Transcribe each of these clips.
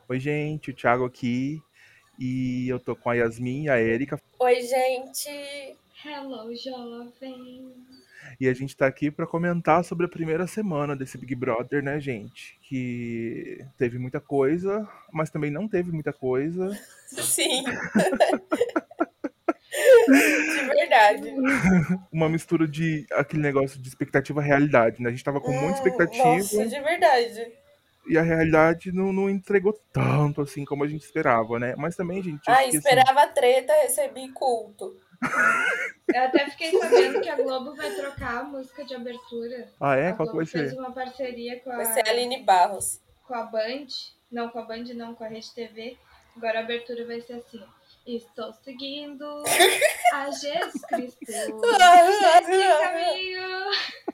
Oi, gente, o Thiago aqui. E eu tô com a Yasmin e a Erika. Oi, gente. Hello, jovem. E a gente tá aqui pra comentar sobre a primeira semana desse Big Brother, né, gente? Que teve muita coisa, mas também não teve muita coisa. Sim. De verdade. Uma mistura de aquele negócio de expectativa e realidade, né? A gente tava com muita Nossa, expectativa de verdade. e a realidade não entregou tanto assim como a gente esperava, né? Mas também, gente, acho Ai, que assim. esperava treta, recebi culto. Eu até fiquei sabendo que a Globo vai trocar a música de abertura. Ah, é? A Qual que Globo vai fez ser? uma parceria com Vai ser a Aline Barros. a Band. Não, com a Band não, com a Rede TV. Agora a abertura vai ser assim. Estou seguindo a Jesus Cristo nesse caminho.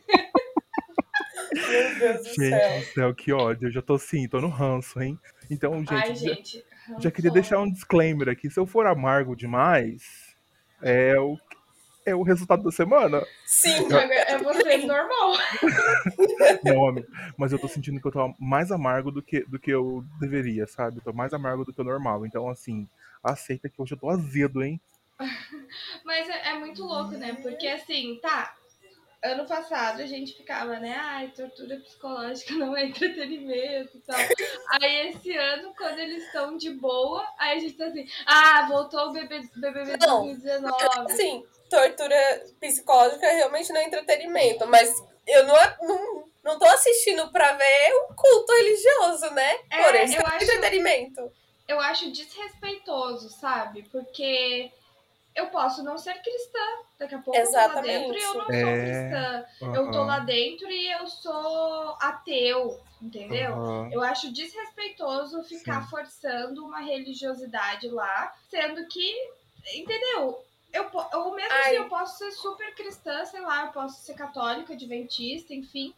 Meu Deus do Gente do céu. céu, que ódio. Eu já tô assim, tô no ranço, hein? Então, gente, Ai, gente, já queria deixar um rançosa. disclaimer aqui. Se eu for amargo demais, é o resultado da semana. Sim, Eu- É você sim. normal. não, amigo, mas eu tô sentindo que eu tô mais amargo do que eu deveria, sabe? Eu tô mais amargo do que o normal. Então, assim, aceita que hoje eu tô azedo, hein? Mas é muito louco, né? Porque assim, tá. Ano passado a gente ficava, né? Ai, tortura psicológica não é entretenimento e tal. Aí esse ano, quando eles estão de boa, aí a gente tá assim, ah, voltou o BBB Não, 2019. assim, tortura psicológica realmente não é entretenimento, mas eu não tô assistindo pra ver um culto religioso, né? Por isso É, é entretenimento. eu acho desrespeitoso, sabe? Porque eu posso não ser cristã. Daqui a pouco eu tô lá dentro e eu Exatamente. não sou É. cristã. Eu tô lá Aham. dentro e eu sou ateu, entendeu? Aham. Eu acho desrespeitoso ficar Sim. forçando uma religiosidade lá, sendo que, entendeu? Ou mesmo assim, eu Ai, posso ser super cristã, sei lá, eu posso ser católica, adventista, enfim,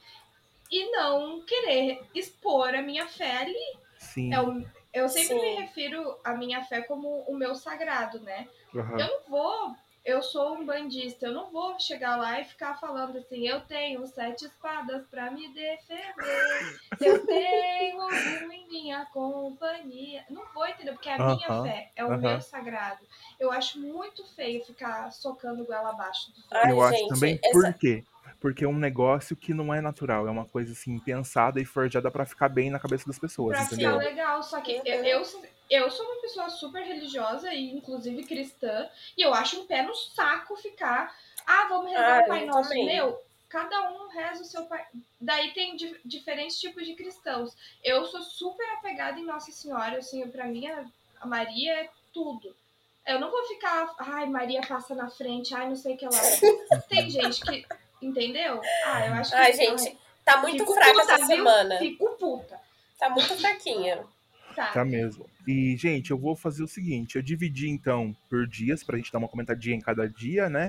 e não querer expor a minha fé ali. Sim. Eu sempre me sim. refiro à minha fé como o meu sagrado, né? Eu Aham. não vou, eu sou um bandista, eu não vou chegar lá e ficar falando assim, eu tenho 7 espadas para me defender, eu tenho um em minha companhia. Não vou entender, porque é a minha Aham. fé, é o meu Aham. sagrado. Eu acho muito feio ficar socando goela abaixo dos Eu Ai, outros. acho gente, também, por essa. quê? Porque é um negócio que não é natural, é uma coisa assim pensada e forjada pra ficar bem na cabeça das pessoas, Pra ficar entendeu? Sim. legal. Só que Uhum. eu sou uma pessoa super religiosa e, inclusive, cristã, e eu acho um pé no saco ficar. Ah, vamos rezar Ah, o Pai eu Nosso. também. Meu, cada um reza o seu Pai. Daí tem diferentes tipos de cristãos. Eu sou super apegada em Nossa Senhora, assim, pra mim a Maria é tudo. Eu não vou ficar, ai, Maria passa na frente, ai, não sei o que lá. Tem Uhum. gente que. Entendeu? Ah, eu acho Ai, que. Ai, gente, tá muito fico fraca essa puta, viu? semana. Fico puta. Tá muito fraquinha. Tá. Tá mesmo. E, gente, eu vou fazer o seguinte: eu dividi então por dias, pra gente dar uma comentadinha em cada dia, né?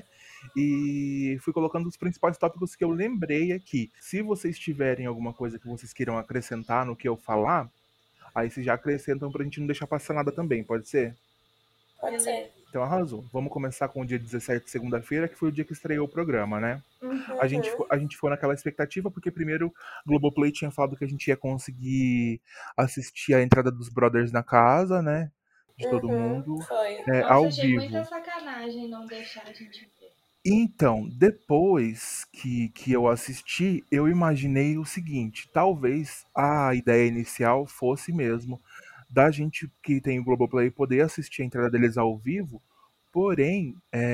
E fui colocando os principais tópicos que eu lembrei aqui. Se vocês tiverem alguma coisa que vocês queiram acrescentar no que eu falar, aí vocês já acrescentam pra gente não deixar passar nada também, pode ser? Pode ser. Beleza. Então arrasou. Vamos começar com o dia 17, segunda-feira, que foi o dia que estreou o programa, né? Uhum. Uhum. A gente foi naquela expectativa, porque primeiro Globoplay tinha falado que a gente ia conseguir assistir a entrada dos brothers na casa, né? De todo Uhum. mundo, Foi. Nossa, ao achei muita vivo. sacanagem não deixar a gente ver. Então, depois que eu assisti, eu imaginei o seguinte: talvez a ideia inicial fosse mesmo da gente que tem o Globoplay poder assistir a entrada deles ao vivo, porém,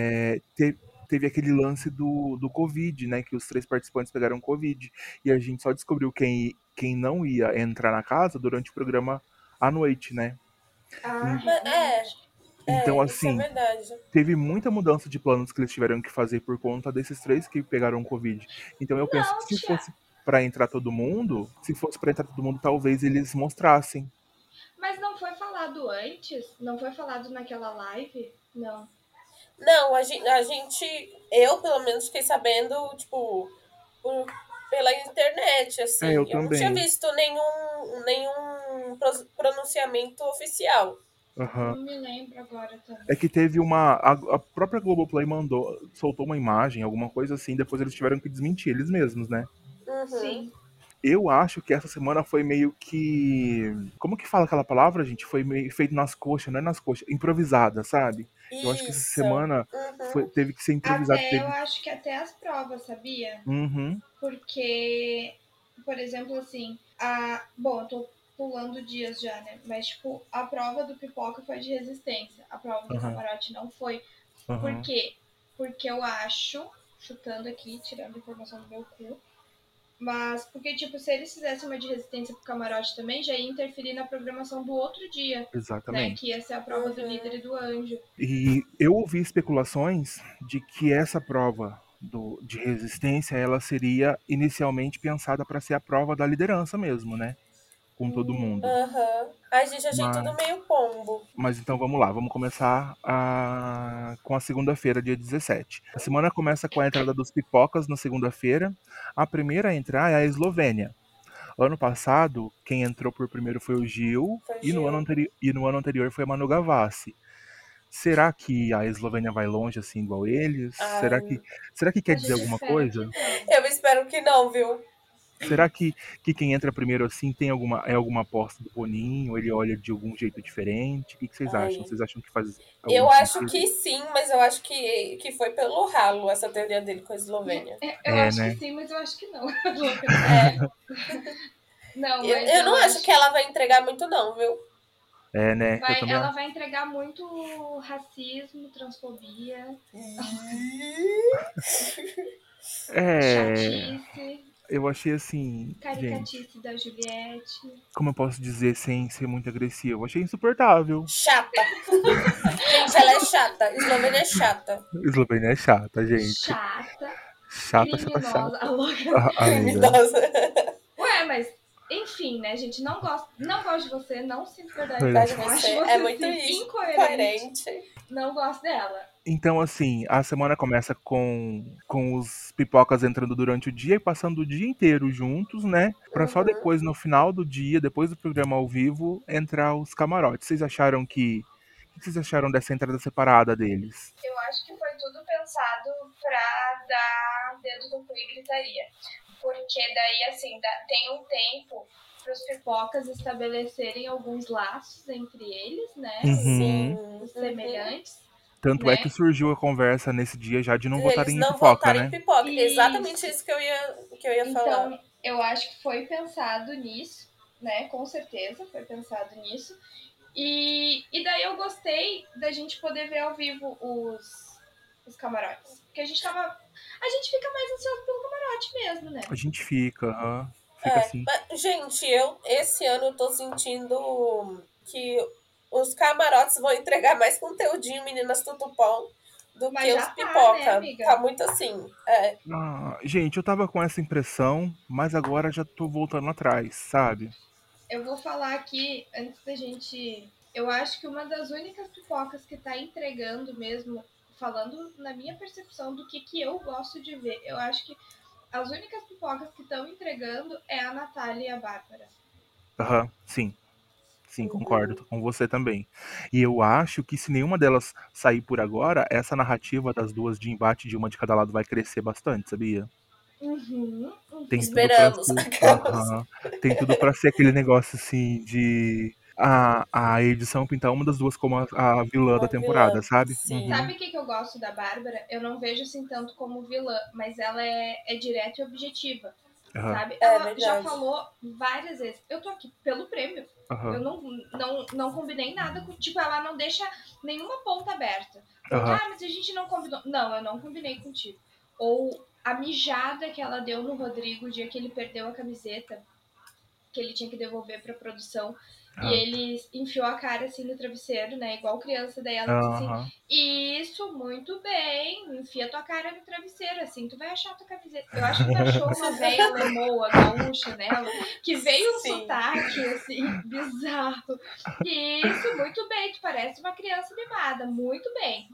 teve aquele lance do Covid, né? Que os três participantes pegaram Covid, e a gente só descobriu quem não ia entrar na casa durante o programa à noite, né? Ah, En- Mas, realmente. Então, isso é assim, verdade. teve muita mudança de planos que eles tiveram que fazer por conta desses três que pegaram Covid. Então eu penso que Não, se tia. fosse pra entrar todo mundo, se fosse pra entrar todo mundo, talvez eles mostrassem. Mas não foi falado antes? Não foi falado naquela live? Não. Não, eu pelo menos fiquei sabendo, tipo, pela internet, É, eu assim. Eu não tinha também. visto nenhum pronunciamento oficial. Aham. Não me lembro agora É também. que teve a própria Globoplay soltou uma imagem, alguma coisa assim, depois eles tiveram que desmentir eles mesmos, né? Uhum. Sim. Eu acho que essa semana foi meio que. Como que fala aquela palavra, gente? Foi meio feito nas coxas, não é nas coxas, improvisada, sabe? Eu acho que essa Isso. semana Uhum. teve que ser improvisado. Até eu Teve... acho que até as provas, sabia? Uhum, Porque, por exemplo, assim, bom, eu tô pulando dias já, né? Mas, tipo, a prova do pipoca foi de resistência. A prova do uhum, camarote não foi. Por uhum. quê? Porque eu acho, chutando aqui, tirando a informação do meu cu, mas porque, tipo, se eles fizessem uma de resistência pro camarote também, já ia interferir na programação do outro dia, né? Exatamente. Que ia ser a prova do líder e do anjo. E eu ouvi especulações de que essa prova de resistência ela seria inicialmente pensada para ser a prova da liderança mesmo, né? Com todo mundo. Aham. Ai, gente, achei Mas, tudo meio pombo. mas então vamos lá, vamos começar com a segunda-feira, dia 17. A semana começa com a entrada dos pipocas na segunda-feira. A primeira a entrar é a Eslovênia. Ano passado, quem entrou por primeiro foi o Gil Fugiu. e no ano anterior foi a Manu Gavassi. Será que a Eslovênia vai longe assim igual eles? Ai, Será que A quer dizer gente alguma espera que coisa? não. eu espero que não, viu? Será que quem entra primeiro assim tem alguma aposta do Boninho? Ele olha de algum jeito diferente? O que vocês acham? Ai. Vocês acham que faz algum Eu acho sentido? que sim, mas eu acho que foi pelo ralo essa teoria dele com a Eslovênia. Eu É, acho que né? sim, mas eu acho que não. É. Não, Eu, mas eu eu não acho acho que ela vai entregar muito, não, viu? É, né? Eu também ela acho. vai entregar muito racismo, transfobia, É, chatice, eu achei assim, gente, caricatice da Juliette. como eu posso dizer sem ser muito agressivo? Eu achei insuportável. Chata. Gente, ela é chata. Eslovênia é chata. Eslovênia é chata, gente. Chata, Chata, chata, criminosa, chata. a louca. Ah, amiga. Criminosa. Ué, mas enfim, né, gente? Não gosto de você, não sinto verdade por Verdade. Mas você. você Acho é você, muito assim, incoerente. incoerente. Não gosto dela. Então, assim, a semana começa com os pipocas entrando durante o dia e passando o dia inteiro juntos, né? Pra só Uhum. depois, no final do dia, depois do programa ao vivo, entrar os camarotes. Vocês acharam que. O que vocês acharam dessa entrada separada deles? Eu acho que foi tudo pensado pra dar dedo no cu e gritaria. Porque daí, assim, tem um tempo para os pipocas estabelecerem alguns laços entre eles, né? Uhum. Sim. Os Uhum. semelhantes, Tanto é que né? surgiu a conversa nesse dia já de não De eles votarem em não pipoca, votarem né? pipoca. Exatamente Isso. isso que eu ia falar. Então, eu acho que foi pensado nisso, né? Com certeza foi pensado nisso. E daí eu gostei da gente poder ver ao vivo os camarotes. Porque a gente fica mais ansioso pelo camarote mesmo, né? A gente fica, fica É, assim. mas, gente, esse ano eu tô sentindo que os camarotes vão entregar mais conteúdinho, meninas tutupom, do Mas que os já tá, né, pipoca. amiga? Tá muito assim. É. Ah, gente, eu tava com essa impressão, mas agora já tô voltando atrás, sabe? Eu vou falar aqui, antes da gente. Eu acho que uma das únicas pipocas que tá entregando mesmo, falando na minha percepção do que eu gosto de ver, eu acho que as únicas pipocas que estão entregando é a Natália e a Bárbara. Aham, sim. Sim, concordo, Uhum. tô com você também. E eu acho que se nenhuma delas sair por agora, essa narrativa das duas de embate de uma de cada lado vai crescer bastante, sabia? Uhum, Tem uhum. tudo pra Esperamos. ser. Aquelas. Aham. Tem tudo pra ser aquele negócio assim de a edição pintar uma das duas como a vilã da Uma temporada, vilã. sabe? Sim. Uhum. Sabe o que eu gosto da Bárbara? Eu não vejo assim tanto como vilã, mas ela é direta e objetiva. Aham. Sabe? É Ela já verdade. falou várias vezes. Eu tô aqui pelo prêmio. Eu Aham. não combinei nada com. Tipo, ela não deixa nenhuma ponta aberta. Porque, Aham. mas a gente não combinou. Não, eu não combinei contigo. Ou a mijada que ela deu no Rodrigo o dia que ele perdeu a camiseta, que ele tinha que devolver pra produção. E Aham. ele enfiou a cara assim no travesseiro, né? Igual criança. Daí ela disse assim: Aham. Isso, muito bem. Enfia tua cara no travesseiro, assim tu vai achar tua camiseta. Eu acho que baixou uma véia lemoa, gaúcha nela, que veio um Sim. sotaque, assim, bizarro. Isso, muito bem. Tu parece uma criança mimada. Muito bem.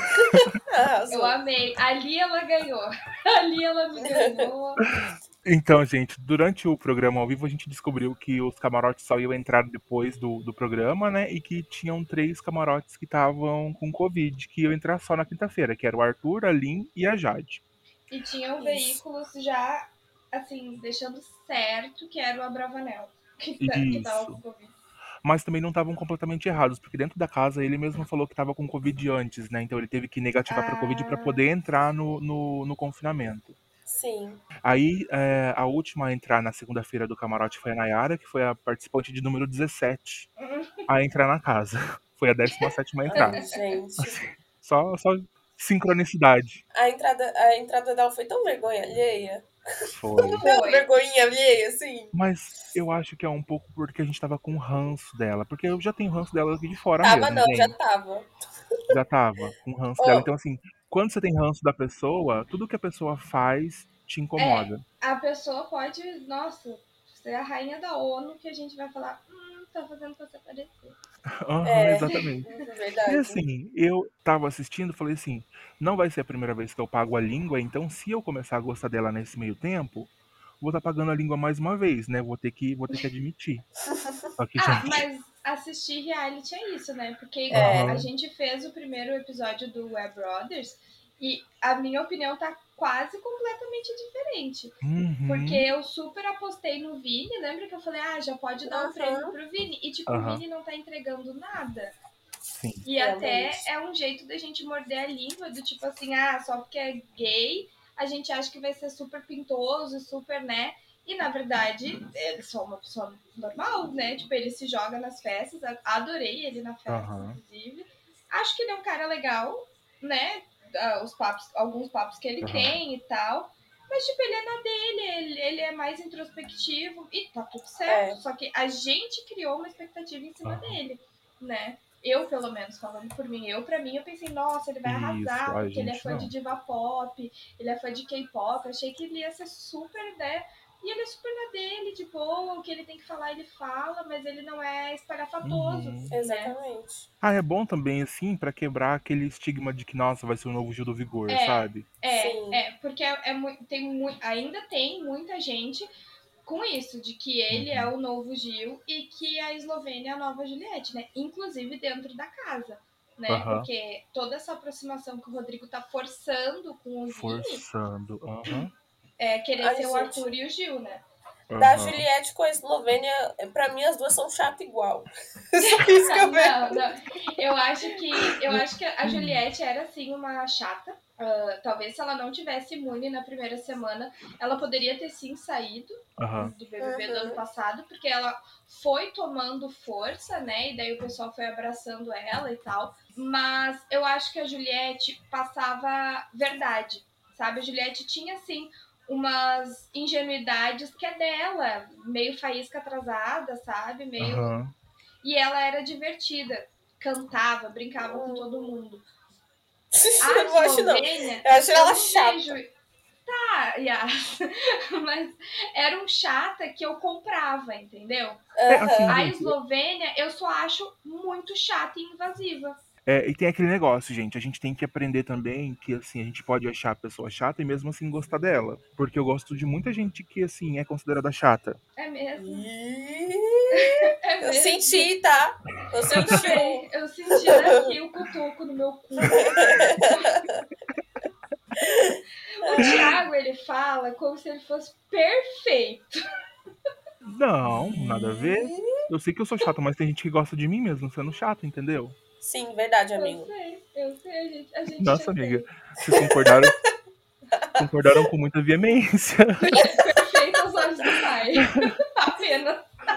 Arrasou. Eu amei. Ali ela ganhou. Ali ela me ganhou. Então, gente, durante o programa ao vivo a gente descobriu que os camarotes só iam entrar depois do programa, né? E que tinham 3 camarotes que estavam com Covid, que iam entrar só na quinta-feira, que era o Arthur, a Lin e a Jade. E tinham Isso. veículos já assim, deixando certo que era o Abravanel que tava com Isso. Covid. Mas também não estavam completamente errados, porque dentro da casa ele mesmo falou que estava com Covid antes, né? Então ele teve que negativar para Covid para poder entrar no confinamento. Sim. Aí a última a entrar na segunda-feira do camarote foi a Nayara, que foi a participante de número 17 a entrar na casa. Foi a 17ª a entrar. Ai, gente. Só sincronicidade. A entrada dela foi tão vergonha alheia. Foi. Não, vergonhinha alheia, assim. Mas eu acho que é um pouco porque a gente tava com ranço dela. Porque eu já tenho ranço dela aqui de fora Tava mesmo, não, já gente. tava. Já tava com ranço dela. Ó, Então, assim, quando você tem ranço da pessoa, tudo que a pessoa faz te incomoda. A pessoa pode, nossa, ser a rainha da ONU que a gente vai falar, tá fazendo você aparecer. Aham, exatamente. E verdade. assim, eu tava assistindo, falei assim, não vai ser a primeira vez que eu pago a língua, então se eu começar a gostar dela nesse meio tempo, vou estar pagando a língua mais uma vez, né? Vou ter que admitir. Só que, gente, Mas assistir reality é isso, né? Porque Aham. a gente fez o primeiro episódio do Web Brothers e a minha opinião tá quase completamente diferente. uhum, Porque eu super apostei no Vini, lembra que eu falei, já pode dar um prêmio pro Vini. E tipo, o Aham. Vini não tá entregando nada. sim. E até é um jeito da gente morder a língua, do tipo assim, só porque é gay, a gente acha que vai ser super pintoso, super, né? E na verdade, ele é só uma pessoa normal, né? Tipo, ele se joga nas festas, adorei ele na festa, Aham. inclusive. Acho que ele é um cara legal, né? Alguns papos que ele Aham. tem e tal. Mas, tipo, ele é na dele, ele é mais introspectivo e tá tudo certo. Só que a gente criou uma expectativa em cima dele, né? Eu, pelo menos, falando por mim, pra mim, eu pensei, nossa, ele vai arrasar, Isso, a porque ele é gente fã não. de diva pop, ele é fã de K-pop, achei que ele ia ser super, né? E ele é super na dele, de boa, o que ele tem que falar, ele fala, mas ele não é espalhafatoso, Uhum. né? Exatamente. É bom também, assim, pra quebrar aquele estigma de que, nossa, vai ser o novo Gil do Vigor, sabe? Porque ainda tem muita gente com isso, de que ele é o novo Gil e que a Eslovênia é a nova Juliette, né? Inclusive dentro da casa, né? Aham. Porque toda essa aproximação que o Rodrigo tá forçando com o Vini Forçando. Aham. é querer Ai, ser o gente. Arthur e o Gil, né? Da Aham. Juliette com a Eslovênia, pra mim as duas são chatas igual. Só isso que eu vejo. Não. Eu acho que a Juliette era assim uma chata. Talvez se ela não tivesse imune na primeira semana, ela poderia ter sim saído Aham. do BBB do ano passado, porque ela foi tomando força, né? E daí o pessoal foi abraçando ela e tal. Mas eu acho que a Juliette passava verdade, sabe? A Juliette tinha assim umas ingenuidades que é dela, meio faísca atrasada, sabe? Meio. Aham. E ela era divertida, cantava, brincava com todo mundo. A Eu não acho, não. Eslovênia, Eu acho ela não chata. vejo. Tá, Yas. Mas era um chata que eu comprava, entendeu? Assim, A gente, Eslovênia eu só acho muito chata e invasiva. e tem aquele negócio, gente. A gente tem que aprender também que, assim, a gente pode achar a pessoa chata e mesmo assim gostar dela. Porque eu gosto de muita gente que, assim, é considerada chata. É mesmo. Eu senti, tá? Eu senti. Eu senti daqui o cutuco no meu cu. O Thiago, ele fala como se ele fosse perfeito. Não, nada a ver. Eu sei que eu sou chato, mas tem gente que gosta de mim mesmo sendo chato, entendeu? Sim, verdade, amigo. Eu sei, a gente Nossa, já amiga, tem. vocês concordaram com muita veemência. Perfeito aos olhos do pai. Apenas.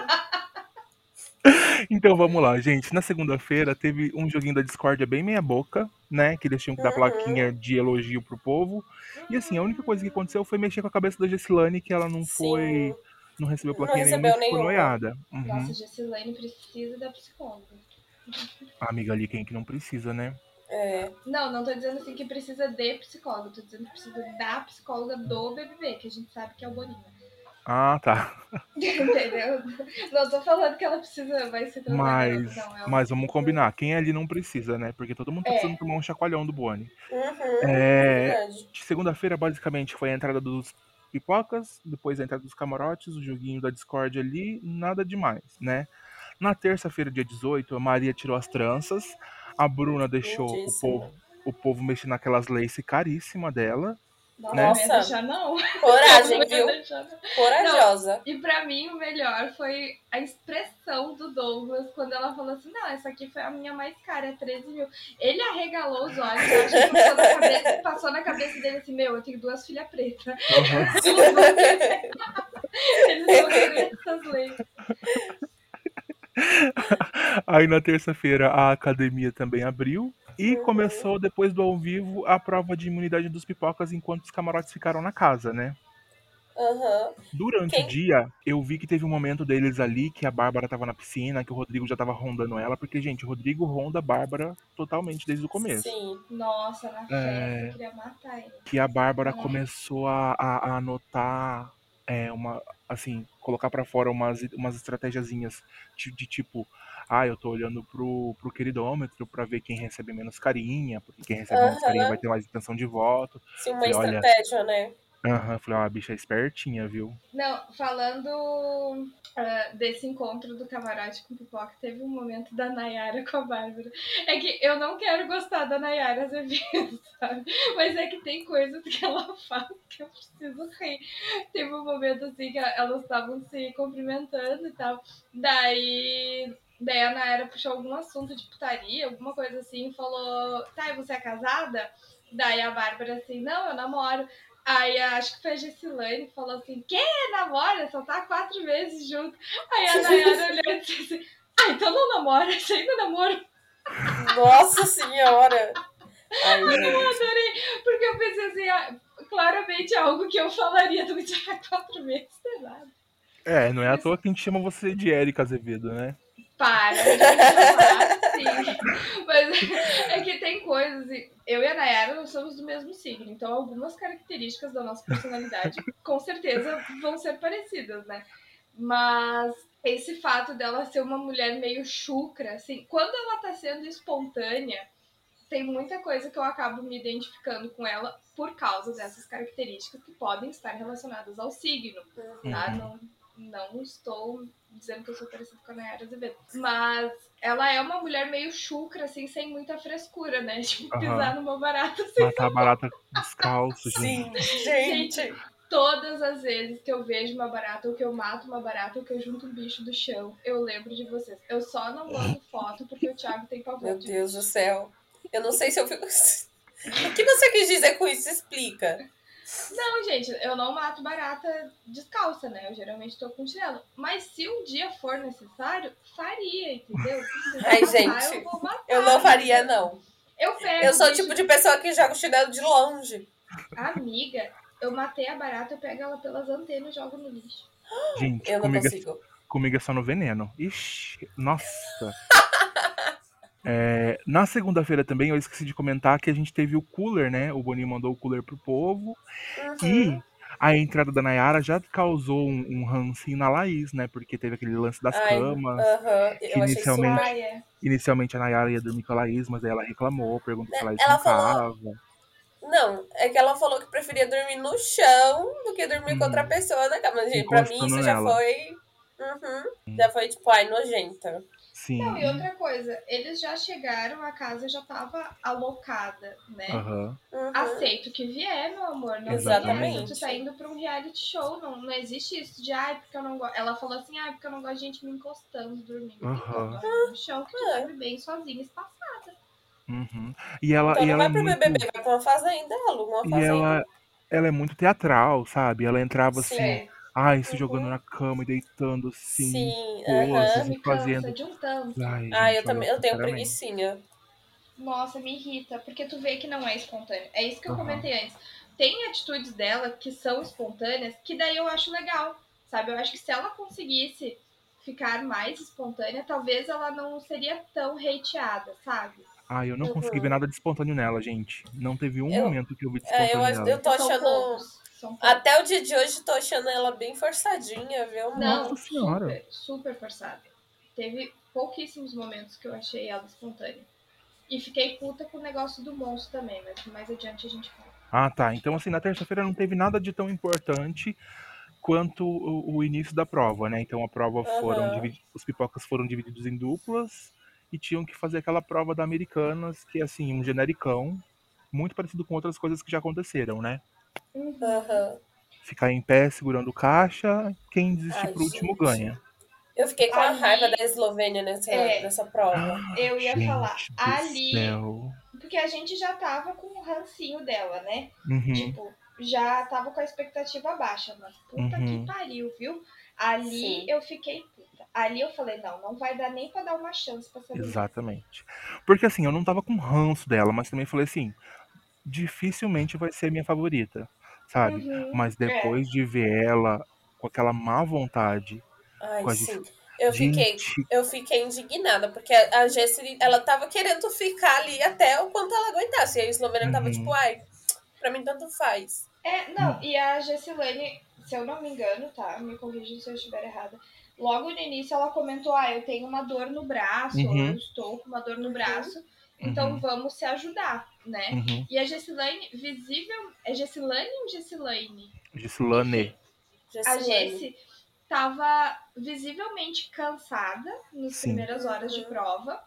Então vamos lá, gente. Na segunda-feira teve um joguinho da Discordia bem meia boca, né? Que eles tinham que dar plaquinha de elogio pro povo. E assim, a única coisa que aconteceu foi mexer com a cabeça da Gessilane, que ela não Sim. não recebeu Não plaquinha nenhuma e recebeu ficou nenhuma. noiada. Nossa, Gessilane precisa da psicóloga. A amiga ali, quem que não precisa, né? Não tô dizendo assim que precisa de psicóloga, tô dizendo que precisa da psicóloga do BBB, que a gente sabe que é o Boninho. Ah, tá. Entendeu? Não tô falando que ela vai se tratar não. Mas vamos combinar, quem ali não precisa, né? Porque todo mundo tá precisando tomar um chacoalhão do Boni. Verdade. De segunda-feira, basicamente, foi a entrada dos pipocas, depois a entrada dos camarotes, o joguinho da Discord ali, nada demais, né? Na terça-feira, dia 18, a Maria tirou as tranças, a Bruna deixou Lindíssima. o povo mexer naquelas lace caríssimas dela, Nossa, né? não ia Nossa, deixar, não. coragem, Não ia viu? deixar, não. Corajosa. E pra mim, o melhor foi a expressão do Douglas quando ela falou assim: não, essa aqui foi a minha mais cara, é 13 mil. Ele arregalou os olhos, eu acho que passou na cabeça dele assim: meu, eu tenho 2 filhas pretas. Aham. Eles vão querer essas leis. Aí na terça-feira a academia também abriu e Uhum. começou, depois do ao vivo, a prova de imunidade dos pipocas enquanto os camarotes ficaram na casa, né? Aham. Durante o Quem? dia, eu vi que teve um momento deles ali que a Bárbara tava na piscina, que o Rodrigo já tava rondando ela, porque, gente, o Rodrigo ronda a Bárbara totalmente desde o começo. Sim. Nossa, na festa, eu queria matar ele. Que a Bárbara Nossa. começou a anotar, assim, colocar pra fora umas estratégiazinhas de tipo, eu tô olhando pro queridômetro pra ver quem recebe menos carinha, porque quem recebe menos carinha vai Aham. ter mais intenção de voto. Sim, uma Falei, olha, estratégia, né? falei, a bicha é espertinha, viu? Não, falando desse encontro do camarote com pipoca, teve um momento da Nayara com a Bárbara. É que eu não quero gostar da Nayara Azevedo, sabe? Mas é que tem coisas que ela faz que eu preciso rir. Teve um momento assim que elas estavam se cumprimentando e tal. Daí a Nayara puxou algum assunto de putaria, alguma coisa assim, e falou: tá, e você é casada? Daí a Bárbara assim: não, eu namoro. Aí acho que foi a Gessilane que falou assim: que namora? Só tá 4 meses junto. Aí a Nayara olhou e disse assim: então não namora, isso aí não namoro. Nossa senhora! Ai, Eu gente. adorei, porque eu pensei assim: claramente é algo que eu falaria do que há 4 meses, nada. Não é à toa que a gente chama você de Érica Azevedo, né? Para de me chamar assim. Mas é que tem coisas. Eu e a Nayara não somos do mesmo signo, então algumas características da nossa personalidade com certeza vão ser parecidas, né? Mas esse fato dela ser uma mulher meio chucra, assim, quando ela tá sendo espontânea, tem muita coisa que eu acabo me identificando com ela por causa dessas características que podem estar relacionadas ao signo, tá? Uhum. Não estou dizendo que eu sou parecida com a Nayara Azevedo, mas ela é uma mulher meio chucra, assim, sem muita frescura, né? Tipo, Aham. pisar numa barata assim. Matar a barata descalço, gente. Sim, Gente, gente. todas as vezes que eu vejo uma barata, ou que eu mato uma barata, ou que eu junto um bicho do chão, eu lembro de vocês. Eu só não mando foto porque o Thiago tem pavor Meu de Deus do bicho. céu. Eu não sei se eu fico. O que você quis dizer com isso? Explica. Não, gente, eu não mato barata descalça, né? Eu geralmente tô com chinelo. Mas se um dia for necessário, faria, entendeu? Precisa Ai, matar, eu gente. vou matar. Eu não faria, entendeu? não. Eu pego Eu sou o bicho. tipo de pessoa que joga o chinelo de longe. Amiga, eu matei a barata, eu pego ela pelas antenas e jogo no lixo. Gente, Eu não consigo. comigo é só no veneno. Ixi, nossa. Na segunda-feira também, eu esqueci de comentar que a gente teve o cooler, né? O Boninho mandou o cooler pro povo. Uhum. E a entrada da Nayara já causou um rancinho na Laís, né? Porque teve aquele lance das Ai, camas, aham. que Eu achei super. Ai, é. inicialmente a Nayara ia dormir com a Laís, mas aí ela reclamou, perguntou se a Laís Ela falou. roncava. Não, é que ela falou que preferia dormir no chão do que dormir com outra Uhum. pessoa na cama. Gente, pra mim Encostando isso já nela. foi. Uhum. Já foi tipo, ai, nojenta. Sim, Não, e outra coisa, eles já chegaram, a casa já tava alocada, né? aham, Uhum. Aceito que vier, meu amor. Não tem essa. Tu Exatamente. tá indo pra um reality show. Não existe isso de porque eu não gosto. Ela falou assim, porque eu não gosto de gente me encostando, dormindo. Então, aham, dorme no chão que tu É. dorme bem sozinha, espaçada. uhum. E ela, Então e não ela é vai pro BBB, muito. vai pra uma fazenda, aluga uma E fazenda. ela é muito teatral, sabe? Ela entrava assim, Sim. se jogando Uhum. na cama e deitando assim, Sim, Isso poses aham. e me cansa fazendo. de um tanto. Ai, Ai, gente, olha, eu tenho sinceramente. preguicinha. Nossa, me irrita, porque tu vê que não é espontâneo. É isso que eu Aham. comentei antes. Tem atitudes dela que são espontâneas, que daí eu acho legal, sabe? Eu acho que se ela conseguisse ficar mais espontânea, talvez ela não seria tão hateada, sabe? Ai, eu não consegui ver Uhum. nada de espontâneo nela, gente. Não teve um Eu, momento que eu vi de espontâneo eu nela. tô São achando. poucos, são poucos. Até o dia de hoje tô achando ela bem forçadinha, viu? Nossa Não, senhora. super, super forçada. Teve pouquíssimos momentos que eu achei ela espontânea. E fiquei puta com o negócio do monstro também, mas mais adiante a gente fala. Ah, tá. Então, assim, na terça-feira não teve nada de tão importante quanto o início da prova, né? Então, a prova Aham. os pipocas foram divididos em duplas e tinham que fazer aquela prova da Americanas, que é, assim, um genericão, muito parecido com outras coisas que já aconteceram, né? Aham. Ficar em pé segurando caixa, quem desistir Ai, por último gente. ganha. Eu fiquei com a raiva Ali, da Eslovênia é, nessa prova. eu ia falar, Gente do ali, céu. porque a gente já tava com o rancinho dela, né? Uhum, Tipo, já tava com a expectativa baixa, mas puta que uhum, pariu, viu? Ali Sim. eu fiquei puta. Ali eu falei, não, não vai dar nem pra dar uma chance pra essa menina. exatamente. Porque assim, eu não tava com ranço dela, mas também falei assim, dificilmente vai ser minha favorita, sabe? Uhum, Mas é. depois de ver ela com aquela má vontade, Ai, com a sim. gente. Eu fiquei indignada, porque a Jessie, ela tava querendo ficar ali até o quanto ela aguentasse. E a Eslovênia tava tipo, Uhum, ai, pra mim tanto faz. É, não, e a Gessilane, se eu não me engano, tá? Me corrija se eu estiver errada. Logo no início ela comentou: ah, eu tenho uma dor no braço, ou eu uhum, estou com uma dor no Uhum. braço, então uhum, vamos se ajudar, né? uhum. E a Gessilane, visível. É Gessilane ou Gessilane? Gislane. Enfim, a Jessilane. Jessi estava visivelmente cansada nas Sim. primeiras horas de prova.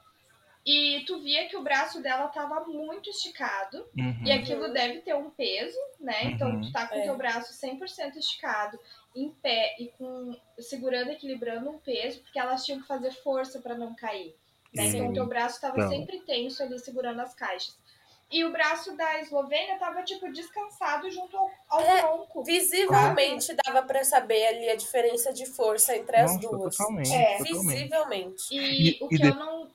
E tu via que o braço dela estava muito esticado. E Uhum, aquilo deve ter um peso, né? Então tu uhum. tá com o teu É. braço 100% esticado, em pé e com segurando, equilibrando um peso, porque elas tinham que fazer força para não cair, né? Então o teu braço estava Então, sempre tenso ali segurando as caixas. E o braço da Eslovênia estava tipo descansado junto ao É, tronco, sabe? visivelmente dava pra saber ali a diferença de força entre as nossa, duas. totalmente, É. totalmente. Visivelmente. E E, o e que eu de... não.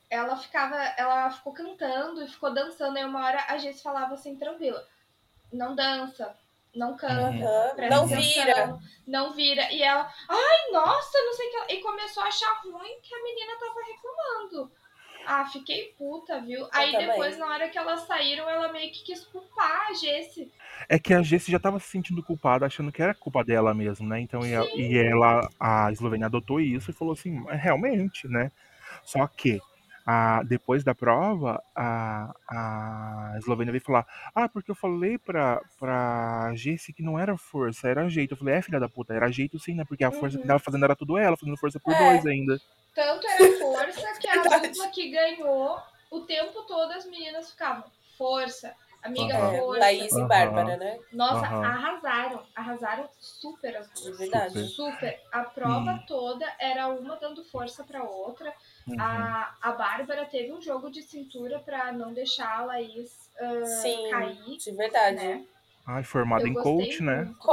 Ela ficou cantando e ficou dançando. Aí uma hora a Jess falava assim, tranquila: não dança, não canta, Uhum, Aham. presta Não uhum. vira. atenção, não vira. E ela, ai, nossa, não sei o que. E começou a achar ruim que a menina tava reclamando. Ah, fiquei puta, viu? Eu Aí depois, também. na hora que elas saíram, ela meio que quis culpar a Jessie. É que a Jessie já tava se sentindo culpada, achando que era culpa dela mesmo, né? Então, Sim. a Eslovênia adotou isso e falou assim, "É, realmente, né? Só que depois da prova, a Eslovênia veio falar, porque eu falei pra Jessie que não era força, era jeito. Eu falei, filha da puta, era jeito sim, né? Porque a força que Uhum. tava fazendo era tudo ela, fazendo força por dois É, ainda. Tanto era força que a dupla verdade. que ganhou, o tempo todo as meninas ficavam, força, amiga, Aham, É, força. Laís e Bárbara, aham, né? Nossa, aham, arrasaram super as De duas. super. verdade. Super. A prova E, toda era uma dando força para outra. uhum. A Bárbara teve um jogo de cintura para não deixar a Laís Sim, cair, de verdade. né? Ai, formada Eu em gostei coach, né? muito.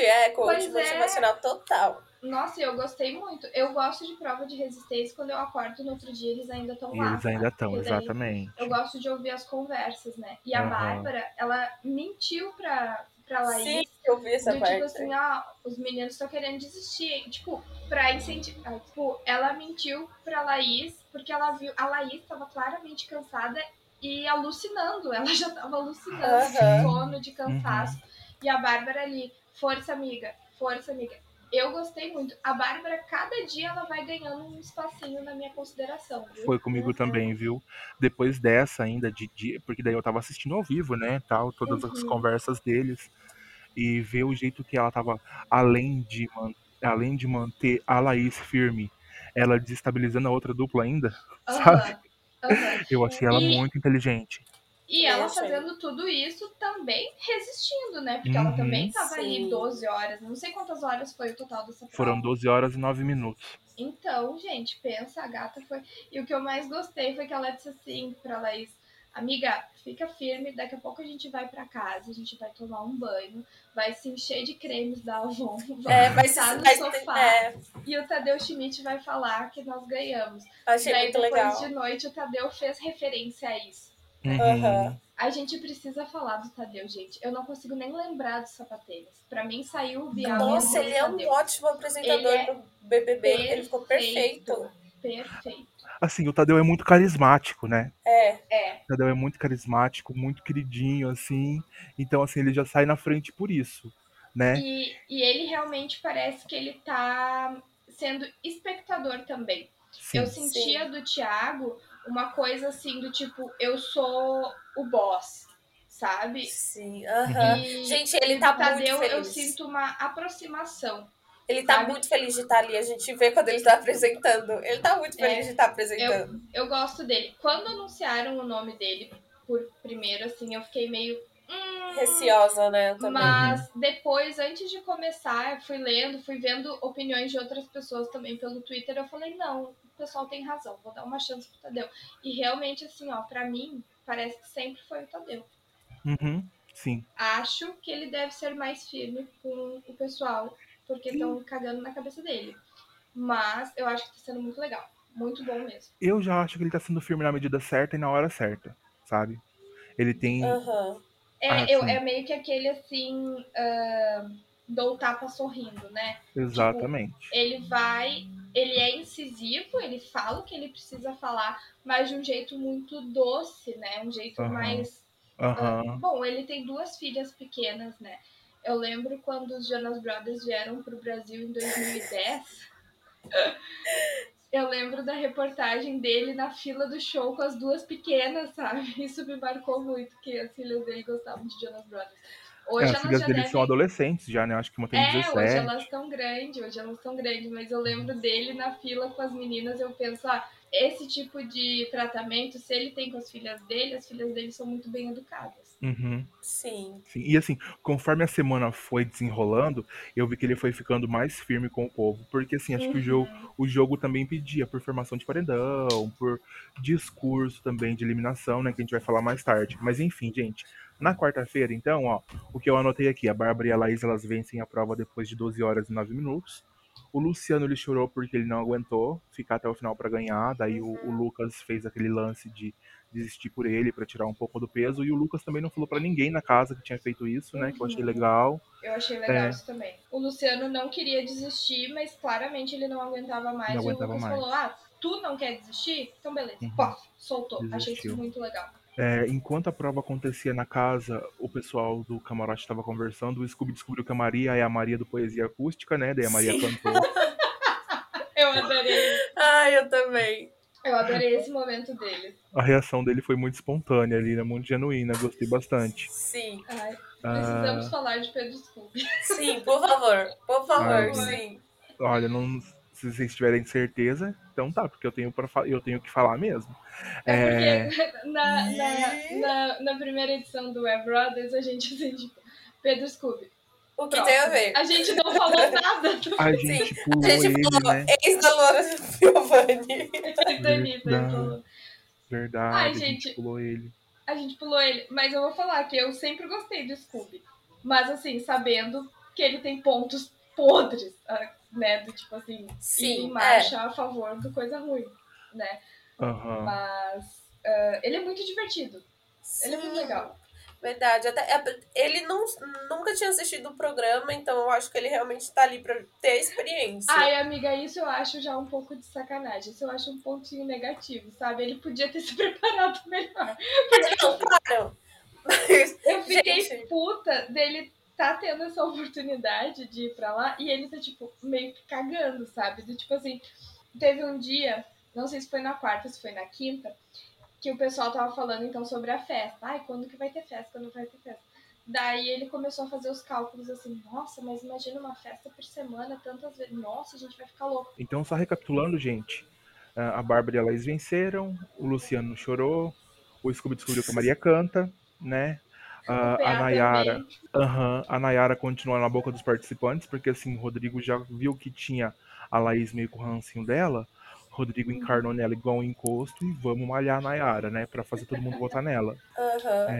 Coach Pois é, motivacional total. nossa, eu gostei muito. Eu gosto de prova de resistência quando eu acordo no outro dia eles ainda estão E lá, eles ainda sabe? estão, Porque daí eu exatamente. gosto de ouvir as conversas, né? E a Aham. Bárbara, ela mentiu pra Sim, Laís eu vi essa do tipo parte. assim, os meninos estão querendo desistir, hein? Tipo, pra incentivar. Tipo, ela mentiu pra Laís porque ela viu. A Laís estava claramente cansada e alucinando. Ela já tava alucinando de Aham. sono, Sim. de Uhum. cansaço. E a Bárbara ali, força, amiga, força, amiga. Eu gostei muito. A Bárbara, cada dia, ela vai ganhando um espacinho na minha consideração, viu? Foi comigo Uhum. também, viu? Depois dessa ainda, porque daí eu tava assistindo ao vivo, né, tal, todas as Uhum. conversas deles, e ver o jeito que ela tava, além de, além de manter a Laís firme, ela desestabilizando a outra dupla ainda, sabe? Aham. Aham. Eu achei ela E, muito inteligente. e Também ela achei. fazendo tudo isso também resistindo, né? Porque ela também Uhum. tava ali Sim. 12 horas. Não sei quantas horas foi o total dessa Foram prova. 12 horas e 9 minutos. Então, gente, pensa, a gata foi. E o que eu mais gostei foi que ela disse assim pra Laís: amiga, fica firme, daqui a pouco a gente vai pra casa, a gente vai tomar um banho, vai se encher de cremes da Avon, vamos É, sentar no sofá é, e o Tadeu Schmidt vai falar que nós ganhamos. achei Daí muito depois de legal. noite o Tadeu fez referência a isso, né? Uhum. Aham. A gente precisa falar do Tadeu, gente. Eu não consigo nem lembrar dos sapatênis. Pra mim saiu o Bial e Nossa, entrou ele o é um Tadeu. ótimo Ele apresentador é pro BBB. Ele ficou perfeito. perfeito. Perfeito. Assim, o Tadeu é muito carismático, né? É, É. O Tadeu é muito carismático, muito queridinho, assim. Então, assim, ele já sai na frente por isso, né? E ele realmente parece que ele tá sendo espectador também. Eu Sim. sentia sim. do Thiago uma coisa assim do tipo, eu sou o boss, sabe? Sim, aham. Uhum. Gente, E ele do tá muito Tadeu eu feliz. sinto uma aproximação, Ele tá sabe? muito feliz de estar ali. A gente vê quando ele tá apresentando. Ele tá muito feliz É, de estar eu, apresentando. eu gosto dele. Quando anunciaram o nome dele por primeiro, assim, eu fiquei meio. Receosa, né? Eu também. Mas depois, antes de começar, eu fui lendo, fui vendo opiniões de outras pessoas também pelo Twitter. Eu falei, não, o pessoal tem razão, vou dar uma chance pro Tadeu. E realmente, assim, ó, pra mim, parece que sempre foi o Tadeu. Uhum, sim. Acho que ele deve ser mais firme com o pessoal, porque estão cagando na cabeça dele. Mas eu acho que tá sendo muito legal. Muito bom mesmo. Eu já acho que ele tá sendo firme na medida certa e na hora certa, sabe? Ele tem, Aham. assim, É meio que aquele assim. Dou o tapa sorrindo, né? Tipo, exatamente. ele vai. Ele é incisivo, ele fala o que ele precisa falar, mas de um jeito muito doce, né? Um jeito Aham, mais. aham. Bom, ele tem duas filhas pequenas, né? Eu lembro quando os Jonas Brothers vieram para o Brasil em 2010. Eu lembro da reportagem dele na fila do show com as duas pequenas, sabe? Isso me marcou muito, que as filhas dele gostavam de Jonas Brothers. Hoje As elas filhas já dele são devem. adolescentes já, né? Acho que uma tem Hoje elas 17. estão grandes, mas eu lembro dele na fila com as meninas, eu penso, esse tipo de tratamento, se ele tem com as filhas dele são muito bem educadas. Uhum. Sim. Sim. E assim, conforme a semana foi desenrolando, eu vi que ele foi ficando mais firme com o povo. Porque assim, acho que o jogo também pedia por formação de paredão, por discurso também de eliminação, né? Que a gente vai falar mais tarde. Mas enfim, gente. Na quarta-feira, então, ó, o que eu anotei aqui, a Bárbara e a Laís, elas vencem a prova depois de 12 horas e 9 minutos. O Luciano ele chorou porque ele não aguentou ficar até o final para ganhar. Daí o Lucas fez aquele lance de desistir por ele para tirar um pouco do peso. E o Lucas também não falou para ninguém na casa que tinha feito isso, né? Que eu achei legal. Eu achei legal É, isso também. O Luciano não queria desistir, mas claramente ele não aguentava não mais. E o aguentava Lucas falou: mais. tu não quer desistir? Então beleza. Uhum, Pof, soltou. Achei isso desistiu. muito legal. Enquanto a prova acontecia na casa, o pessoal do camarote estava conversando. O Scooby descobriu que a Maria é a Maria do Poesia Acústica, né? Daí a Maria Sim. cantou. Eu adorei. Ai, eu também. Eu adorei esse momento deles. A reação dele foi muito espontânea ali, né? Muito genuína. Gostei bastante. Sim. Ai, precisamos Ah, falar de Pedro Scooby. Sim, por favor. Por Por ai, favor, favor. gente. sim. Olha, não, se vocês tiverem certeza, então tá, porque eu tenho que falar mesmo. É porque É, E na primeira edição do Web Brothers a gente assim, tipo, Pedro Scooby. o que tem a Próximo. ver? A gente não falou nada do a Sim. gente A pulou gente ele, falou né? ex da Loura Giovanni. Anitta Verdade, falou. Ai, verdade, a gente gente, pulou ele. a gente pulou ele. Mas eu vou falar que eu sempre gostei do Scooby. Mas assim, sabendo que ele tem pontos podres, né? Do tipo assim, ir em Sim, marcha a favor do coisa ruim, né? Aham. Mas ele é muito divertido. Ele é muito Sim. legal. Verdade. Ele nunca tinha assistido o programa, então eu acho que ele realmente tá ali pra ter a experiência. Ai, amiga, isso eu acho já um pouco de sacanagem. Isso eu acho um pontinho negativo, sabe? Ele podia ter se preparado melhor. Não, claro. Mas, Eu fiquei gente, puta dele tá tendo essa oportunidade de ir pra lá e ele tá, tipo, meio que cagando, sabe? Do, tipo assim, teve um dia, não sei se foi na quarta, se foi na quinta, que o pessoal tava falando então sobre a festa. Ai, quando que vai ter festa? Quando vai ter festa? Daí ele começou a fazer os cálculos assim, nossa, mas imagina uma festa por semana, tantas vezes. Nossa, a gente vai ficar louco. Então, só recapitulando, gente. A Bárbara e a Laís venceram, o Luciano chorou, o Scooby descobriu que a Maria canta, né? O A PA Nayara. também. A Nayara continua na boca dos participantes, porque assim, o Rodrigo já viu que tinha a Laís meio com o rancinho dela. Rodrigo encarnou nela igual um encosto e vamos malhar a Nayara, né? Pra fazer todo mundo votar nela. aham.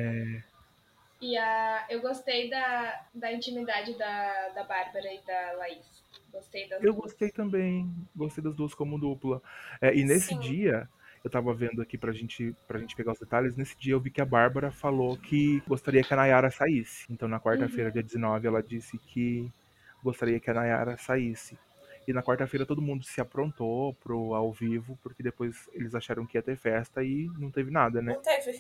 E eu gostei da intimidade da Bárbara e da Laís. Gostei das Eu duas. gostei também, gostei das duas como dupla. E nesse Sim. dia, eu tava vendo aqui pra gente pegar os detalhes, nesse dia eu vi que a Bárbara falou que gostaria que a Nayara saísse. Então na quarta-feira, dia 19, ela disse que gostaria que a Nayara saísse. E na quarta-feira todo mundo se aprontou pro ao vivo, porque depois eles acharam que ia ter festa e não teve nada, né? Não teve.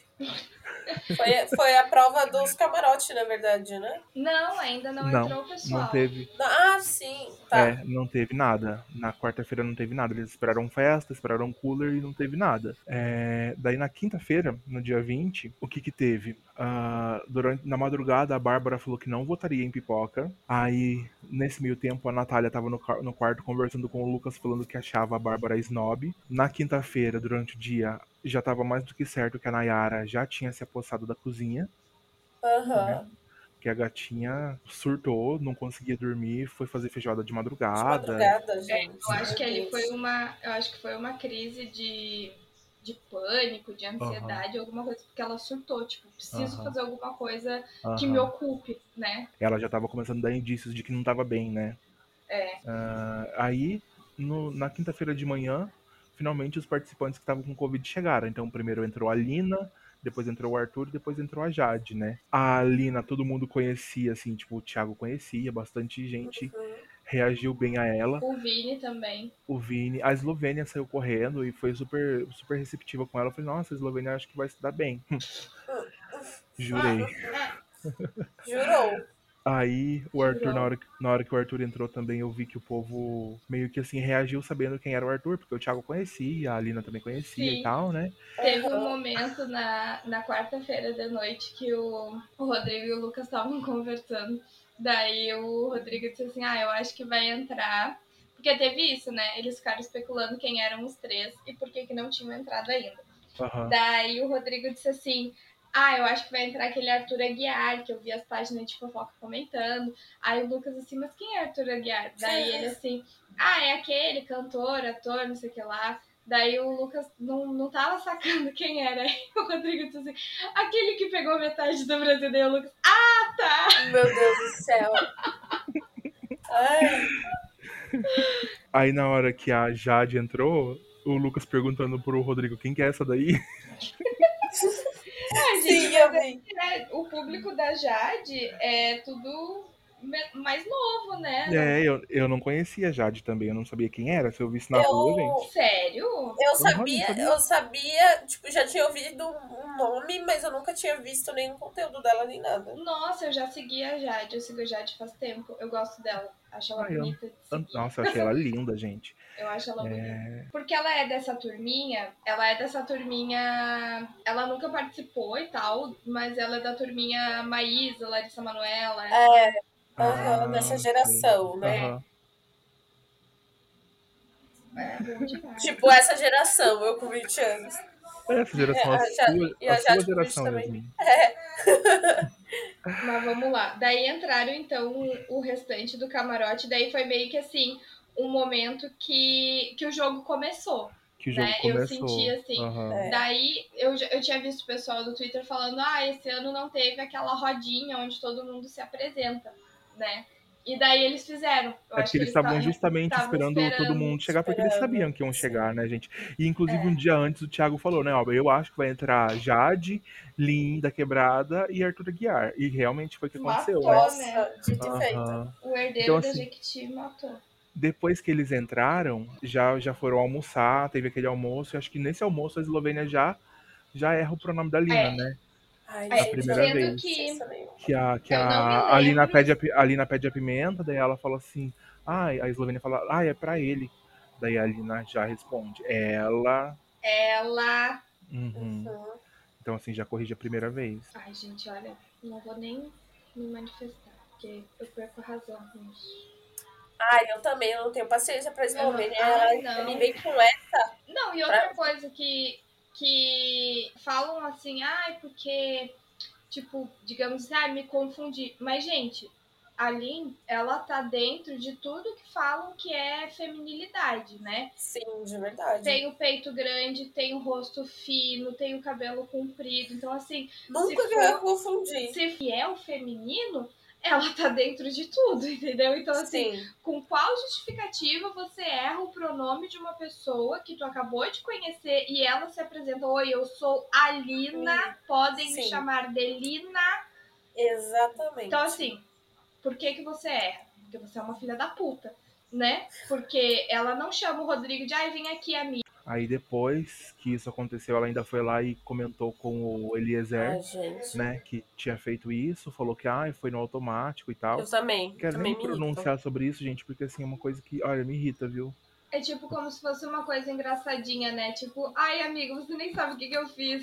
Foi a prova dos camarotes, na verdade, né? Não, ainda não Não, entrou o não pessoal. teve. Ah, sim. Tá. Não teve nada. Na quarta-feira não teve nada. Eles esperaram festa, esperaram cooler e não teve nada. Daí na quinta-feira, no dia 20, o que que teve? Na madrugada, a Bárbara falou que não votaria em pipoca. Aí, nesse meio tempo, a Natália tava no quarto conversando com o Lucas, falando que achava a Bárbara snob. Na quinta-feira, durante o dia, já tava mais do que certo que a Nayara já tinha se apossado da cozinha. Aham. Que a gatinha surtou, não conseguia dormir, foi fazer feijoada de De madrugada. madrugada, gente. Eu acho Meu que ali Deus. eu acho que foi uma crise de pânico, de Aham, ansiedade, alguma coisa, porque ela surtou, tipo, preciso aham, fazer alguma coisa que me aham. ocupe, né? Ela já tava começando a dar indícios de que não tava bem, né? É. Aí, na quinta-feira de manhã, finalmente os participantes que estavam com Covid chegaram. Então, primeiro entrou a Lina, depois entrou o Arthur e depois entrou a Jade, né? A Lina todo mundo conhecia, assim, tipo, o Thiago conhecia, bastante gente reagiu bem a ela. O Vini também. O Vini, a Eslovênia saiu correndo e foi super, super receptiva com ela. Eu falei, nossa, a Eslovênia acho que vai se dar bem. Jurei. Jurou. Aí o Arthur, na Jurou. hora que o Arthur entrou também, eu vi que o povo meio que assim reagiu sabendo quem era o Arthur, porque o Thiago conhecia, a Alina também conhecia e Sim. tal, né? Teve um momento na quarta-feira de noite que o Rodrigo e o Lucas estavam conversando. Daí o Rodrigo disse assim: eu acho que vai entrar. Porque teve isso, né? Eles ficaram especulando quem eram os três e por que não tinham entrado ainda. Aham. Daí o Rodrigo disse assim: eu acho que vai entrar aquele Arthur Aguiar, que eu vi as páginas de fofoca comentando. Aí o Lucas assim, mas quem é Arthur Aguiar? Daí ele assim, é aquele cantor, ator, não sei o que lá. Daí o Lucas não tava sacando quem era. Aí o Rodrigo disse assim, aquele que pegou metade do Brasil. Daí o Lucas, tá! Meu Deus do céu. Ai, Aí na hora que a Jade entrou, o Lucas perguntando pro Rodrigo quem que é essa daí? Gente, sim, mas eu vi. né, o público da Jade é tudo mais novo, né? É, eu não conhecia a Jade também, eu não sabia quem era. Se eu visse na rua, Eu, gente. Sério? Não sabia. eu sabia, tipo, já tinha ouvido um nome, mas eu nunca tinha visto nenhum conteúdo dela nem nada. Nossa, eu já segui a Jade, eu sigo a Jade faz tempo. Eu gosto dela, acho ela Ah, eu, bonita de seguir. nossa, eu achei ela linda, gente. Eu acho ela bonita. Porque ela é dessa turminha, ela nunca participou e tal, mas ela é da turminha Maísa, Larissa Manoela, Dessa Sei. geração, né? Aham. é bom demais. Tipo, essa geração, eu com 20 anos. Essa geração, E a a sua Jade com 20 geração, também. Yasmin. Mas vamos lá. Daí entraram, então, o restante do camarote. Daí foi meio que assim, um momento que o jogo começou. Que o jogo Né? Eu começou. senti assim. Aham. Daí eu tinha visto o pessoal do Twitter falando: esse ano não teve aquela rodinha onde todo mundo se apresenta, né? E daí eles fizeram. Eu É acho porque que eles eles estavam justamente estavam esperando todo esperando. mundo chegar, porque eles sabiam que iam Sim. chegar, né, gente? E inclusive um dia antes o Thiago falou, né, ó, eu acho que vai entrar Jade, Lin da Quebrada e Arthur Aguiar. E realmente foi o que aconteceu, né? Matou, né? Nossa, dito e feito. Aham. O herdeiro Então, da assim, Jequiti matou. depois que eles entraram, já foram almoçar, teve aquele almoço, e acho que nesse almoço a Eslovênia já erra o pronome da Lina, É, né? Ai, A gente, eu primeira não sendo tenho vez. que licença nenhuma. Que eu não me a Lina lembro. a Lina pede a pimenta, daí ela fala assim, a Eslovênia fala, é pra ele. Daí a Lina já responde, ela. Ela. Uhum. Então assim, já corrige a primeira vez. Ai, gente, olha, não vou nem me manifestar, porque eu perco a razão nisso. Ai, eu também, eu não tenho paciência pra Eslovênia. Ai, Ela me não. vem com essa. Não, e outra coisa que falam assim, porque, tipo, digamos assim, me confundi. Mas, gente, a Lin, ela tá dentro de tudo que falam que é feminilidade, né? Sim, de verdade. Tem o peito grande, tem o rosto fino, tem o cabelo comprido. Então, assim, Nunca que eu ia confundir. se é o feminino, ela tá dentro de tudo, entendeu? Então, assim, Sim. com qual justificativa você erra o pronome de uma pessoa que tu acabou de conhecer e ela se apresenta, oi, eu sou a Lina, podem me Sim. chamar de Lina. Exatamente. Então, assim, por que você erra? Porque você é uma filha da puta, né? Porque ela não chama o Rodrigo de, vem aqui, amiga. Aí depois que isso aconteceu, ela ainda foi lá e comentou com o Eliezer, Ai, gente. né, que tinha feito isso, falou que foi no automático e tal. Eu também. Quero nem Também me me irrito. pronunciar sobre isso, gente, porque assim é uma coisa que, olha, me irrita, viu? É tipo como se fosse uma coisa engraçadinha, né? Tipo, ai, amigo, você nem sabe o que eu fiz.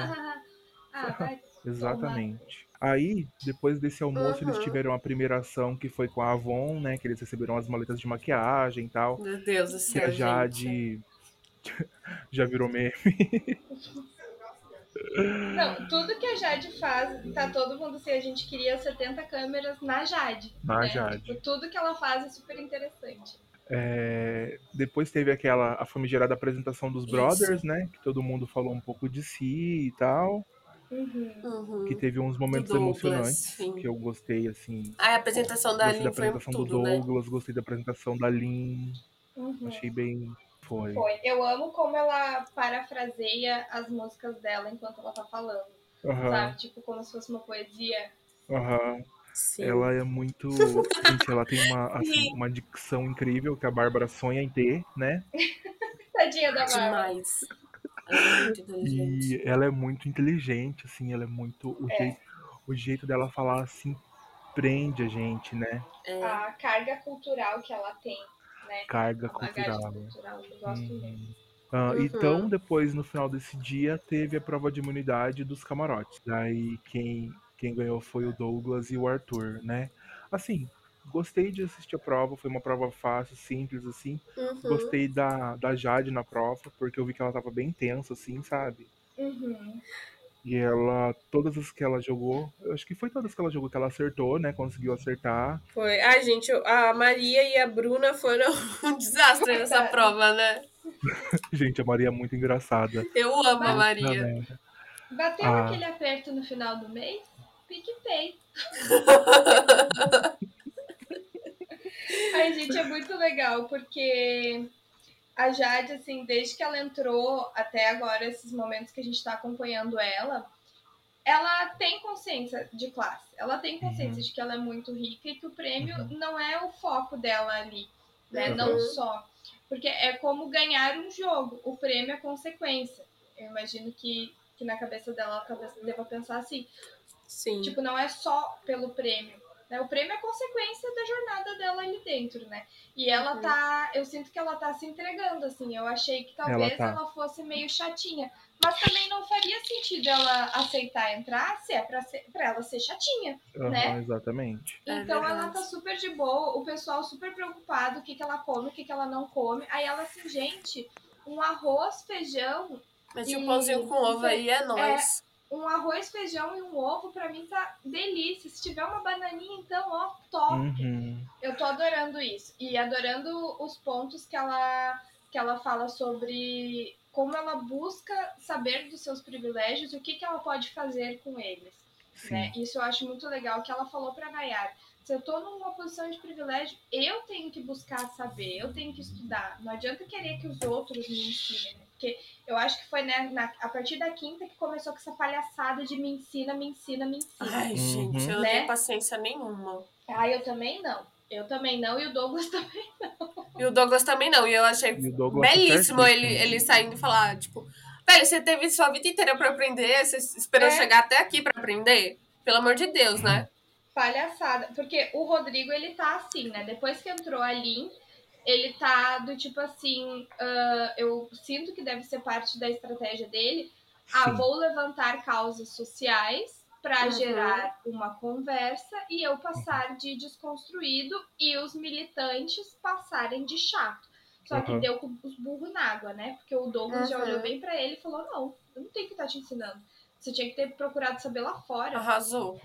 Vai Exatamente. Aí, depois desse almoço, eles tiveram a primeira ação que foi com a Avon, né? Que eles receberam as maletas de maquiagem e tal. Meu Deus do Que céu, a gente. Jade já virou meme. Não, tudo que a Jade faz, tá todo mundo assim, a gente queria 70 câmeras na Jade, Na né? Tipo, Jade. tudo que ela faz é super interessante. Depois teve a famigerada apresentação dos Isso. Brothers, né? Que todo mundo falou um pouco de si e tal. Uhum. Que Uhum. teve uns Do momentos Douglas, emocionantes, que sim. eu gostei, assim. A apresentação da Gostei da Aline foi apresentação do tudo, né? Douglas, gostei da apresentação da Lin. Achei Uhum. bem. Foi. Foi. Eu amo como ela parafraseia as músicas dela enquanto ela tá falando. Aham, Sabe? Tipo, como se fosse uma poesia. aham. Ela Sim. é muito. Gente, ela tem assim, E uma dicção incrível que a Bárbara sonha em ter, né? Tadinha da Bárbara. demais. Ela é muito inteligente. E ela é muito inteligente, assim, ela é muito. É. O jeito dela falar assim prende a gente, né? É. A carga cultural que ela tem, né? Carga A bagagem cultural. cultural, eu gosto muito. Uhum. Então, Uhum. depois, no final desse dia, teve a prova de imunidade dos camarotes. Daí, quem ganhou foi o Douglas e o Arthur, né? Assim, gostei de assistir a prova, foi uma prova fácil, simples, assim. Uhum. Gostei da Jade na prova, porque eu vi que ela tava bem tensa, assim, sabe? Uhum. E ela, todas as que ela jogou, eu acho que foi todas que ela jogou que ela acertou, né? Conseguiu acertar. Foi. Ai, gente, a Maria e a Bruna foram um desastre nessa Coitada. prova, né? Gente, a Maria é muito engraçada. Eu amo a Puta Maria. merda. Bateu Ah, aquele aperto no final do mês? PicPay. Ai, gente, é muito legal, porque a Jade, assim, desde que ela entrou até agora, esses momentos que a gente tá acompanhando ela tem consciência de classe. Ela tem consciência uhum, de que ela é muito rica e que o prêmio uhum, não é o foco dela ali, né? Não aham, Uhum. só. Porque é como ganhar um jogo. O prêmio é consequência. Eu imagino que na cabeça dela ela talvez deva pensar assim. Sim. Tipo, não é só pelo prêmio. Né? O prêmio é consequência da jornada dela ali dentro, né? E ela Uhum. tá. Eu sinto que ela tá se entregando, assim. Eu achei que ela talvez tá. ela fosse meio chatinha. Mas também não faria sentido ela aceitar entrar se é pra ela ser chatinha, Aham, né? exatamente. É Então ela tá verdade. super de boa, o pessoal super preocupado, o que ela come, o que ela não come. Aí ela assim, gente, um arroz, feijão Meti um pãozinho e com ovo aí, é nóis. um arroz, feijão e um ovo, pra mim tá delícia. Se tiver uma bananinha, então, ó, top. Uhum, Eu tô adorando isso. E adorando os pontos que ela fala sobre como ela busca saber dos seus privilégios e o que ela pode fazer com eles. Né? sim. Isso eu acho muito legal que ela falou para Nayara. Se eu tô numa posição de privilégio, eu tenho que buscar saber, eu tenho que estudar. Não adianta querer que os outros me ensinem, né? Porque eu acho que foi né, a partir da quinta que começou com essa palhaçada de me ensina, me ensina, me ensina, Ai, gente, Uhum. eu não tenho né? paciência nenhuma. Ah, eu também não. Eu também não, e o Douglas também. E o Douglas também não. E eu achei E o Douglas tá belíssimo certíssimo. ele saindo e falar, tipo, velho, você teve sua vida inteira pra aprender, você esperou É chegar até aqui pra aprender? Pelo amor de Deus, né? palhaçada. Porque o Rodrigo, ele tá assim, né? Depois que entrou a Lin, ele tá do tipo assim. Eu sinto que deve ser parte da estratégia dele. Ah, Sim. vou levantar causas sociais para Uhum. gerar uma conversa e eu passar de desconstruído e os militantes passarem de chato. Só que Aham. deu com os burros na água, né? Porque o Douglas já olhou Uhum. bem para ele e falou: Não, eu não tenho que estar te ensinando. Você tinha que ter procurado saber lá fora. Arrasou.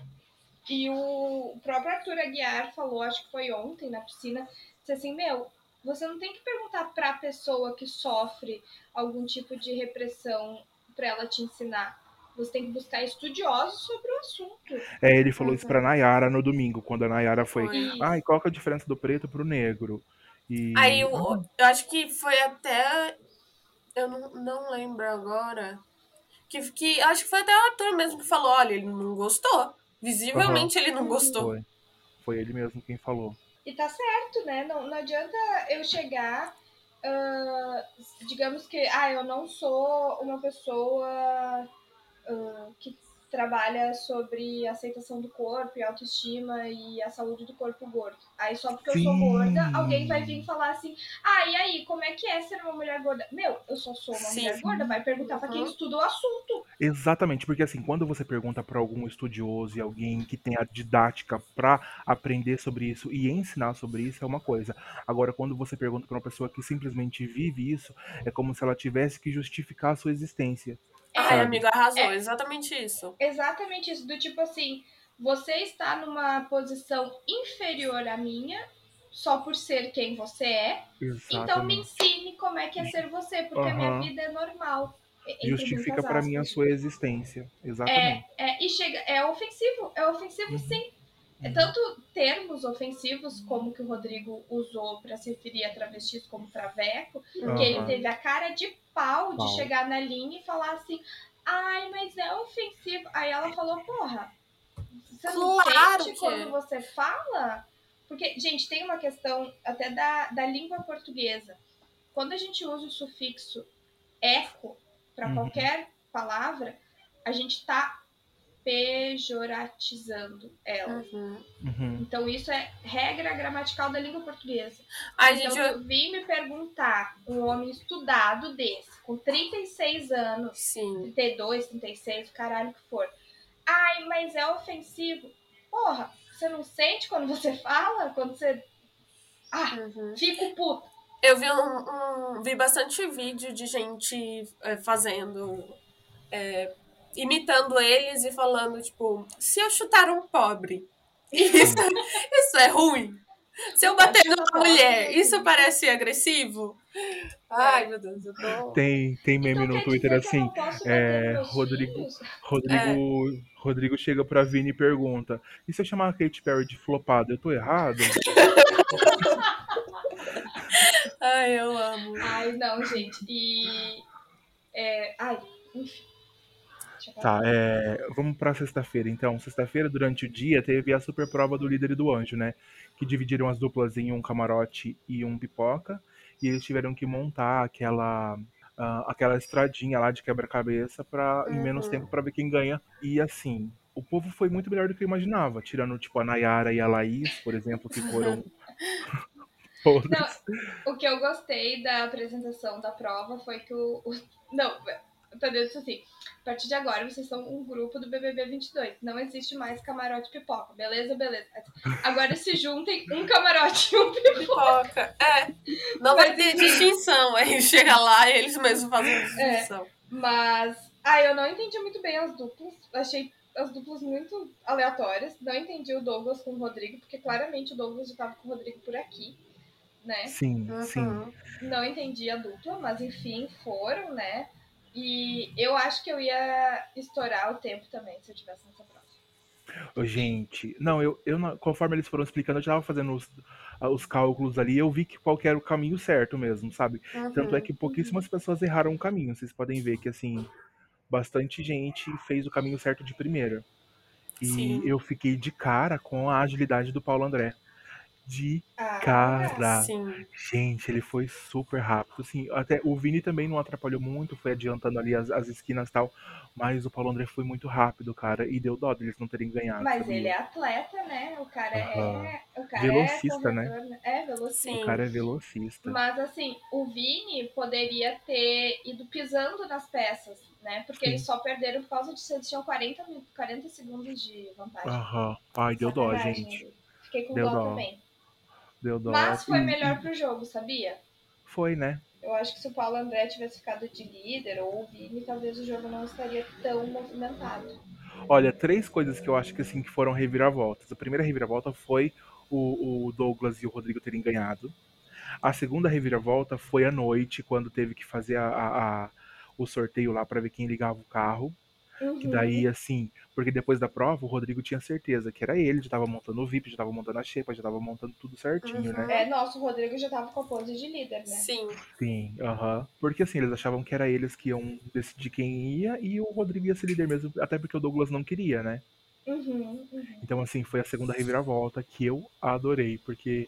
E o próprio Arthur Aguiar falou, acho que foi ontem na piscina, disse assim, você não tem que perguntar para a pessoa que sofre algum tipo de repressão para ela te ensinar. Você tem que buscar estudiosos sobre o assunto. Ele falou isso pra Uhum. Nayara no domingo, quando a Nayara foi. Foi. Ai, Isso. qual que é a diferença do preto pro negro? Aí E. eu acho que foi até. Eu não lembro agora. Que acho que foi até o ator mesmo que falou: olha, ele não gostou. Aham, Visivelmente ele não Uhum. gostou. foi. Foi ele mesmo quem falou. E tá certo, né? Não, não adianta eu chegar, digamos que, eu não sou uma pessoa que trabalha sobre aceitação do corpo e autoestima e a saúde do corpo gordo. Aí só porque eu sou gorda, alguém vai vir Sim! falar assim: e aí, como é que é ser uma mulher gorda? Meu, eu só sou uma Sim. mulher gorda, vai perguntar para quem Uhum. estuda o assunto. Exatamente, porque assim, quando você pergunta para algum estudioso e alguém que tem a didática para aprender sobre isso e ensinar sobre isso é uma coisa. Agora, quando você pergunta para uma pessoa que simplesmente vive isso, é como se ela tivesse que justificar a sua existência. Ai, sabe? amigo, arrasou. Exatamente isso. Exatamente isso, do tipo assim, você está numa posição inferior à minha, só por ser quem você é, então me Exatamente. ensine como é que é ser você, porque a minha Aham. vida é normal, entre Justifica muitas pra mim a aspas. sua existência. Exatamente. E chega, é ofensivo Uhum, sim. É uhum. tanto termos ofensivos, como que o Rodrigo usou para se referir a travestis como traveco, que ele Aham. teve a cara de pau de Pau. chegar na linha e falar assim, ai, mas é ofensivo. Aí ela falou, porra, você não Claro sente que quando é. você fala? Porque, gente, tem uma questão até da língua portuguesa. Quando a gente usa o sufixo eco para Uhum, qualquer palavra, a gente está pejoratizando ela. uhum. Então, isso é regra gramatical da língua portuguesa. Ai, Então, gente, tu vir me perguntar, um homem estudado desse, com 36 anos, sim. 32, 36, o caralho que for. Ai, mas é ofensivo. Porra, você não sente quando você fala? Quando você. Ah, fico puto. Eu vi bastante vídeo de gente fazendo, imitando eles e falando, tipo, se eu chutar um pobre, isso, Sim. isso é ruim? Se eu Pode bater chutar numa pobre, mulher, meu isso filho. parece agressivo? Ai, meu Deus, eu tô. Tem meme Então no quer Twitter dizer que eu assim, não posso bater nos meus Rodrigo, filhos? Rodrigo, É. Rodrigo chega pra Vini e pergunta: e se eu chamar a Katy Perry de flopada, eu tô errado? Ai, eu amo. Ai, não, gente. Ai, enfim. Deixa eu Tá, parar. vamos pra sexta-feira. Então, sexta-feira, durante o dia, teve a super prova do líder e do anjo, né? Que dividiram as duplas em um camarote e um pipoca. E eles tiveram que montar aquela estradinha lá de quebra-cabeça em menos tempo pra ver quem ganha. E assim, o povo foi muito melhor do que eu imaginava. Tirando, tipo, a Nayara e a Laís, por exemplo, que foram Não, podres. o que eu gostei da apresentação da prova foi que não, o Tadeu disse assim, a partir de agora vocês são um grupo do BBB 22, não existe mais camarote pipoca, beleza, beleza. Agora se juntem um camarote e um pipoca. Pipoca. Não vai Mas ter enfim, distinção. Aí chega lá e eles mesmos fazem distinção. mas... eu não entendi muito bem as duplas, achei as duplas muito aleatórias, não entendi o Douglas com o Rodrigo, porque claramente o Douglas já estava com o Rodrigo por aqui, né? Sim, sim. Não entendi a dupla, mas enfim, foram, né? E eu acho que eu ia estourar o tempo também se eu tivesse nessa prova. Ô, gente, não, conforme eles foram explicando, eu já tava fazendo os cálculos ali, eu vi qual que era o caminho certo mesmo, sabe? Tanto é que pouquíssimas pessoas erraram o caminho. Vocês podem ver que, assim, bastante gente fez o caminho certo de primeira. E Sim. eu fiquei de cara com a agilidade do Paulo André. De Ah, cara. Sim. Gente, ele foi super rápido. Assim, até o Vini também não atrapalhou muito, foi adiantando ali as esquinas e tal. Mas o Paulo André foi muito rápido, cara. E deu dó deles não terem ganhado, mas ele sabia? é atleta, né? Aham. O cara é Velocista, né? corredor, né? É O velocista. Sim. cara é velocista. Mas assim, o Vini poderia ter ido pisando nas peças, né? Porque eles Sim. só perderam por causa de eles tinham 40 segundos de vantagem. Aham. Ai, deu dó, Sacanagem gente. ali. Fiquei com Deu dó dó. também. Deu dó. Mas foi melhor pro jogo, sabia? Foi, né? Eu acho que se o Paulo André tivesse ficado de líder ou o Vini, talvez o jogo não estaria tão movimentado. Olha, três coisas que eu acho que assim que foram reviravoltas. A primeira reviravolta foi o Douglas e o Rodrigo terem ganhado. A segunda reviravolta foi à noite, quando teve que fazer o sorteio lá para ver quem ligava o carro. Que daí, assim, porque depois da prova, o Rodrigo tinha certeza que era ele, já tava montando o VIP, já tava montando a xepa, já tava montando tudo certinho, né? Nossa, o Rodrigo já tava com a pose de líder, né? Sim. Sim, aham. Porque assim, eles achavam que era eles que iam decidir quem ia e o Rodrigo ia ser líder mesmo, até porque o Douglas não queria, né? Então, assim, foi a segunda reviravolta que eu adorei, porque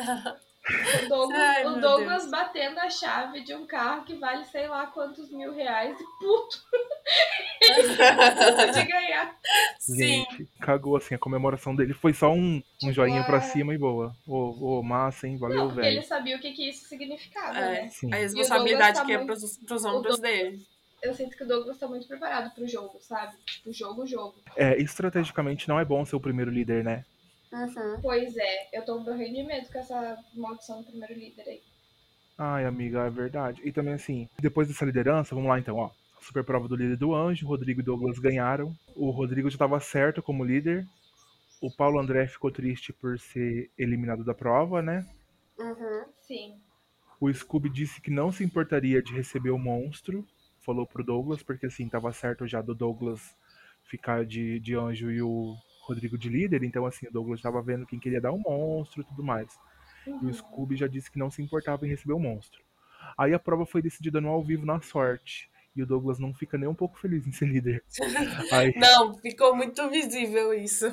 Ai, O meu Douglas Deus. batendo a chave de um carro que vale sei lá quantos R$ 1.000 e puto de ganhar. Sim. gente, cagou assim, a comemoração dele foi só um Tipo, joinha pra cima e boa. Ô, massa, hein? não, Valeu, porque ele velho. sabia o que isso significava, né? A Sim. E o Douglas responsabilidade tá que é muito. pros ombros dele. Eu sinto que o Douglas tá muito preparado pro jogo, sabe? Tipo, jogo. Estrategicamente não é bom ser o primeiro líder, né? Pois é, eu tô morrendo de medo com essa maldição do primeiro líder aí. Ai, amiga, é verdade. E também, assim, depois dessa liderança, vamos lá então, ó. super prova do líder do anjo. Rodrigo e Douglas ganharam. O Rodrigo já estava certo como líder. O Paulo André ficou triste por ser eliminado da prova, né? Uhum. Sim. O Scooby disse que não se importaria de receber o monstro. Falou pro Douglas, porque assim, tava certo já do Douglas ficar de anjo e o Rodrigo de líder. Então, assim, o Douglas estava vendo quem queria dar o monstro e tudo mais. E o Scooby já disse que não se importava em receber o monstro. Aí a prova foi decidida no ao vivo na sorte. E o Douglas não fica nem um pouco feliz em ser líder. Aí, Não, ficou muito visível isso.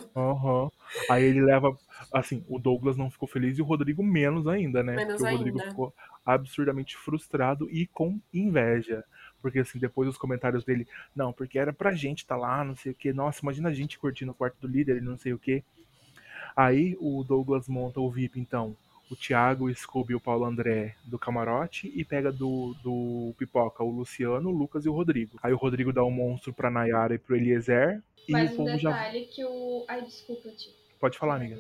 Aí ele leva. Assim, o Douglas não ficou feliz e o Rodrigo menos ainda, né? Menos Porque o Rodrigo ainda. ficou absurdamente frustrado e com inveja. Porque assim, depois os comentários dele, não, porque era pra gente tá lá, não sei o que. Nossa, imagina a gente curtindo o quarto do líder e não sei o que. Aí o Douglas monta o VIP, então. O Thiago, o Scooby e o Paulo André do camarote e pega do Pipoca o Luciano, o Lucas e o Rodrigo. Aí o Rodrigo dá um monstro pra Nayara e pro Eliezer e o Mas um povo já. detalhe que o... Ai, desculpa, tio. Pode falar, amiga.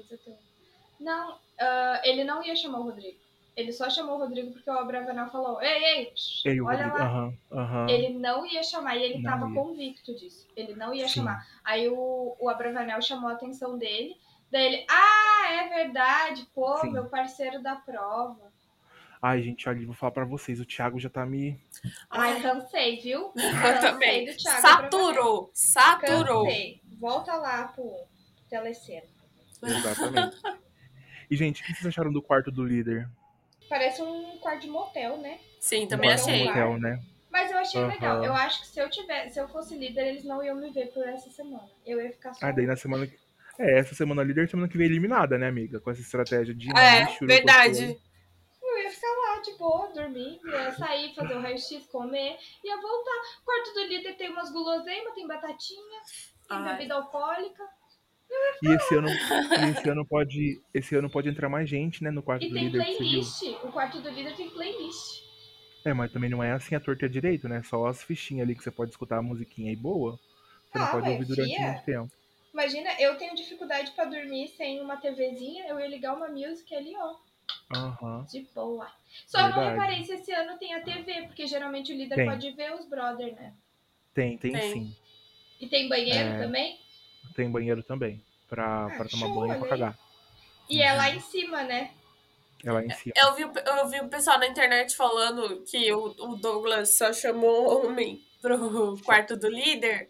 Não, ele não ia chamar o Rodrigo. Ele só chamou o Rodrigo porque o Abravanel falou: Ei, ei, Ei, o olha Rodrigo. lá. Ele não ia chamar e ele Não estava ia. convicto disso. Ele não ia Sim. chamar. Aí o Abravanel chamou a atenção dele. Daí ele, é verdade, pô, Sim. meu parceiro da prova. Ai, gente, olha, vou falar pra vocês, o Thiago já tá me. Ai, cansei, viu? Eu também. do Thiago Saturou. Cansei. Volta lá pro telecena. Exatamente. E, gente, o que vocês acharam do quarto do líder? Parece um quarto de motel, né? Sim, Um também quarto de achei. motel, né? Mas eu achei legal. Aham. Eu acho que se eu fosse líder, eles não iam me ver por essa semana. Eu ia ficar só. Ah, daí na semana que. Essa semana líder, semana que vem eliminada, né, amiga? Com essa estratégia de lixo. Verdade. Eu ia ficar lá de boa, dormindo, ia sair, fazer o raio-x, comer, ia voltar. O quarto do líder tem umas guloseimas, tem batatinha, tem bebida alcoólica. E esse ano pode entrar mais gente, né, no quarto E do tem líder, que você viu. playlist. O quarto do líder tem playlist. Mas também não é assim a torta direito, né? Só as fichinhas ali que você pode escutar a musiquinha aí boa. Você não pode ouvir durante muito tempo. Imagina, eu tenho dificuldade pra dormir sem uma TVzinha, eu ia ligar uma music ali, ó. De boa. Só não reparei se esse ano tem a TV, porque geralmente o líder pode ver os brother, né? Tem sim. E tem banheiro também? Tem banheiro também. Pra tomar banho e pra cagar. E é lá em cima, né? É lá em cima. Eu vi o pessoal na internet falando que o Douglas só chamou homem pro quarto do líder.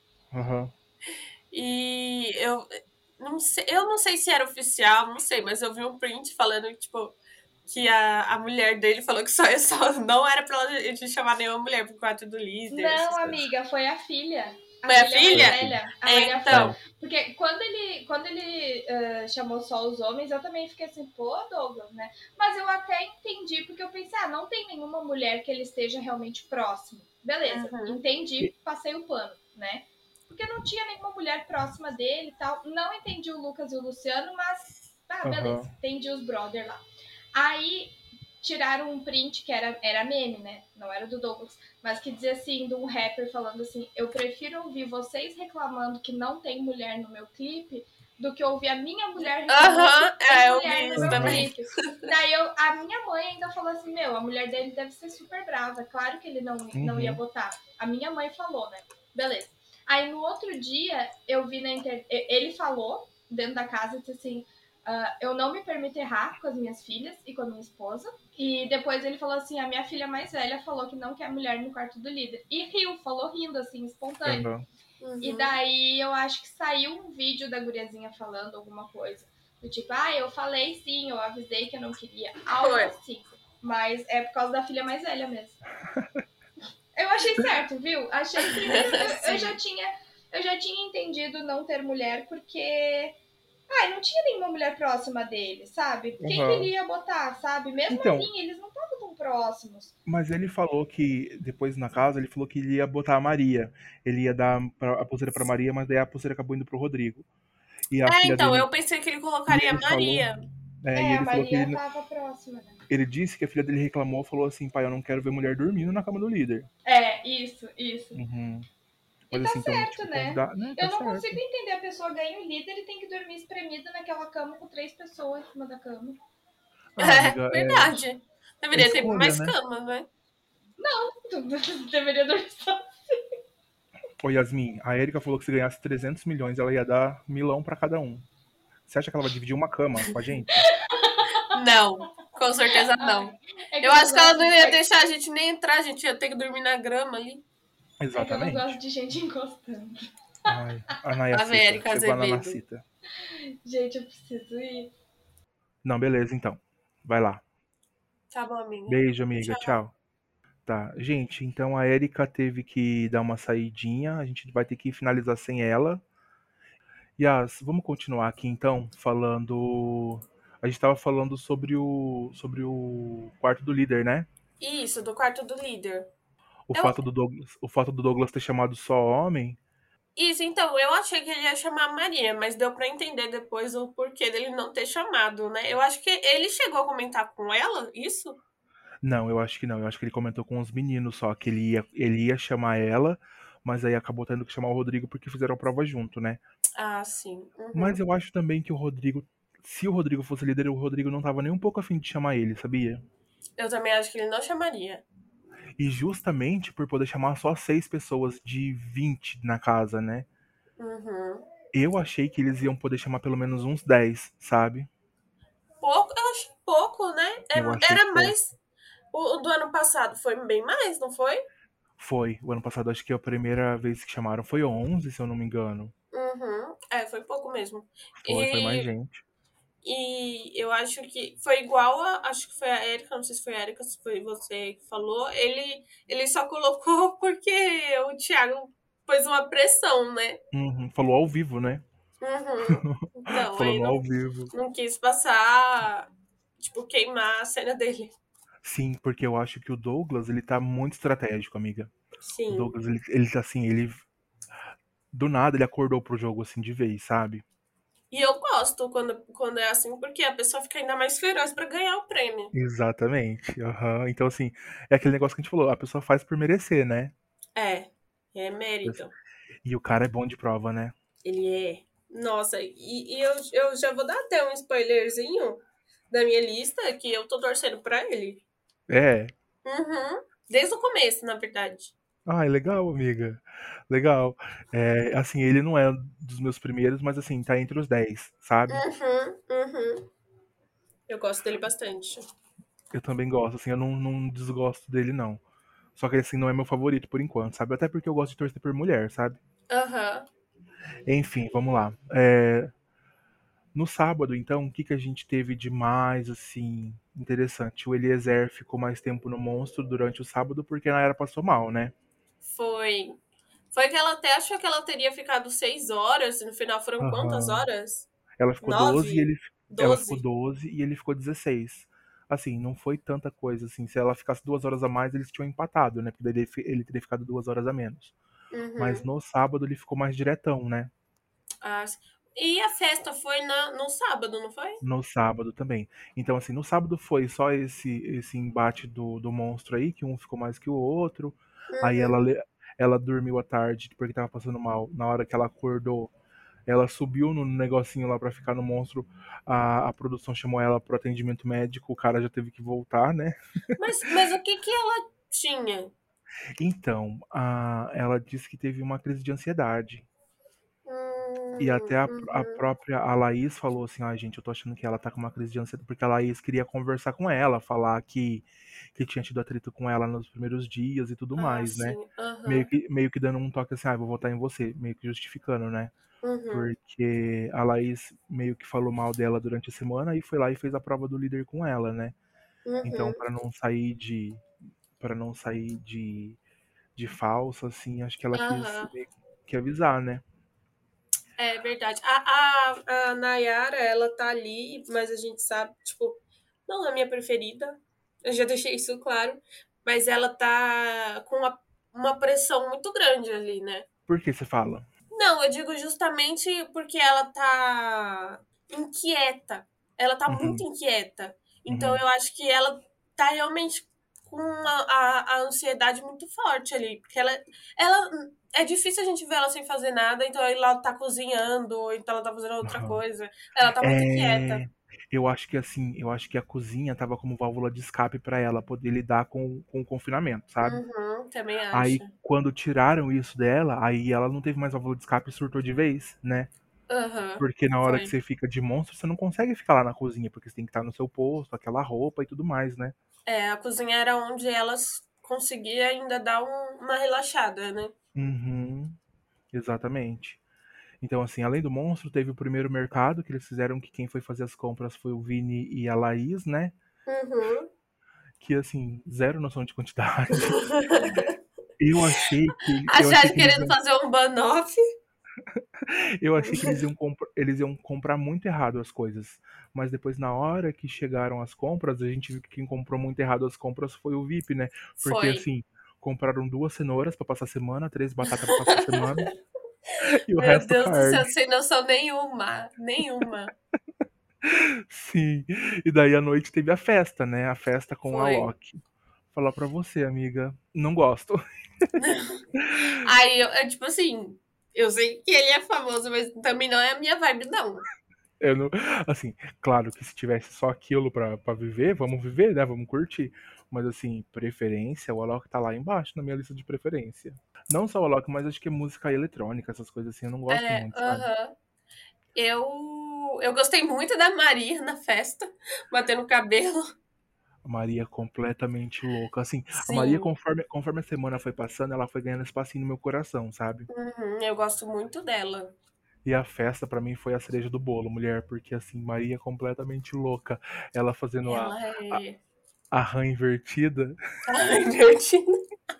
E eu não sei se era oficial, não sei, mas eu vi um print falando, tipo, que a mulher dele falou que só não era pra ele chamar nenhuma mulher pro quarto do líder. Não, amiga, foi a filha. Foi a filha? Então. Porque quando ele chamou só os homens, eu também fiquei assim, pô, Douglas, né? Mas eu até entendi, porque eu pensei, não tem nenhuma mulher que ele esteja realmente próximo. Beleza, entendi, passei o pano, né? Porque não tinha nenhuma mulher próxima dele e tal. Não entendi o Lucas e o Luciano, mas beleza, entendi os brother lá. Aí tiraram um print que era meme, né? Não era do Douglas, mas que dizia assim, de um rapper falando assim: eu prefiro ouvir vocês reclamando que não tem mulher no meu clipe do que ouvir a minha mulher reclamando que tem mulher no meu clipe. Daí a minha mãe ainda falou assim: a mulher dele deve ser super brava, claro que ele não ia botar. A minha mãe falou, né? Beleza. Aí no outro dia eu vi na internet, ele falou dentro da casa, disse assim: eu não me permito errar com as minhas filhas e com a minha esposa. E depois ele falou assim, a minha filha mais velha falou que não quer mulher no quarto do líder. E riu, falou rindo, assim, espontâneo. E daí eu acho que saiu um vídeo da guriazinha falando alguma coisa. Do tipo, eu falei sim, eu avisei que eu não queria. Algo assim. Mas é por causa da filha mais velha mesmo. Eu achei certo, viu? Achei primeiro, eu já tinha entendido não ter mulher, porque não tinha nenhuma mulher próxima dele, sabe? Quem que ele ia botar, sabe? Mesmo assim, eles não estavam tão próximos. Mas ele falou que, depois na casa, ele falou que ele ia botar a Maria. Ele ia dar a pulseira pra Maria, mas daí a pulseira acabou indo pro Rodrigo. E a filha dele... eu pensei que ele colocaria a Maria. E ele a falou que Maria tava próxima, né? Ele disse que a filha dele reclamou, falou assim, pai, eu não quero ver mulher dormindo na cama do líder. Isso. Mas, e tá assim, certo, então, né? Tá eu não certo. consigo entender, a pessoa ganha o líder e tem que dormir espremida naquela cama com 3 pessoas em cima da cama. Amiga, verdade. Deveria ter mais né? cama, né? Não, deveria dormir sozinho. Ô, Yasmin, a Erika falou que se ganhasse 300 milhões, ela ia dar milão pra cada um. Você acha que ela vai dividir uma cama com a gente? Não, com certeza não. É que Eu eu não acho que ela gosto não ia deixar a gente nem entrar, a gente ia ter que dormir na grama ali. É que eu não gosto Exatamente. de gente encostando. Ai, a A Nayacita. Erika Chegou a Azevedo. Nanacita. Gente, eu preciso ir. Não, beleza, então. Vai lá. Tá bom, amiga. Beijo, amiga. Tchau. Tchau. Tá. Gente, então a Erika teve que dar uma saidinha. A gente vai ter que finalizar sem ela. Yas, vamos continuar aqui então, falando. A gente tava falando sobre o quarto do líder, né? Isso, do quarto do líder. O Eu, fato do Douglas, o fato do Douglas ter chamado só homem. isso, então, eu achei que ele ia chamar a Maria, mas deu pra entender depois o porquê dele não ter chamado, né? Eu acho que ele chegou a comentar com ela, isso? Não, eu acho que não. Eu acho que ele comentou com os meninos só que ele ia chamar ela, mas aí acabou tendo que chamar o Rodrigo porque fizeram a prova junto, né? Ah, sim. Mas Uhum. eu acho também que o Rodrigo, se o Rodrigo fosse líder, o Rodrigo não tava nem um pouco afim de chamar ele, sabia? Eu também acho que ele não chamaria. E justamente por poder chamar só 6 pessoas de 20 na casa, né? Uhum. Eu achei que eles iam poder chamar pelo menos uns 10, sabe? Pouco, eu achei pouco, né? Eu achei Era pouco. mais. O do ano passado foi bem mais, não foi? Foi. O ano passado, acho que a primeira vez que chamaram foi 11, se eu não me engano. Uhum. É, foi pouco mesmo. Foi mais E, gente. e eu acho que foi igual a. Acho que foi a Erika, não sei se foi a Erika, se foi você que falou. Ele só colocou porque o Thiago pôs uma pressão, né? Uhum. Falou ao vivo, né? Uhum. Então, Falou aí no ao vivo. não quis passar, tipo, queimar a cena dele. Sim, porque eu acho que o Douglas, ele tá muito estratégico, amiga. O Sim. Douglas, ele tá assim, ele. Do nada, ele acordou pro jogo assim de vez, sabe? E eu gosto quando é assim, porque a pessoa fica ainda mais feroz pra ganhar o prêmio. Exatamente. Aham. Então, assim, é aquele negócio que a gente falou, a pessoa faz por merecer, né? É, é mérito. E o cara é bom de prova, né? Ele é. Nossa, e eu já vou dar até um spoilerzinho da minha lista que eu tô torcendo pra ele. É. Uhum. Desde o começo, na verdade. Ai, legal, amiga. Legal. É, assim, ele não é dos meus primeiros, mas assim, tá entre os 10, sabe? Uhum, uhum. Eu gosto dele bastante. Eu também gosto, assim, eu não desgosto dele, não. Só que assim, não é meu favorito por enquanto, sabe? Até porque eu gosto de torcer por mulher, sabe? Aham. Enfim, vamos lá. No sábado, então, o que que a gente teve de mais, assim, interessante? O Eliezer ficou mais tempo no monstro durante o sábado porque a Nayara passou mal, né? Foi. Foi que ela até achou que ela teria ficado 6 horas, e no final foram quantas Aham. horas? Ela ficou 12 e 9? ela ficou 12? 12 e ele ficou 16. Assim, não foi tanta coisa, assim. Se ela ficasse 2 horas a mais, eles tinham empatado, né? Porque daí ele teria ficado 2 horas a menos. Mas Uhum. no sábado ele ficou mais diretão, né? Ah, e a festa foi no sábado, não foi? No sábado também. Então, assim, no sábado foi só esse embate do monstro aí, que um ficou mais que o outro. Aí Uhum. ela dormiu à tarde porque tava passando mal. Na hora que ela acordou, ela subiu no negocinho lá pra ficar no monstro. A produção chamou ela pro atendimento médico. O cara já teve que voltar, né? Mas o que que ela tinha? Então, ela disse que teve uma crise de ansiedade. E até a Uhum. própria a Laís falou assim: ai, gente, eu tô achando que ela tá com uma crise de ansiedade, porque a Laís queria conversar com ela, falar que tinha tido atrito com ela nos primeiros dias e tudo Ah, mais, né? sim. Aham. Meio que dando um toque assim: ah, vou votar em você, meio que justificando, né? Uhum. Porque a Laís meio que falou mal dela durante a semana e foi lá e fez a prova do líder com ela, né? Então, Uhum. para não sair de falsa, assim, acho que ela quis Aham. meio que avisar, né? É verdade. A Nayara, ela tá ali, mas a gente sabe, tipo, não é a minha preferida. Eu já deixei isso claro. Mas ela tá com uma pressão muito grande ali, né? Por que você fala? Não, eu digo justamente porque ela tá inquieta. Ela tá muito Uhum, inquieta. Então uhum. eu acho que ela tá realmente com a ansiedade muito forte ali. Porque ela. É difícil a gente ver ela sem fazer nada, então ela tá cozinhando, ou então ela tá fazendo outra Aham. coisa. Ela tá muito É, inquieta. Eu acho que assim, eu acho que a cozinha tava como válvula de escape pra ela poder lidar com o confinamento, sabe? Uhum, também acho. Aí quando tiraram isso dela, aí ela não teve mais válvula de escape e surtou de vez, né? Aham, Porque na hora que foi. você fica de monstro, você não consegue ficar lá na cozinha, porque você tem que estar no seu posto, aquela roupa e tudo mais, né? É, a cozinha era onde elas conseguiam ainda dar uma relaxada, né? Uhum, exatamente. Então, assim, além do monstro, teve o primeiro mercado, que eles fizeram que quem foi fazer as compras foi o Vini e a Laís, né? Uhum. Que, assim, zero noção de quantidade. Eu achei que, A eu achei Jade que eles querendo iam, fazer um banoff. eu achei que eles iam comprar muito errado as coisas. Mas depois, na hora que chegaram as compras, a gente viu que quem comprou muito errado as compras foi o VIP, né? Porque, Foi. assim, compraram 2 cenouras pra passar a semana, 3 batatas pra passar a semana, e o Meu resto Deus do carne. céu, sem noção nenhuma. Nenhuma. Sim. E daí à noite teve a festa, né? A festa com a Foi. Loki. Falar pra você, amiga, não gosto. Aí, tipo assim, eu sei que ele é famoso, mas também não é a minha vibe, não. Eu não, assim, claro que se tivesse só aquilo pra viver, vamos viver, né? Vamos curtir. Mas assim, preferência, o Alok tá lá embaixo na minha lista de preferência. Não só o Alok, mas acho que é música eletrônica, essas coisas assim, eu não gosto É, muito, sabe? aham. Eu gostei muito da Maria na festa, batendo cabelo. A Maria completamente louca. Assim, a Maria, Sim. conforme a semana foi passando, ela foi ganhando espacinho no meu coração, sabe? Uhum, eu gosto muito dela. E a festa pra mim foi a cereja do bolo, mulher, porque assim, Maria completamente louca, ela fazendo Ela a, é. a rã invertida, Ai, divertida.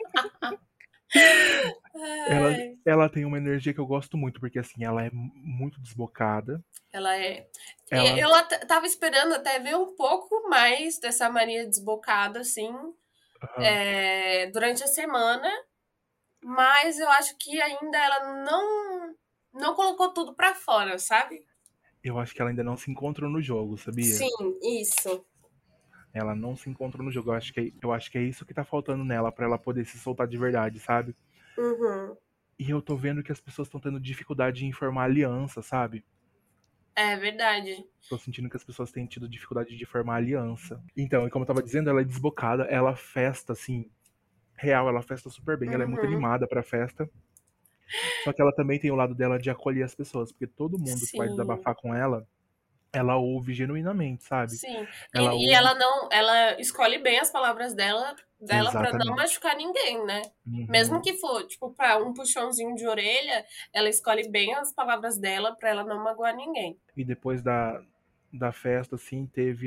ela, Ai, ela tem uma energia que eu gosto muito, porque assim, ela é muito desbocada, ela é. ela, Eu tava esperando até ver um pouco mais dessa Maria desbocada, assim, aham, durante a semana, mas eu acho que ainda ela não colocou tudo pra fora, sabe? eu acho que ela ainda não se encontrou no jogo, sabia? Sim, isso. Ela não se encontrou no jogo, eu acho que é isso que tá faltando nela, pra ela poder se soltar de verdade, sabe? Uhum. E eu tô vendo que as pessoas estão tendo dificuldade em formar aliança, sabe? É verdade. Tô sentindo que as pessoas têm tido dificuldade de formar aliança. Então, e como eu tava dizendo, ela é desbocada, ela festa, assim, real, ela festa super bem, ela é muito Uhum. animada pra festa. Só que ela também tem o lado dela de acolher as pessoas, porque todo mundo que vai Sim. desabafar com ela ouve genuinamente, sabe? Sim. Ela E ouve ela não, ela escolhe bem as palavras dela para não exatamente. machucar ninguém, né? Mesmo Uhum. que for, tipo, para um puxãozinho de orelha, ela escolhe bem as palavras dela para ela não magoar ninguém. E depois da festa, assim, teve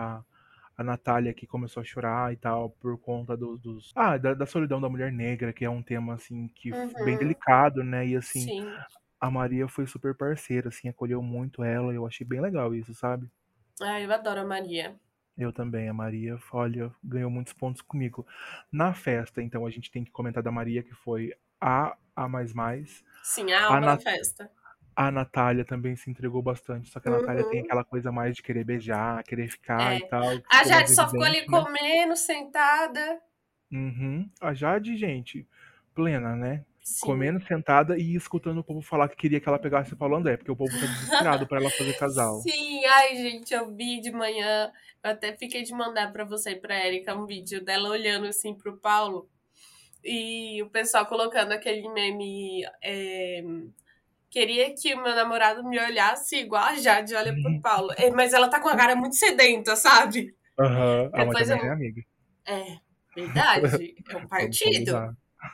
a Natália que começou a chorar e tal, por conta dos. Ah, da solidão da mulher negra, que é um tema, assim, que bem Uhum. delicado, né? E assim, Sim. a Maria foi super parceira, assim, acolheu muito ela, eu achei bem legal isso, sabe? Ah, eu adoro a Maria. Eu também, a Maria, olha, ganhou muitos pontos comigo. Na festa, então, a gente tem que comentar da Maria, que foi a mais. Sim, a A, alma da Na, festa. a Natália também se entregou bastante, só que a Natália tem Uhum. aquela coisa mais de querer beijar, querer ficar e É. tal, que A ficou Jade mais só ficou ali evidente, né? comendo, sentada. Uhum. A Jade, gente, plena, né? Sim. Comendo sentada e escutando o povo falar que queria que ela pegasse o Paulo André, porque o povo tá desesperado pra ela fazer casal. Sim, ai, gente, eu vi de manhã. Eu até fiquei de mandar pra você e pra Erika um vídeo dela olhando assim pro Paulo e o pessoal colocando aquele meme. Queria que o meu namorado me olhasse igual a Jade olha pro Uhum. Paulo. Mas ela tá com a cara muito sedenta, sabe? Aham. A mãe Depois também eu. é minha amiga. É, verdade. É um Vamos partido. combinar.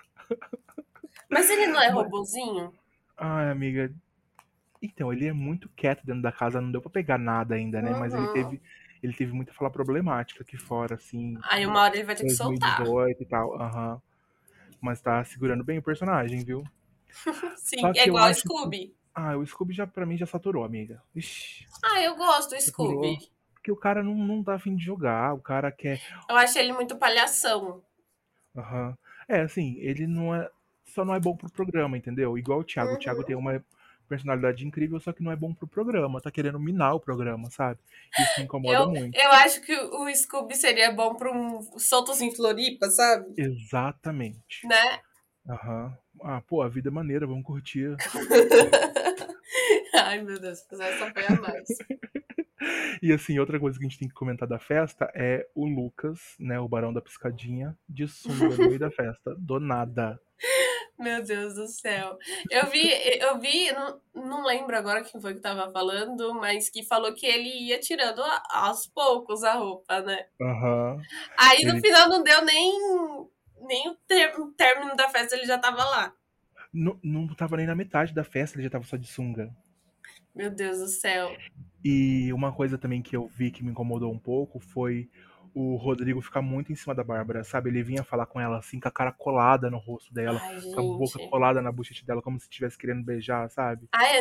Mas ele não é Mas, robozinho? ai, amiga, então, ele é muito quieto dentro da casa, não deu pra pegar nada ainda, né? Mas Uhum. ele teve muita fala problemática aqui fora, assim, Aí uma hora ele vai ter que soltar. 2018 e tal, aham. Mas tá segurando bem o personagem, viu? Sim, Só é que eu igual o acho que, Scooby. o Scooby já, pra mim, já saturou, amiga. Ixi, Ah, eu gosto do saturou. Scooby. Porque o cara não tá afim de jogar, o cara quer. Eu acho ele muito palhação. Aham. É, assim, ele não é. Só não é bom pro programa, entendeu? Igual o Thiago. O Thiago Uhum. tem uma personalidade incrível, só que não é bom pro programa. Tá querendo minar o programa, sabe? Isso me incomoda muito. Eu acho que o Scooby seria bom pra um Soltos em Floripa, sabe? Exatamente. Né? Aham. Ah, pô, a vida é maneira, vamos curtir. Ai, meu Deus, essa foi a mais. E assim, outra coisa que a gente tem que comentar da festa é o Lucas, né, o Barão da Piscadinha, de sunga no meio da festa, do nada. Meu Deus do céu. Eu vi, não lembro agora quem foi que tava falando, mas que falou que ele ia tirando aos poucos a roupa, né? Aham. Aí no Ele final não deu nem o término da festa, ele já tava lá. não tava nem na metade da festa, ele já tava só de sunga. Meu Deus do céu. E uma coisa também que eu vi que me incomodou um pouco foi o Rodrigo ficar muito em cima da Bárbara, sabe? Ele vinha falar com ela assim, com a cara colada no rosto dela, Ai, com a boca gente. colada na bochecha dela, como se estivesse querendo beijar, sabe? Ai,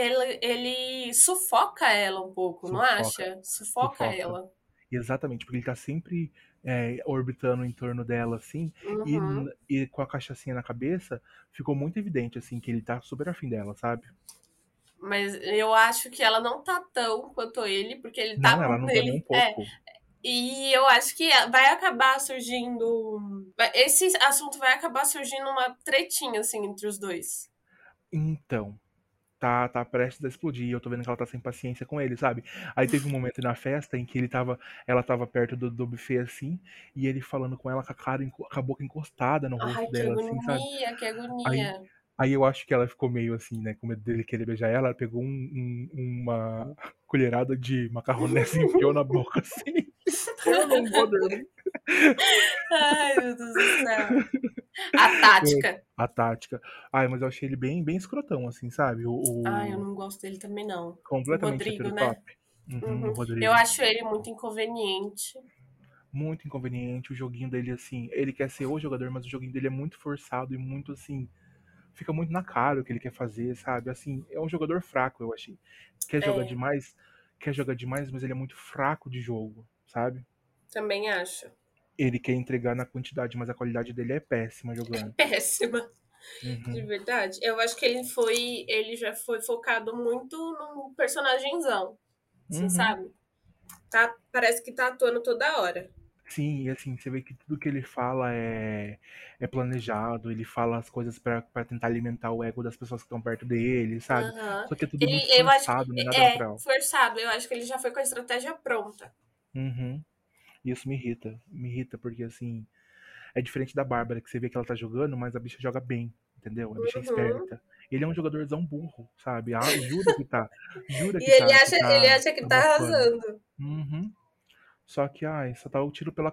ele sufoca ela um pouco, não Sufoca, acha? Sufoca sufoca. ela. Exatamente, porque ele tá sempre orbitando em torno dela, assim, Uhum. e com a cachaçinha na cabeça, ficou muito evidente, assim, que ele tá super afim dela, sabe? Mas eu acho que ela não tá tão quanto ele, porque ele Não, tá. ela não tá nem um Ele, é. pouco. E eu acho que vai acabar surgindo. Esse assunto vai acabar surgindo uma tretinha, assim, entre os dois. Então, tá prestes a explodir, e eu tô vendo que ela tá sem paciência com ele, sabe? Aí teve um momento na festa em que ela tava perto do buffet, assim, e ele falando com ela com a cara, com a boca encostada no Ai, rosto que dela, assim, sabe? agonia, que Aí, agonia. aí eu acho que ela ficou meio assim, né, com medo dele querer beijar ela, ela pegou uma colherada de macarronese e enfiou na boca, assim. Eu não vou dormir. Ai, meu Deus do céu. A tática. A tática. Ai, mas eu achei ele bem escrotão, assim, sabe? Ai, eu não gosto dele também, não. O Completamente Rodrigo, hétero né? top. Uhum, o Uhum. Eu Rodrigo. acho ele muito inconveniente. Muito inconveniente. O joguinho dele, assim, ele quer ser o jogador, mas o joguinho dele é muito forçado e muito, assim, fica muito na cara o que ele quer fazer, sabe? Assim, é um jogador fraco, eu achei. Quer jogar É, demais, quer jogar demais, mas ele é muito fraco de jogo, sabe? também acho. Ele quer entregar na quantidade, mas a qualidade dele é péssima jogando. Péssima, de Uhum. verdade. Eu acho que ele já foi focado muito no personagemzão, assim, Uhum. sabe? Tá, parece que tá atuando toda hora. Sim, e assim, você vê que tudo que ele fala é planejado, ele fala as coisas pra tentar alimentar o ego das pessoas que estão perto dele, sabe? Aham. Só que é tudo muito Eu acho forçado, não é que nada natural. forçado. Eu acho que ele já foi com a estratégia pronta. Uhum. E isso me irrita porque assim, é diferente da Bárbara, que você vê que ela tá jogando, mas a bicha joga bem, entendeu? A bicha é Uhum. esperta. Ele é um jogadorzão burro, sabe? Ah, jura E que tá, ele acha que tá abafando. arrasando. Uhum. Só que, ai, só tá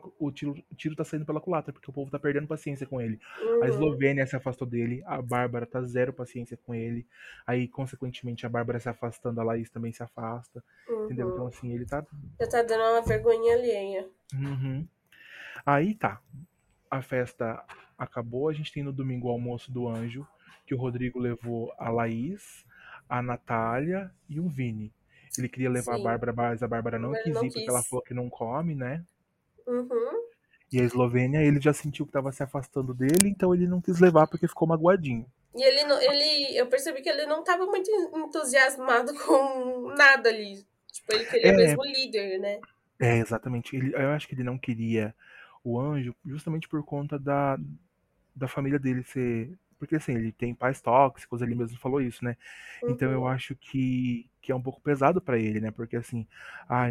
o tiro tá saindo pela culatra, porque o povo tá perdendo paciência com ele. A Uhum. Eslovênia se afastou dele, a Bárbara tá zero paciência com ele. Aí, consequentemente, a Bárbara se afastando, a Laís também se afasta. Entendeu? Então, Uhum. assim, ele tá. Já tá dando uma vergonha alheia. Uhum. Aí tá. A festa acabou, a gente tem no domingo o almoço do anjo, que o Rodrigo levou a Laís, a Natália e o Vini. Ele queria levar a Sim, Bárbara, mas a Bárbara não mas ele quis não ir porque ela quis. falou que não come, né? Uhum. E a Eslovênia, ele já sentiu que estava se afastando dele, então ele não quis levar porque ficou magoadinho. E ele, eu percebi que ele não tava muito entusiasmado com nada ali. Tipo, ele queria É, mesmo o líder, né? exatamente. Eu acho que ele não queria o anjo justamente por conta da família dele ser. Porque assim, ele tem pais tóxicos, ele mesmo falou isso, né? Então eu Uhum. acho que é um pouco pesado pra ele, né? Porque assim, ai,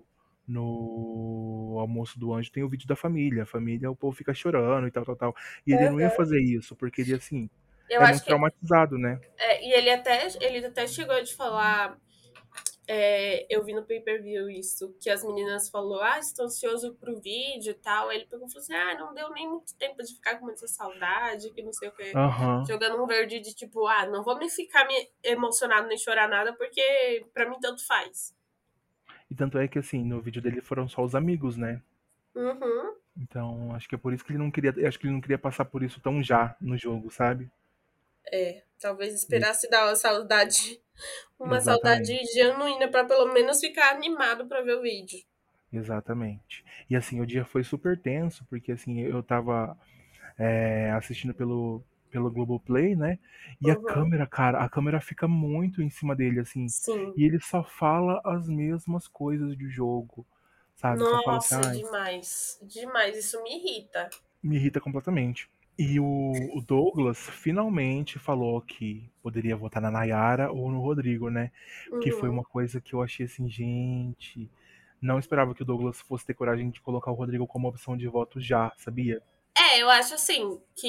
no almoço do anjo tem o vídeo da família. A família, o povo fica chorando e tal, tal, tal. E ele não ia Uhum. fazer isso, porque ele, assim, Eu é acho muito que. traumatizado, né? E ele até chegou de falar. Eu vi no pay-per-view isso, que as meninas falou, estou ansioso pro vídeo e tal. Aí ele pegou e falou assim, não deu nem muito tempo de ficar com muita saudade, que não sei o que. Aham. Jogando um verde de tipo, não vou me ficar me emocionado nem chorar nada, porque pra mim tanto faz. E tanto é que, assim, no vídeo dele foram só os amigos, né? Uhum. Então, acho que é por isso que ele não queria. Acho que ele não queria passar por isso tão já no jogo, sabe? Talvez E- esperasse dar uma saudade exatamente. genuína pra pelo menos ficar animado pra ver o vídeo. Exatamente. E assim, o dia foi super tenso, porque assim, eu tava assistindo pelo Globoplay, né? E a Uhum. câmera, cara, a câmera fica muito em cima dele, assim. Sim. E ele só fala as mesmas coisas do jogo, sabe? Só fala assim, Nossa, ai, demais. Demais. Isso me irrita. me irrita completamente. E o Douglas finalmente falou que poderia votar na Nayara ou no Rodrigo, né? Que foi Uhum. uma coisa que eu achei assim, gente. Não esperava que o Douglas fosse ter coragem de colocar o Rodrigo como opção de voto já, sabia? É, eu acho assim, que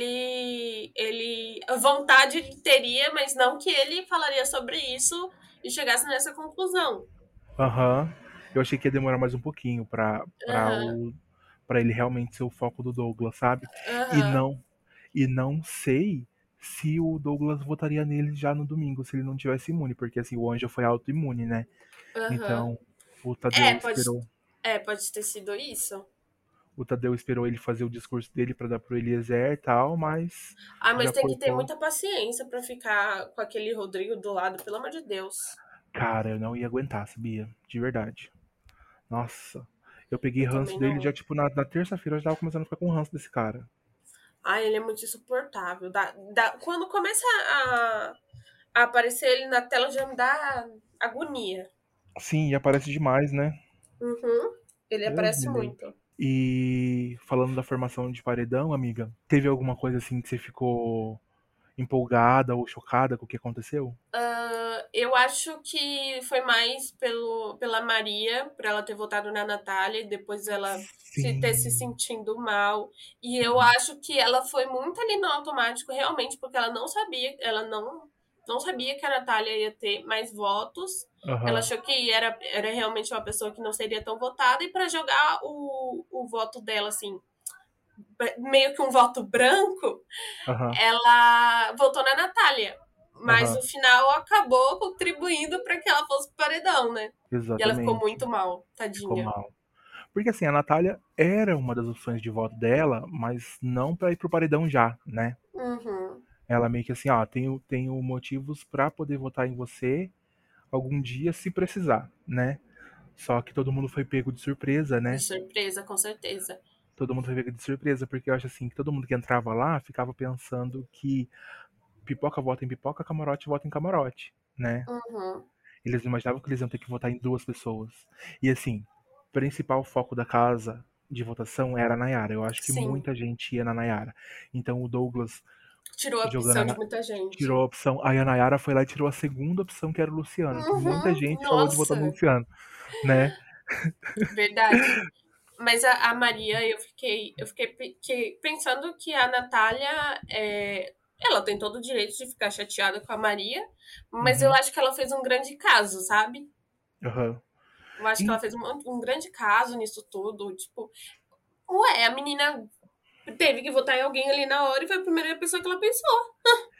ele a vontade ele teria, mas não que ele falaria sobre isso e chegasse nessa conclusão. Aham. Eu achei que ia demorar mais um pouquinho Aham, pra ele realmente ser o foco do Douglas, sabe? E aham, não, e não sei se o Douglas votaria nele já no domingo, se ele não tivesse imune, porque assim, o Anja foi autoimune, né? aham. Então, o É, Tadeu pode, esperou, pode ter sido isso. o Tadeu esperou ele fazer o discurso dele pra dar pro Eliezer e tal, mas Ah, mas já tem que ter cortou. muita paciência pra ficar com aquele Rodrigo do lado, pelo amor de Deus. Cara, eu não ia aguentar, sabia? De verdade. Nossa, eu peguei Eu ranço também dele já, não. tipo, na terça-feira eu já tava começando a ficar com ranço desse cara. Ah, ele é muito insuportável. Quando começa a aparecer ele na tela, já me dá agonia. Sim, e aparece demais, né? Uhum. Ele Deus aparece me livre. muito. E falando da formação de paredão, amiga, teve alguma coisa assim que você ficou empolgada ou chocada com o que aconteceu? Eu acho que foi mais pela Maria, por ela ter votado na Natália e depois ela se ter se Sim. sentindo mal. E eu Uhum. acho que ela foi muito ali no automático, realmente, porque ela não sabia que a Natália ia ter mais votos. Ela Aham. achou que era realmente uma pessoa que não seria tão votada, e para jogar o voto dela, assim, meio que um voto branco, Aham. ela votou na Natália. Mas no Aham. final acabou contribuindo para que ela fosse pro paredão, né? E ela ficou Exatamente. muito mal, Ficou tadinha. mal. Porque assim, a Natália era uma das opções de voto dela, mas não pra ir pro paredão já, né? Uhum. Ela meio que assim, ó, tenho motivos pra poder votar em você algum dia se precisar, né? Só que todo mundo foi pego de surpresa, De né? surpresa, com certeza. Todo mundo foi pego de surpresa, porque eu acho assim que todo mundo que entrava lá ficava pensando que pipoca vota em pipoca, camarote vota em camarote, né? Uhum. Eles não imaginavam que eles iam ter que votar em duas pessoas. E assim, o principal foco da casa de votação era a Nayara. Eu acho que Sim. muita gente ia na Nayara. Então o Douglas Tirou a jogando opção de muita tirou gente. a opção. Aí a Nayara foi lá e tirou a segunda opção, que era o Luciano, que muita Uhum. gente falou de votar no Nossa, Luciano, né? verdade. Mas a Maria, eu fiquei pensando que a Natália, ela tem todo o direito de ficar chateada com a Maria, mas eu Uhum. acho que ela fez um grande caso, sabe? Aham. Eu acho que ela En- fez um grande caso nisso tudo. Tipo, ué, a menina teve que votar em alguém ali na hora e foi a primeira pessoa que ela pensou.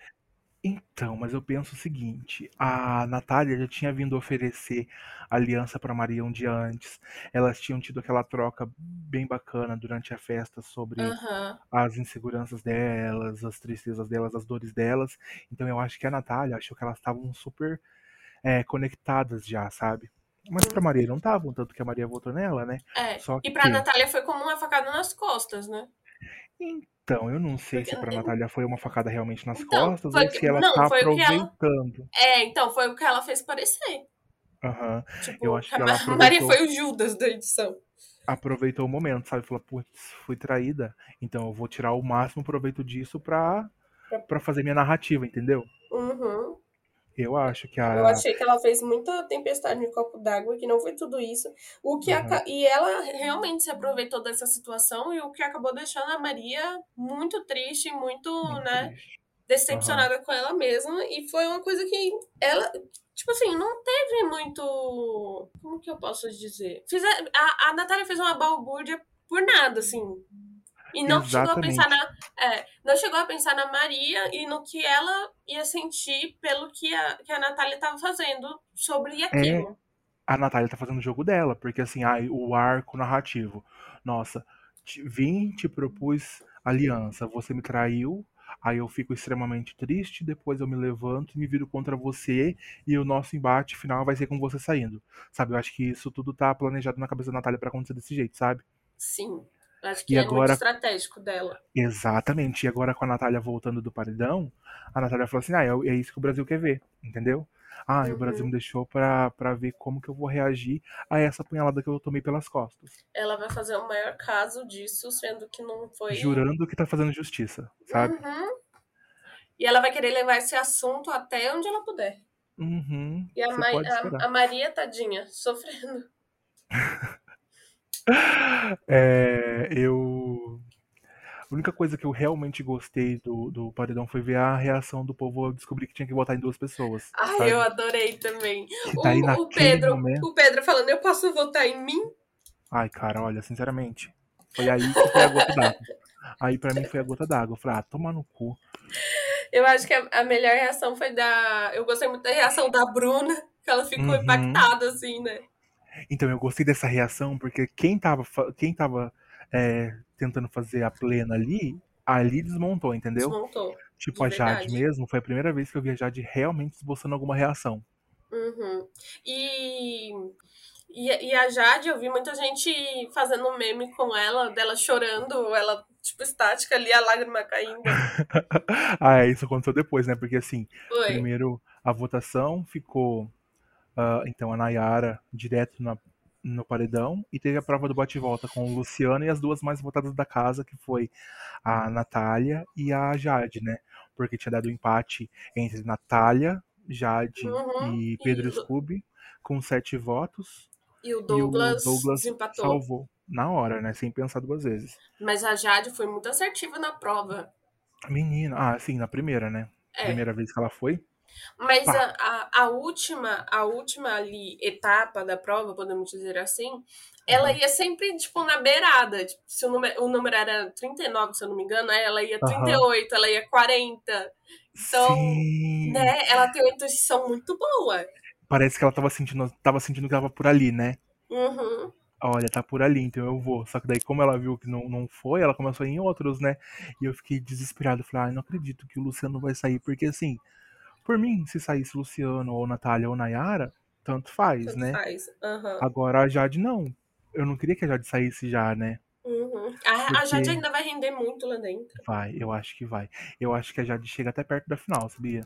Então, mas eu penso o seguinte, a Natália já tinha vindo oferecer aliança para Maria um dia antes. Elas tinham tido aquela troca bem bacana durante a festa sobre Aham. as inseguranças delas, as tristezas delas, as dores delas. Então eu acho que a Natália achou que elas estavam super conectadas já, sabe? Mas pra Maria não estavam, tanto que a Maria votou nela, né? É. Só E pra que, Natália foi como uma facada nas costas, né? então, eu não sei Porque, se pra Natália foi uma facada realmente nas então, costas ou se ela não, tá foi o que ela. aproveitando. Então, foi o que ela fez parecer. Aham. Eu Tipo, acho que a que ela Maria aproveitou foi o Judas da edição. aproveitou o momento, sabe? Falou, putz, fui traída, então eu vou tirar o máximo proveito disso pra fazer minha narrativa, entendeu? Uhum. Eu acho que Eu a. achei que ela fez muita tempestade no copo d'água, que não foi tudo isso. Aham. E ela realmente se aproveitou dessa situação, e o que acabou deixando a Maria muito triste, muito, Muito né, triste. Aham. decepcionada com ela mesma. E foi uma coisa que ela, tipo assim, não teve muito. Como que eu posso dizer? A Natália fez uma balbúrdia por nada, assim. E não chegou a pensar Exatamente. não chegou a pensar na Maria e no que ela ia sentir pelo que a Natália estava fazendo sobre É, aquilo. a Natália tá fazendo o jogo dela, porque assim, ai, o arco narrativo. Nossa, vim, te propus aliança, você me traiu, aí eu fico extremamente triste, depois eu me levanto e me viro contra você, e o nosso embate final vai ser com você saindo. Sabe, eu acho que isso tudo tá planejado na cabeça da Natália pra acontecer desse jeito, sabe? Sim, acho E que é muito agora, estratégico dela. exatamente, e agora com a Natália voltando do paredão, a Natália falou assim, ah, é isso que o Brasil quer ver, entendeu? Ah, e o Brasil me Uhum. deixou pra ver como que eu vou reagir a essa punhalada que eu tomei pelas costas. Ela vai fazer o maior caso disso, sendo que não foi. Jurando que tá fazendo justiça, sabe? Uhum. E ela vai querer levar esse assunto até onde ela puder. Uhum, E a, você pode esperar. a Maria, tadinha, sofrendo. Eu. A única coisa que eu realmente gostei do Paredão foi ver a reação do povo ao descobrir que tinha que votar em duas pessoas, Ai, eu sabe? adorei também. Que daí naquele momento. O Pedro falando, eu posso votar em mim? Ai, cara, olha, sinceramente. Foi aí que foi a gota d'água. Aí pra mim foi a gota d'água. Eu falei, ah, toma no cu. Eu acho que a melhor reação foi da. Eu gostei muito da reação da Bruna, que ela ficou Uhum. impactada, assim, né? Então eu gostei dessa reação, porque quem tava tentando fazer a plena ali desmontou, entendeu? Desmontou, Tipo, de a Jade verdade. mesmo, foi a primeira vez que eu vi a Jade realmente esboçando alguma reação. Uhum. E, e a Jade, eu vi muita gente fazendo um meme com ela, dela chorando, ela, tipo, estática ali, a lágrima caindo. Ah, isso aconteceu depois, né? Porque assim, Foi. primeiro a votação ficou, então a Nayara direto no paredão e teve a prova do bate-volta com o Luciano e as duas mais votadas da casa, que foi a Natália e a Jade, né? Porque tinha dado empate entre Natália, Jade Uhum. e Pedro Scooby com 7 votos E o e o Douglas Douglas desempatou. salvou na hora, né? Sem pensar duas vezes. Mas a Jade foi muito assertiva na prova. Menina, sim, na primeira, né? É. Primeira vez que ela foi, Mas pá. a última ali etapa da prova, podemos dizer assim, ela Aham. ia sempre, tipo, na beirada. Tipo, se o número era 39, se eu não me engano, aí ela ia trinta e Aham. oito ela ia 40. Então, Sim. né, ela tem uma intuição muito boa. Parece que ela tava sentindo que ela tava por ali, né? Uhum. Olha, tá por ali, então eu vou. Só que daí, como ela viu que não foi, ela começou a ir em outros, né? E eu fiquei desesperado. Falei, não acredito que o Luciano vai sair, porque assim, por mim, se saísse Luciano, ou Natália, ou Nayara, tanto faz, Tanto né? faz. Uhum. Agora a Jade não. Eu não queria que a Jade saísse já, né? Uhum. A Jade Porque ainda vai render muito lá dentro. vai, eu acho que vai. Eu acho que a Jade chega até perto da final, sabia?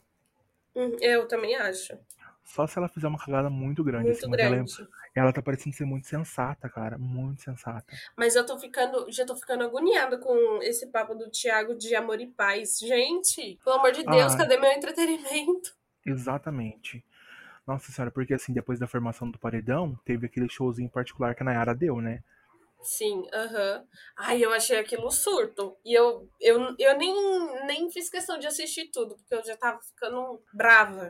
Eu também acho. Só se ela fizer uma cagada muito grande, assim, Muito mas grande. ela tá parecendo ser muito sensata, cara. Muito sensata. Mas eu tô ficando, já tô ficando agoniada com esse papo do Thiago de amor e paz. Gente, pelo amor de Deus, Ah, cadê meu entretenimento? exatamente. Nossa senhora, porque assim, depois da formação do paredão, teve aquele showzinho particular que a Nayara deu, né? Sim, aham. Ai, eu achei aquilo um surto. E eu nem fiz questão de assistir tudo, porque eu já tava ficando brava.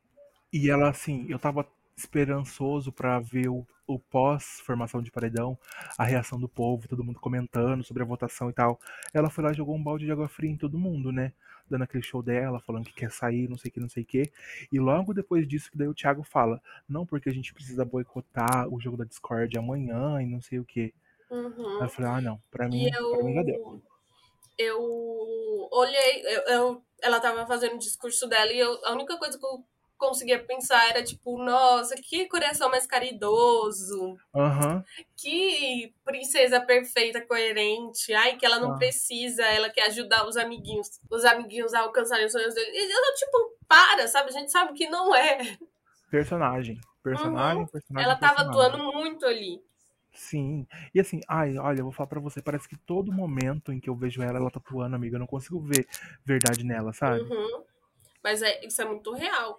E ela, assim, eu tava esperançoso pra ver o pós-formação de paredão, a reação do povo, todo mundo comentando sobre a votação e tal. Ela foi lá e jogou um balde de água fria em todo mundo, né? Dando aquele show dela, falando que quer sair, não sei o que, não sei o que. E logo depois disso, que daí o Thiago fala: não, porque a gente precisa boicotar o jogo da Discord amanhã e não sei o que. Aí eu Uhum. falei: não, E pra mim já deu. eu olhei, ela tava fazendo o discurso dela e a única coisa que eu conseguia pensar era tipo, nossa, que coração mais caridoso. Aham, Que princesa perfeita, coerente. Ai, que ela não tá. precisa, ela quer ajudar os amiguinhos a alcançarem os sonhos dele. E eu, tipo, para, sabe? A gente sabe que não é. Personagem. Uhum. Personagem, personagem, Ela tava atuando personagem. muito ali. Sim. E assim, ai, olha, eu vou falar pra você, parece que todo momento em que eu vejo ela, ela tá atuando, amiga. Eu não consigo ver verdade nela, sabe? Uhum. Mas isso é muito real.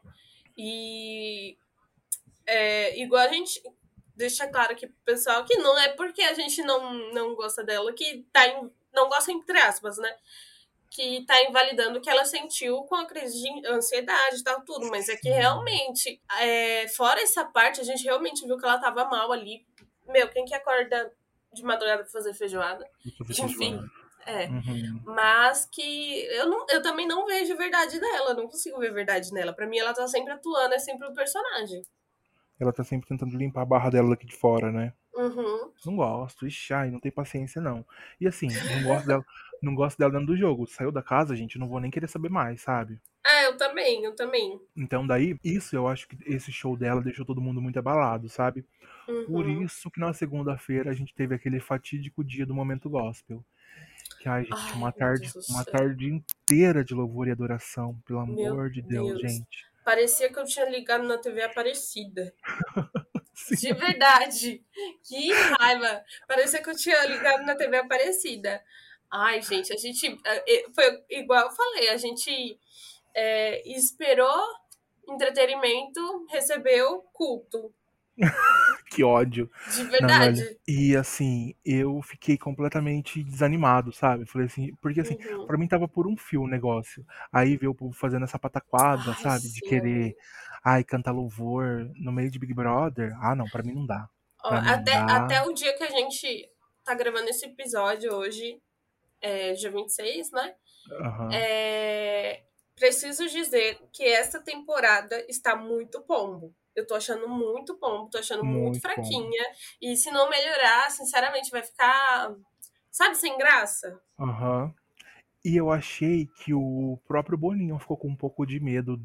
E igual a gente deixa claro aqui pro pessoal que não é porque a gente não gosta dela que não gosta entre aspas, né? Que tá invalidando o que ela sentiu com a crise de ansiedade e tal, tudo. Mas é que Sim. realmente, fora essa parte, a gente realmente viu que ela tava mal ali. Meu, quem que acorda de madrugada pra fazer feijoada? Vou fazer Enfim, feijoada. é. Uhum. Mas que eu também não vejo verdade nela, não consigo ver verdade nela. Pra mim, ela tá sempre atuando, é sempre o personagem. Ela tá sempre tentando limpar a barra dela daqui de fora, né? Uhum. Não gosto. Ixi, ai, não tem paciência, não. E assim, não gosto dela dentro do jogo. Saiu da casa, gente, eu não vou nem querer saber mais, sabe? Ah, eu também, eu também. Então daí, isso eu acho que esse show dela deixou todo mundo muito abalado, sabe? Por Uhum. isso que na segunda-feira a gente teve aquele fatídico dia do momento gospel. Que, ai, gente, Ai, uma meu Deus tarde, do uma céu. tarde inteira de louvor e adoração, pelo Meu amor de Deus, Deus. gente. Parecia que eu tinha ligado na TV Aparecida. Sim. De verdade. Que raiva. Parecia que eu tinha ligado na TV Aparecida. Ai, gente, a gente... Foi igual eu falei, a gente esperou entretenimento, recebeu culto. Que ódio. De Não, olha. verdade. E assim, eu fiquei completamente desanimado, sabe? Falei assim, porque assim, Uhum. pra mim tava por um fio o negócio. Aí ver o povo fazendo essa pataquada, Ai, sabe? De sim, amigo. querer, ai, cantar louvor no meio de Big Brother. Ah, não, pra mim não dá. Ó, Pra mim não até dá. o dia que a gente tá gravando esse episódio hoje, dia 26, né? Aham. Preciso dizer que essa temporada está muito pombo. Eu tô achando muito pombo, tô achando muito Muito bom. fraquinha. E se não melhorar, sinceramente, vai ficar, sabe, sem graça? Aham. E eu achei que o próprio Boninho ficou com um pouco de medo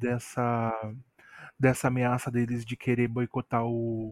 dessa ameaça deles de querer boicotar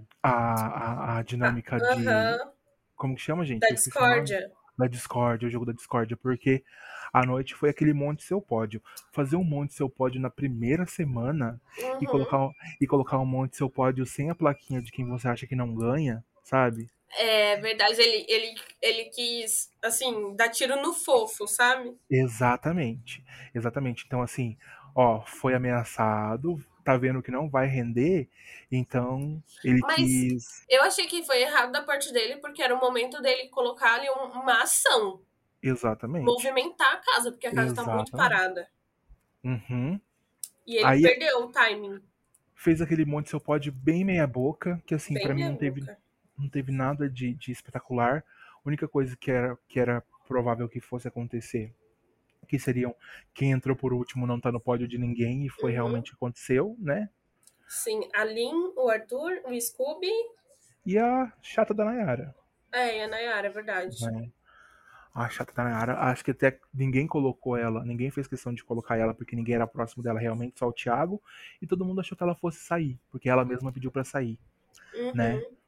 a dinâmica de. Aham, Como que chama, da gente? Eu esqueci o nome. discórdia. Da Discord, o jogo da Discord, porque a noite foi aquele monte seu pódio. Fazer um monte seu pódio na primeira semana e Uhum. colocar um monte seu pódio sem a plaquinha de quem você acha que não ganha, sabe? É verdade, ele quis, assim, dar tiro no fofo, sabe? Exatamente. Exatamente. Então, assim, ó, foi ameaçado, tá vendo que não vai render, então ele Mas quis. eu achei que foi errado da parte dele, porque era o momento dele colocar ali uma ação, Exatamente. movimentar a casa, porque a casa tá muito Exatamente. parada. Uhum. E ele Aí perdeu o timing, fez aquele monte seu pódio bem meia boca, que assim, bem pra mim minha boca. não teve nada de espetacular. A única coisa que era provável que fosse acontecer, que seriam quem entrou por último não tá no pódio de ninguém, e foi Uhum. realmente aconteceu, né? Sim, a Lin, o Arthur, o Scooby, E a chata da Nayara, e a Nayara, é verdade. né? A chata da Nayara, acho que até ninguém colocou ela, ninguém fez questão de colocar ela porque ninguém era próximo dela realmente, só o Thiago, e todo mundo achou que ela fosse sair, porque ela mesma pediu pra sair, né? Uhum.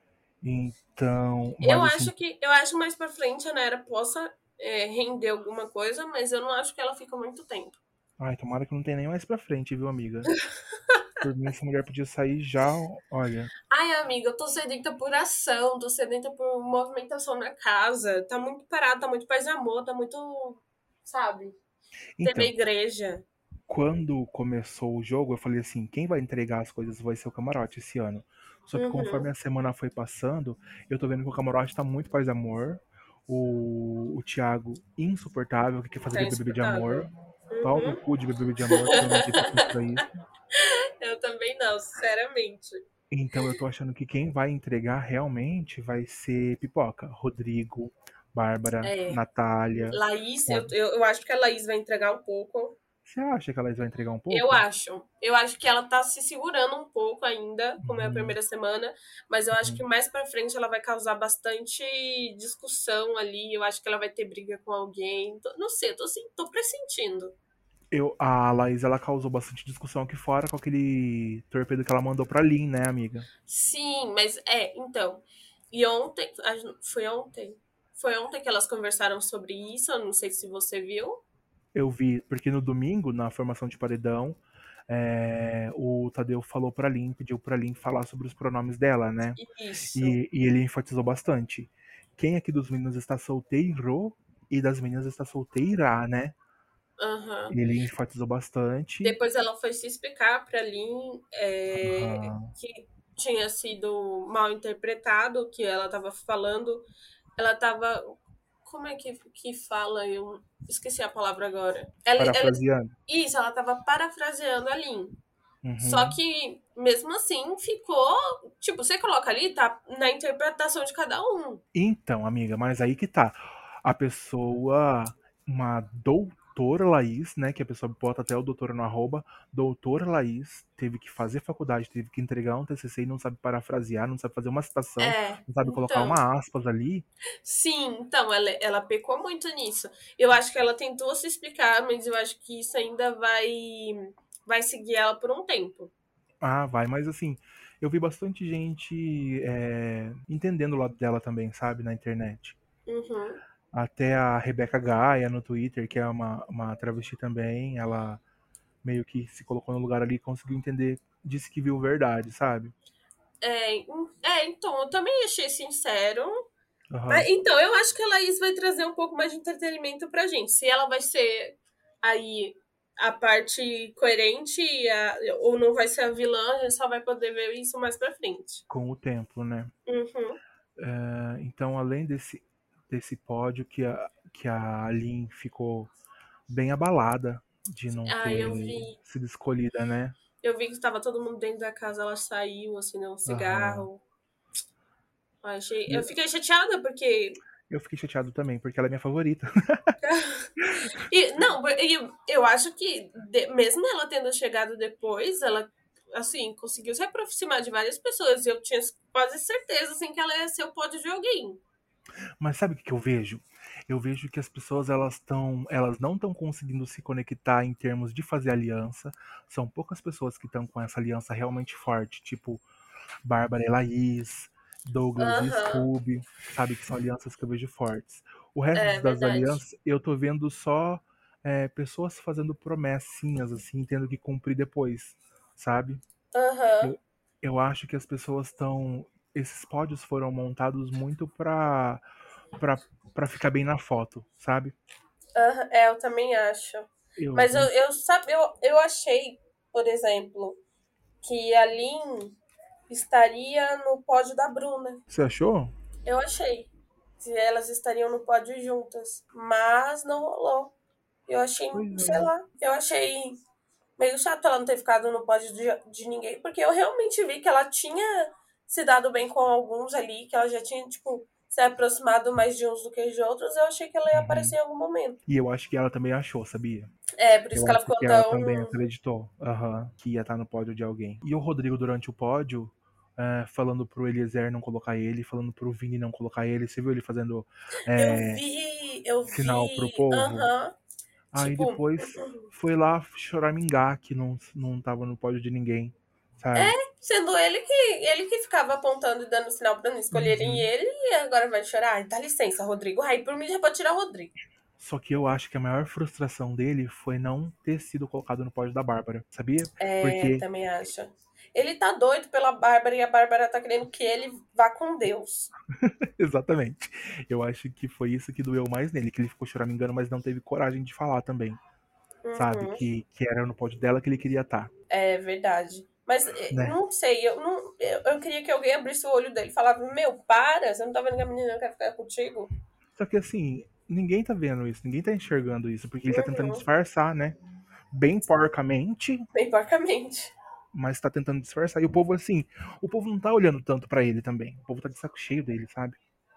Então, mas assim, Eu acho mais pra frente a Nayara possa render alguma coisa, mas eu não acho que ela fica muito tempo. ai, tomara que não tenha nem mais pra frente, viu, amiga? Por mim, essa mulher podia sair já, olha. Ai, amiga, eu tô sedenta por ação, tô sedenta por movimentação na casa. Tá muito parado, tá muito paz e amor, tá muito, sabe, TV Então, igreja. quando começou o jogo, eu falei assim, quem vai entregar as coisas vai ser o Camarote esse ano. Só que conforme Uhum. a semana foi passando, eu tô vendo que o Camarote tá muito paz e amor. O Thiago, insuportável, que quer fazer Tá BBB de insuportável. amor. Pau no Uhum. cu de BBB de amor, que eu não tenho paciência pra isso. Eu também não, sinceramente. Então eu tô achando que quem vai entregar realmente vai ser Pipoca. Rodrigo, Bárbara, É, Natália, Laís, sabe? eu acho que a Laís vai entregar um pouco. Você acha que elas vão entregar um Eu pouco? acho. Eu acho que ela tá se segurando um pouco ainda, como é a Uhum, primeira semana, mas eu acho que uhum. mais pra frente ela vai causar bastante discussão ali. Eu acho que ela vai ter briga com alguém. Não sei, tô pressentindo. A Laís, ela causou bastante discussão aqui fora com aquele torpedo que ela mandou pra Lin, né, amiga? Sim, mas então. E ontem, foi ontem? Foi ontem que elas conversaram sobre isso. Eu não sei se você viu. Eu vi, porque no domingo, na formação de paredão, o Tadeu falou pra Lin, pediu pra Lin falar sobre os pronomes dela, né? Isso. E ele enfatizou bastante. Quem aqui dos meninos está solteiro e das meninas está solteira, né? Aham. Ele enfatizou bastante. Depois ela foi se explicar para Lin Aham. que tinha sido mal interpretado o que ela estava falando. Ela estava. Como é que fala? Eu esqueci a palavra agora. Parafraseando. Isso, ela estava parafraseando a Lin. Só Uhum. que, mesmo assim, ficou. Tipo, você coloca ali, tá na interpretação de cada um. Então, amiga, mas aí que tá. A pessoa, uma doutora Laís, né? Que a pessoa bota até o doutor no arroba. Doutora Laís teve que fazer faculdade, teve que entregar um TCC e não sabe parafrasear, não sabe fazer uma citação, não sabe colocar Então. uma aspas ali. Sim, então, ela pecou muito nisso. Eu acho que ela tentou se explicar, mas eu acho que isso ainda vai seguir ela por um tempo. Ah, vai, mas assim, eu vi bastante gente entendendo o lado dela também, sabe, na internet. Uhum. Até a Rebeca Gaia no Twitter, que é uma travesti também, ela meio que se colocou no lugar ali e conseguiu entender, disse que viu verdade, sabe? Então, eu também achei sincero. Mas, Aham. então, eu acho que a Laís vai trazer um pouco mais de entretenimento pra gente. Se ela vai ser aí a parte coerente ou não vai ser a vilã, a gente só vai poder ver isso mais pra frente. Com o tempo, né? Uhum. Então, além desse pódio que a Lin ficou bem abalada de não Ah, ter sido escolhida, né? eu vi que estava todo mundo dentro da casa, ela saiu, acendeu um Aham. cigarro. Eu E fiquei chateada porque. eu fiquei chateado também, porque ela é minha favorita. Eu acho que, mesmo ela tendo chegado depois, ela, assim, conseguiu se aproximar de várias pessoas. E eu tinha quase certeza, assim, que ela ia ser o pódio de alguém. Mas sabe o que eu vejo? Eu vejo que as pessoas elas não estão conseguindo se conectar em termos de fazer aliança. São poucas pessoas que estão com essa aliança realmente forte, tipo Bárbara e Laís, Douglas e Aham, Scooby, sabe? Que são alianças que eu vejo fortes. O resto é das verdade. alianças, eu tô vendo só pessoas fazendo promessinhas, assim, tendo que cumprir depois, sabe? Aham, Eu, eu acho que as pessoas estão. Esses pódios foram montados muito pra, pra ficar bem na foto, sabe? aham, eu também acho. Eu Mas não. eu achei, por exemplo, que a Lin estaria no pódio da Bruna. Você achou? Eu achei que elas estariam no pódio juntas, mas não rolou. Eu achei, Pois sei é. lá, eu achei meio chato ela não ter ficado no pódio de ninguém, porque eu realmente vi que ela tinha se dado bem com alguns ali, que ela já tinha, tipo, se aproximado mais de uns do que de outros. Eu achei que ela ia Uhum. aparecer em algum momento. E eu acho que ela também achou, sabia? É, por isso Eu que ela acho ficou que ela tão. também acreditou, aham, que ia estar no pódio de alguém. E o Rodrigo, durante o pódio, falando pro Eliezer não colocar ele, falando pro Vini não colocar ele. Você viu ele fazendo é, Eu sinal pro vi, povo? aham. Aí Tipo, depois foi lá choramingar que não tava no pódio de ninguém, sabe? sendo ele que ficava apontando e dando sinal pra não escolherem Uhum. ele, e agora vai chorar. Ai, dá licença, Rodrigo. Ai, por mim já pode tirar o Rodrigo. Só que eu acho que a maior frustração dele foi não ter sido colocado no pódio da Bárbara, sabia? É, Porque, também acho. Ele tá doido pela Bárbara e a Bárbara tá querendo que ele vá com Deus. exatamente, eu acho que foi isso que doeu mais nele, que ele ficou choramingando, mas não teve coragem de falar também, sabe? Uhum, Que era no pódio dela que ele queria estar, é verdade. Mas né? não sei, eu queria que alguém abrisse o olho dele e falava: Meu, para, você não tá vendo que a menina não quer ficar contigo? Só que assim, ninguém tá vendo isso, ninguém tá enxergando isso, porque ele tá tentando Uhum, disfarçar, né? Bem porcamente, bem porcamente. mas tá tentando disfarçar. E o povo, assim, o povo não tá olhando tanto pra ele também. O povo tá de saco cheio dele, sabe?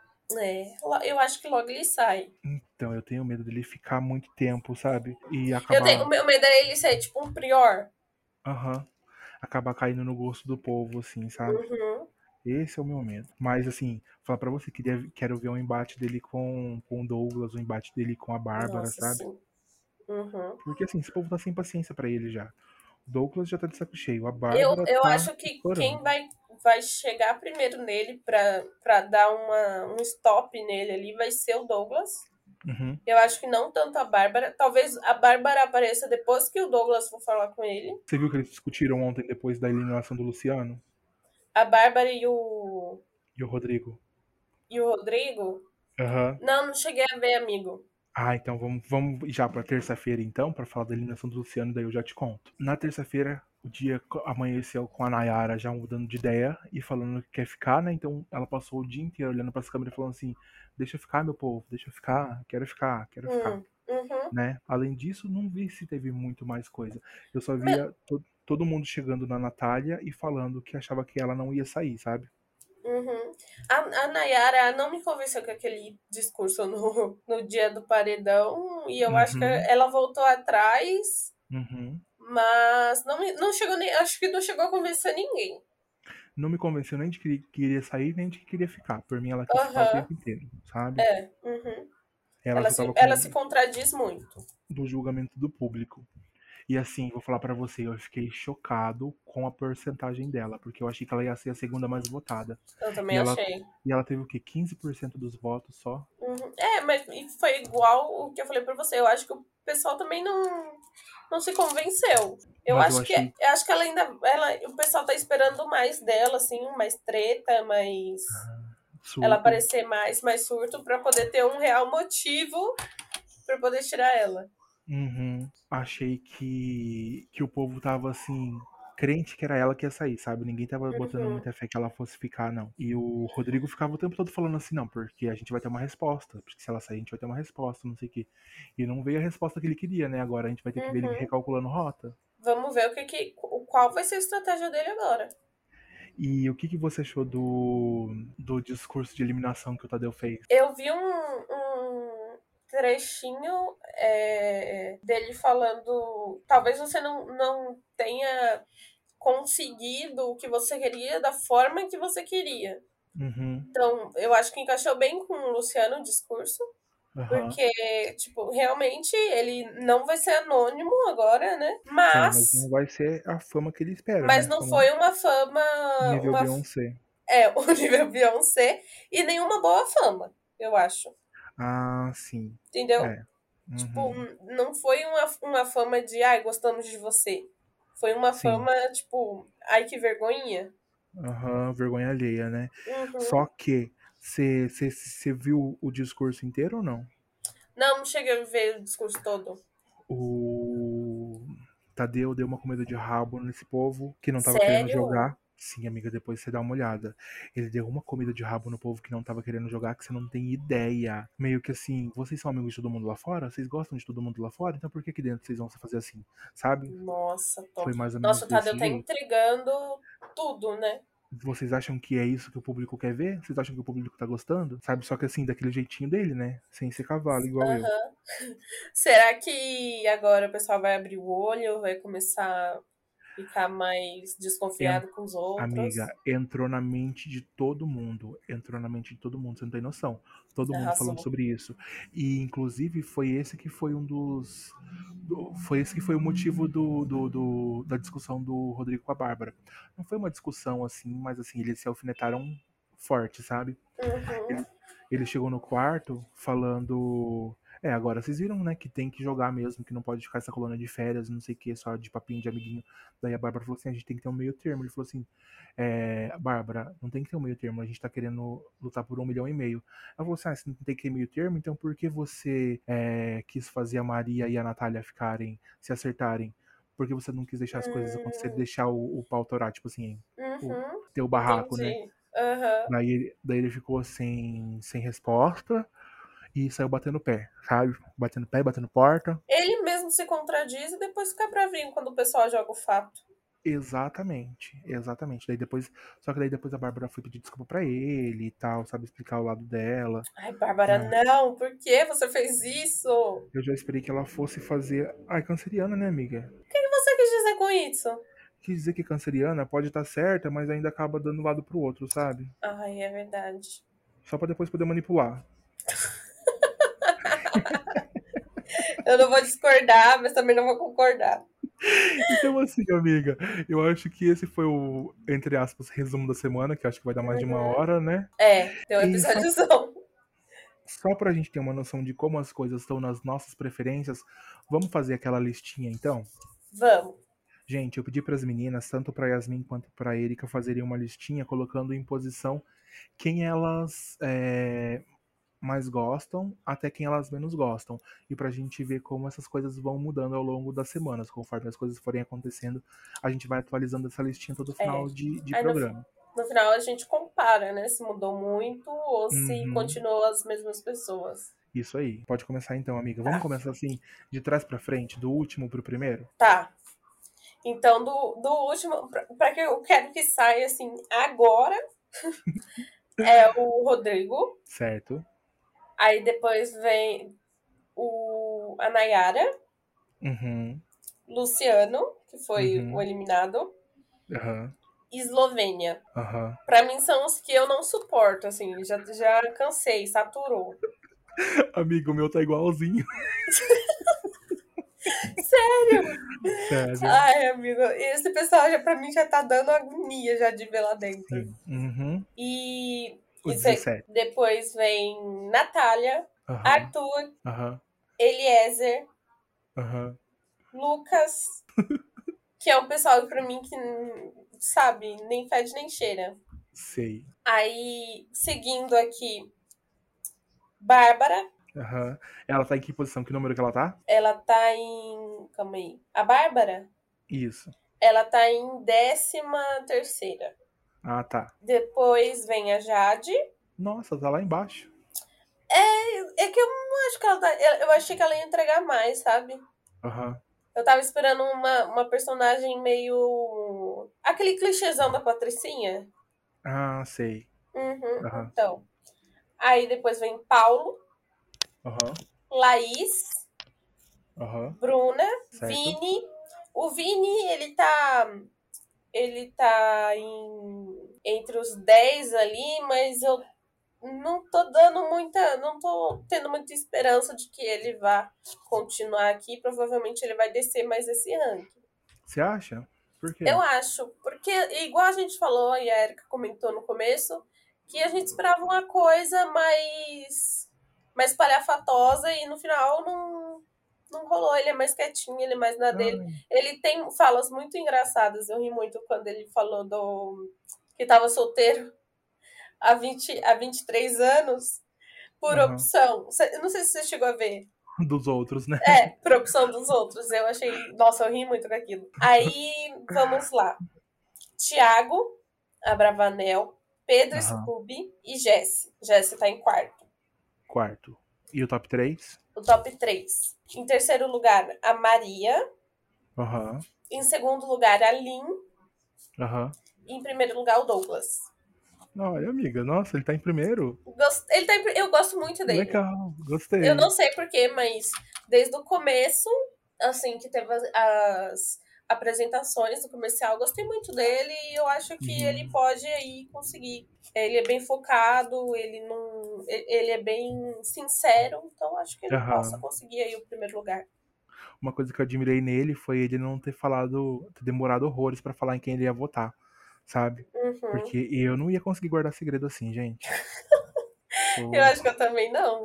É, eu acho que logo ele sai. Então eu tenho medo dele ficar muito tempo, sabe? E O acabar, meu medo é ele ser tipo um prior. aham, acabar caindo no gosto do povo, assim, sabe? Uhum. Esse é o meu medo. Mas, assim, falar pra você, quero ver o embate dele com o Douglas, o embate dele com a Bárbara, Nossa, sabe? sim. Uhum. Porque, assim, esse povo tá sem paciência pra ele já. O Douglas já tá de saco cheio, a Eu, Bárbara eu tá acho que estourando. quem vai chegar primeiro nele pra dar um stop nele ali vai ser o Douglas. Uhum. Eu acho que não tanto a Bárbara. Talvez a Bárbara apareça depois que o Douglas for falar com ele. Você viu que eles discutiram ontem depois da eliminação do Luciano A Bárbara e o Rodrigo? e o Rodrigo. Aham. Não, não cheguei a ver, amigo. Ah, então vamos já pra terça-feira então, pra falar da eliminação do Luciano, daí eu já te conto. Na terça-feira, o dia amanheceu com a Nayara já mudando de ideia e falando que quer ficar, né? Então ela passou o dia inteiro olhando pras câmeras e falando assim: deixa eu ficar, meu povo, deixa eu ficar, quero ficar, Uhum. né? Além disso, não vi se teve muito mais coisa. Eu só Meu, via todo mundo chegando na Natália e falando que achava que ela não ia sair, sabe? uhum. A Nayara não me convenceu com aquele discurso no dia do paredão. E eu acho que Uhum, ela voltou atrás. uhum. Mas não chegou nem. Acho que não chegou a convencer ninguém. Não me convenceu nem de que queria sair, nem de que queria ficar. Por mim, ela quis ficar o Aham. tempo inteiro, sabe? É. Uhum. Ela só tava Ela com se contradiz muito. do julgamento do público. E assim, vou falar pra você, eu fiquei chocado com a porcentagem dela, porque eu achei que ela ia ser a segunda mais votada. Eu E também ela, achei. e ela teve o quê? 15% dos votos só? Uhum. Mas e foi igual o que eu falei pra você. Eu acho que o pessoal também não se convenceu. Eu Mas eu acho que, achei eu acho que ela ainda. O pessoal tá esperando mais dela, assim, mais treta, mais. Ela surto. aparecer mais surto pra poder ter um real motivo pra poder tirar ela. Uhum. Achei que o povo tava assim, crente que era ela que ia sair, sabe? Ninguém tava botando Uhum, muita fé que ela fosse ficar, não. E o Rodrigo ficava o tempo todo falando assim, não, porque a gente vai ter uma resposta. Porque se ela sair, a gente vai ter uma resposta, não sei o quê. E não veio a resposta que ele queria, né? Agora a gente vai ter que ver ele uhum. recalculando rota. Vamos ver qual vai ser a estratégia dele agora. E o que você achou do discurso de eliminação que o Tadeu fez? Eu vi um trechinho dele falando. Talvez você não tenha conseguido o que você queria da forma que você queria. Uhum. Então, eu acho que encaixou bem com o Luciano o discurso, Aham. porque, tipo, realmente ele não vai ser anônimo agora, né? É, mas não vai ser a fama que ele espera, Mas né? não Fama foi uma fama, nível uma, Beyoncé. o nível Beyoncé, e nenhuma boa fama, eu acho. Ah, sim. Entendeu? É. Tipo, Uhum. não foi uma fama de, ai, gostamos de você. Foi uma Sim. fama, tipo, ai, que vergonhinha. Aham, vergonha alheia, né? Só Uhum. que você viu o discurso inteiro ou não? Não cheguei a ver o discurso todo. O Tadeu deu uma comida de rabo nesse povo que não tava querendo Sério? jogar. Sim, amiga, depois você dá uma olhada. Ele deu uma comida de rabo no povo que não tava querendo jogar, que você não tem ideia. Meio que assim, vocês são amigos de todo mundo lá fora? Vocês gostam de todo mundo lá fora? Então por que aqui dentro vocês vão fazer assim? Sabe? Nossa, Foi mais ou menos Nossa, o Tadeu desse tá jeito. entregando tudo, né? Vocês acham que é isso que o público quer ver? Vocês acham que o público tá gostando? Sabe? Só que assim, daquele jeitinho dele, né? Sem ser cavalo, igual eu. Aham. Será que agora o pessoal vai abrir o olho, vai começar a ficar mais En- desconfiado com os Amiga, outros? entrou na mente de todo mundo. Entrou na mente de todo mundo, você não tem noção. Todo mundo falando Arrasou. sobre isso. E inclusive foi esse que foi um dos. Foi esse que foi o motivo da discussão do Rodrigo com a Bárbara. Não foi uma discussão assim, mas assim, eles se alfinetaram forte, sabe? Uhum. Ele, ele chegou no quarto falando. É, agora vocês viram, né, que tem que jogar mesmo, que não pode ficar essa colônia de férias, não sei o que, só de papinho de amiguinho. Daí a Bárbara falou assim: a gente tem que ter um meio termo. Ele falou assim: Bárbara, não tem que ter um meio termo, a gente tá querendo lutar por 1,5 milhão. Ela falou assim: se não tem que ter meio termo, então por que você quis fazer a Maria e a Natália ficarem, se acertarem? Por que você não quis deixar as coisas acontecerem, Hum, deixar o pau torar, tipo assim, uhum. ter o barraco, né? Entendi. Aham. Daí ele ficou sem resposta e saiu batendo pé, sabe? Batendo pé, batendo porta. Ele mesmo se contradiz e depois fica bravinho quando o pessoal joga o fato. Exatamente, exatamente. Só que daí depois a Bárbara foi pedir desculpa pra ele e tal, sabe? Explicar o lado dela. Ai, Bárbara, Ah, não, por que você fez isso? eu já esperei que ela fosse fazer. Ai, canceriana, né, amiga? O que você quis dizer com isso? Quis dizer que canceriana pode estar certa, mas ainda acaba dando lado pro outro, sabe? Ai, é verdade. Só pra depois poder manipular. Eu não vou discordar, mas também não vou concordar. Então, assim, amiga, eu acho que esse foi o, entre aspas, resumo da semana, que eu acho que vai dar mais de uma Uhum. hora, né? Tem um E episódiozão. só pra gente ter uma noção de como as coisas estão nas nossas preferências, vamos fazer aquela listinha então? Vamos. Gente, eu pedi para as meninas, tanto para Yasmin quanto para Erika, fazerem uma listinha colocando em posição quem elas mais gostam até quem elas menos gostam. E pra gente ver como essas coisas vão mudando ao longo das semanas. Conforme as coisas forem acontecendo, a gente vai atualizando essa listinha todo É. final de Aí programa. no final a gente compara, né? Se mudou muito ou se Uhum, continuou as mesmas pessoas. isso aí. Pode começar então, amiga. Vamos Tá. começar assim, de trás pra frente, do último pro primeiro? Tá. Então, do último, pra que eu quero que saia assim agora, é o Rodrigo. Certo. Aí depois vem a Nayara, Uhum. Luciano, que foi o Uhum. eliminado, Aham. e Eslovênia. Aham. Pra mim são os que eu não suporto, assim, já cansei, saturou. Amigo, o meu tá igualzinho. Sério? Sério. Ai, amigo, esse pessoal já pra mim já tá dando agonia já de ver lá dentro. Sim. Uhum. E O 17. depois vem Natália, Aham. Arthur, Aham. Eliezer, Aham. Lucas, que é um pessoal que pra mim que, sabe, nem fede nem cheira. Sei. Aí, seguindo aqui, Bárbara, Aham. Ela tá em que posição? Que número que ela tá? ela tá em. Calma aí. A Bárbara, Isso. ela tá em 13ª. Ah, tá. Depois vem a Jade. Nossa, tá lá embaixo. É que eu não acho que ela tá. Eu achei que ela ia entregar mais, sabe? Aham. Eu tava esperando uma personagem meio. Aquele clichêzão da Patricinha. Ah, sei. Uhum, Aham. então. Aí depois vem Paulo, Aham. Laís, Aham. Bruna, Certo. Vini. O Vini, ele tá. Ele tá entre os 10 ali, mas eu não tô dando muita. Não tô tendo muita esperança de que ele vá continuar aqui. Provavelmente ele vai descer mais esse ranking. Você acha? Por quê? Eu acho, porque igual a gente falou e a Erika comentou no começo, que a gente esperava uma coisa mais palhafatosa e no final não rolou. Ele é mais quietinho, ele é mais na dele. Ai. Ele tem falas muito engraçadas. Eu ri muito quando ele falou que tava solteiro há 23 anos por Aham. opção. Eu não sei se você chegou a ver. Dos outros, né? Por opção dos outros. Eu achei. Nossa, eu ri muito com aquilo. Aí, vamos lá. Tiago, Abravanel, Pedro Aham. Scooby e Jesse. Jesse tá em quarto. Quarto. E o top 3? O top 3. Em terceiro lugar, a Maria. Aham. Em segundo lugar, a Lin. Aham. E em primeiro lugar, o Douglas. Olha, amiga, nossa, ele tá em primeiro. Eu gosto muito dele. Legal, gostei. Eu não sei porquê, mas desde o começo, assim, que teve as apresentações do comercial, eu gostei muito dele e eu acho que ele pode aí conseguir. Ele é bem focado, ele é bem sincero, então acho que ele Aham. possa conseguir aí o primeiro lugar. Uma coisa que eu admirei nele foi ele não ter demorado horrores pra falar em quem ele ia votar, sabe? Uhum. Porque eu não ia conseguir guardar segredo assim, gente. Eu acho que eu também não.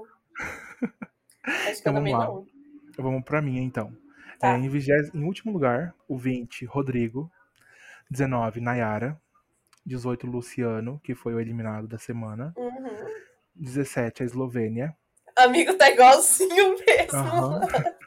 Acho que eu Então vamos também lá. não. Vamos pra minha, então. Tá. Em último lugar, o 20, Rodrigo. 19, Nayara. 18, Luciano, que foi o eliminado da semana. Uhum. 17, a Eslovênia. Amigo, tá igualzinho mesmo. Aham.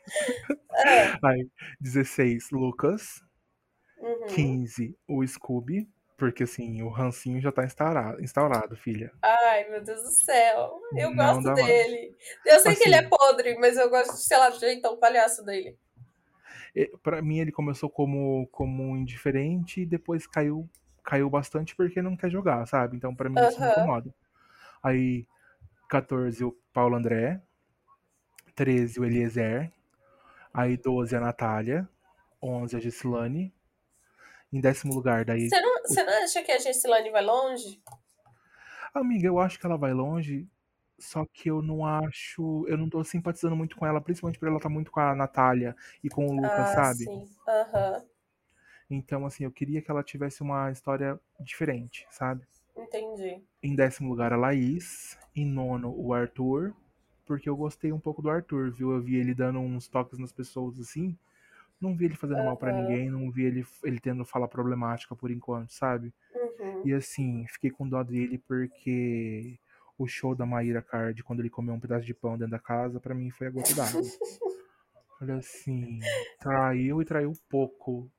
Aí, 16, Lucas. Uhum. 15, o Scooby. Porque, assim, o rancinho já tá instaurado, filha. Ai, meu Deus do céu. Eu Não gosto dá mais. dele. Eu sei que ele é Assim, podre, mas eu gosto, sei lá, do jeitão palhaço dele. pra mim, ele começou como indiferente e depois caiu bastante porque não quer jogar, sabe? Então, pra mim, isso me Aham. incomoda. Aí, 14, o Paulo André. 13, o Eliezer. Aí, 12, a Natália. 11, a Gessilane. Em 10º lugar, daí... Você não acha que a Gessilane vai longe? Amiga, eu acho que ela vai longe, só que eu não tô simpatizando muito com ela, principalmente por ela estar muito com a Natália e com o Lucas, Ah, sabe? sim. Aham. Então, assim, eu queria que ela tivesse uma história diferente, sabe? Entendi. Em 10º lugar, a Laís. Em 9º, o Arthur. Porque eu gostei um pouco do Arthur, viu? Eu vi ele dando uns toques nas pessoas, assim. Não vi ele fazendo mal pra Aham. ninguém, não vi ele tendo fala problemática por enquanto, sabe? Uhum. E assim, fiquei com dó dele porque o show da Maíra Card, quando ele comeu um pedaço de pão dentro da casa, pra mim foi a gota d'água. Olha assim, traiu e traiu pouco.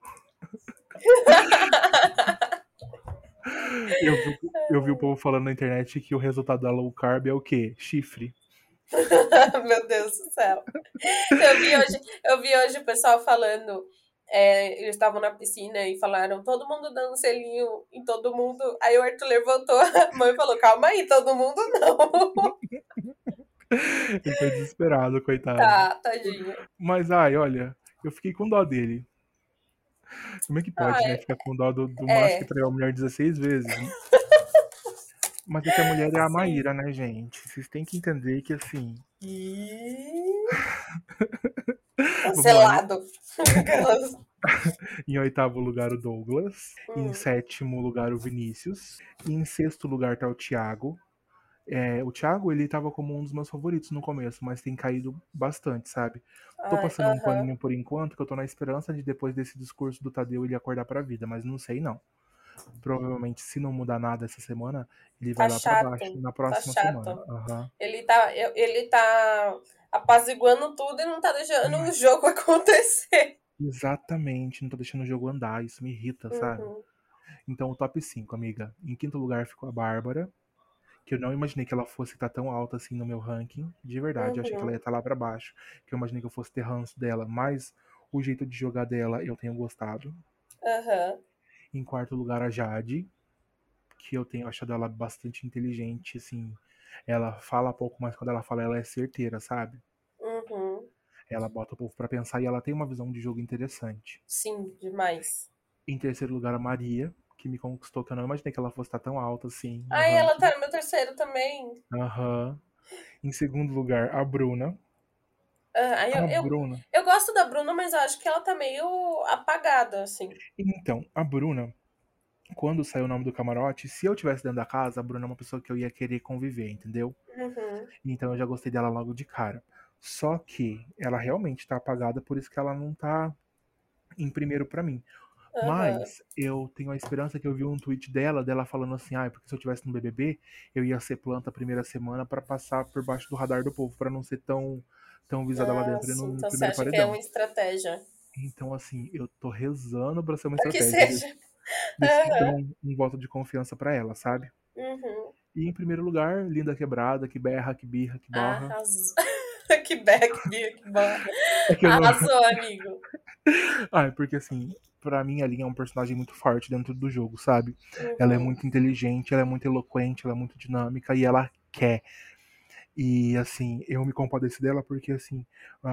Eu vi o povo falando na internet que o resultado da low carb é o quê? Chifre. Meu Deus do céu. Eu vi hoje o pessoal falando. Eles estavam na piscina e falaram, todo mundo dando selinho em todo mundo. Aí o Arthur levantou a mão e falou, calma aí, todo mundo não. Ele foi desesperado, coitado. Tá, tadinho. Mas, ai, olha, eu fiquei com dó dele. Como é que pode, né? Ai, Ficar com dó do macho que traiu a mulher 16 vezes. Mas é que a mulher é a sim. Maíra, né, gente? Vocês têm que entender que, assim... Cancelado. Em oitavo lugar, o Douglas. Em Hum. sétimo lugar, o Vinícius. E em sexto lugar tá o Thiago. O Thiago, ele tava como um dos meus favoritos no começo, mas tem caído bastante, sabe? Tô Ai, passando um aham. paninho por enquanto, que eu tô na esperança de depois desse discurso do Tadeu ele acordar pra vida, mas não sei não. Provavelmente, se não mudar nada essa semana, ele vai Tá lá pra baixo chato. na Tá próxima semana. chato. Aham. Ele tá apaziguando tudo e não tá deixando o jogo acontecer. Exatamente, não tô deixando o jogo andar, isso me irrita, sabe? Uhum, Então, o top 5, amiga. Em quinto lugar ficou a Bárbara, que eu não imaginei que ela fosse estar tão alta assim no meu ranking. De verdade, eu achei que ela ia uhum, estar lá pra baixo. Que eu imaginei que eu fosse ter ranço dela, mas o jeito de jogar dela eu tenho gostado. aham, Em quarto lugar, a Jade, que eu tenho achado ela bastante inteligente, assim. Ela fala pouco, mas quando ela fala, ela é certeira, sabe? uhum. Ela bota o povo pra pensar e ela tem uma visão de jogo interessante. Sim, demais. Em terceiro lugar, a Maria, que me conquistou, que eu não imaginei que ela fosse estar tão alta assim no Ai, ela ranking. tá no meu terceiro também. Aham. Em segundo lugar, a Bruna. Ah, ai, A Bruna. eu gosto da Bruna, mas eu acho que ela tá meio apagada, assim. Então, a Bruna, quando saiu o nome do camarote, se eu tivesse dentro da casa, a Bruna é uma pessoa que eu ia querer conviver, entendeu? Uhum, Então eu já gostei dela logo de cara. Só que ela realmente tá apagada, por isso que ela não tá em primeiro pra mim. aham. Mas eu tenho a esperança que eu vi um tweet dela falando assim, porque se eu tivesse no BBB, eu ia ser planta a primeira semana pra passar por baixo do radar do povo, pra não ser tão visada lá Ah, dentro e sim. no Então você primeiro acha que é uma paredão. estratégia? Então, assim, eu tô rezando pra ser uma Que estratégia seja. desse que Aham. dão um voto de confiança pra ela, sabe? Uhum. E em primeiro lugar, Linda Quebrada, que berra, que birra, que borra. Arrasou. Que back, que boa. É que eu não. Arrasou, amigo. Porque assim, pra mim a Linha é um personagem muito forte dentro do jogo, sabe? Ela é Uhum. muito inteligente, ela é muito eloquente, ela é muito dinâmica e ela quer. E assim, eu me compadeci dela porque assim,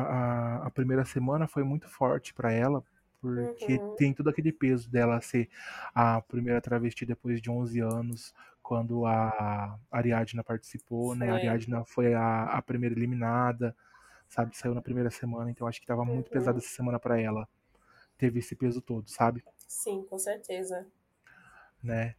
a primeira semana foi muito forte pra ela, porque Uhum. tem todo aquele peso dela ser a primeira travesti depois de 11 anos, quando a Ariadna participou, né? A Foi. Ariadna foi a primeira eliminada, sabe? Saiu na primeira semana, então acho que tava muito pesado Uhum. essa semana pra ela. Teve esse peso todo, sabe? Sim, com certeza. Né?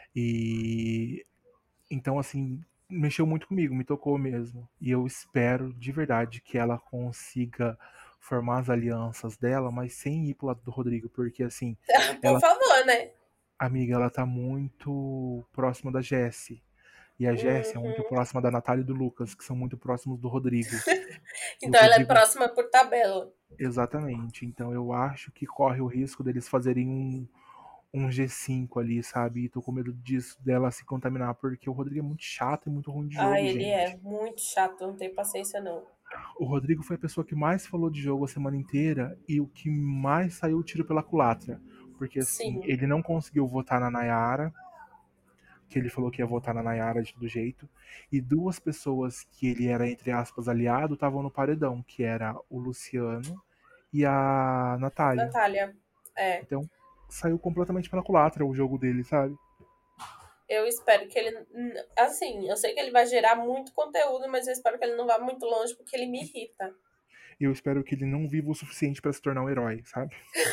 E então, assim, mexeu muito comigo, me tocou mesmo. E eu espero de verdade que ela consiga formar as alianças dela, mas sem ir pro lado do Rodrigo, porque assim, Por ela, favor, né? amiga, ela tá muito próxima da Jessie. E a Jessie é muito Uhum. próxima da Natália e do Lucas, que são muito próximos do Rodrigo. E o Então ela é Rodrigo, próxima por tabela. exatamente. Então eu acho que corre o risco deles fazerem um G5 ali, sabe? E tô com medo disso, dela se contaminar, porque o Rodrigo é muito chato e muito ruim de Ah, jogo, ele é gente. muito chato, não tem paciência não. O Rodrigo foi a pessoa que mais falou de jogo a semana inteira e o que mais saiu tiro pela culatra. Porque assim, Sim, ele não conseguiu votar na Nayara, que ele falou que ia votar na Nayara de todo jeito, e duas pessoas que ele era, entre aspas, aliado, estavam no paredão, que era o Luciano e a Natália. Natália. É. Então, saiu completamente pela culatra o jogo dele, sabe? Eu espero que ele. Assim, eu sei que ele vai gerar muito conteúdo, mas eu espero que ele não vá muito longe, porque ele me irrita. E eu espero que ele não viva o suficiente pra se tornar um herói, sabe?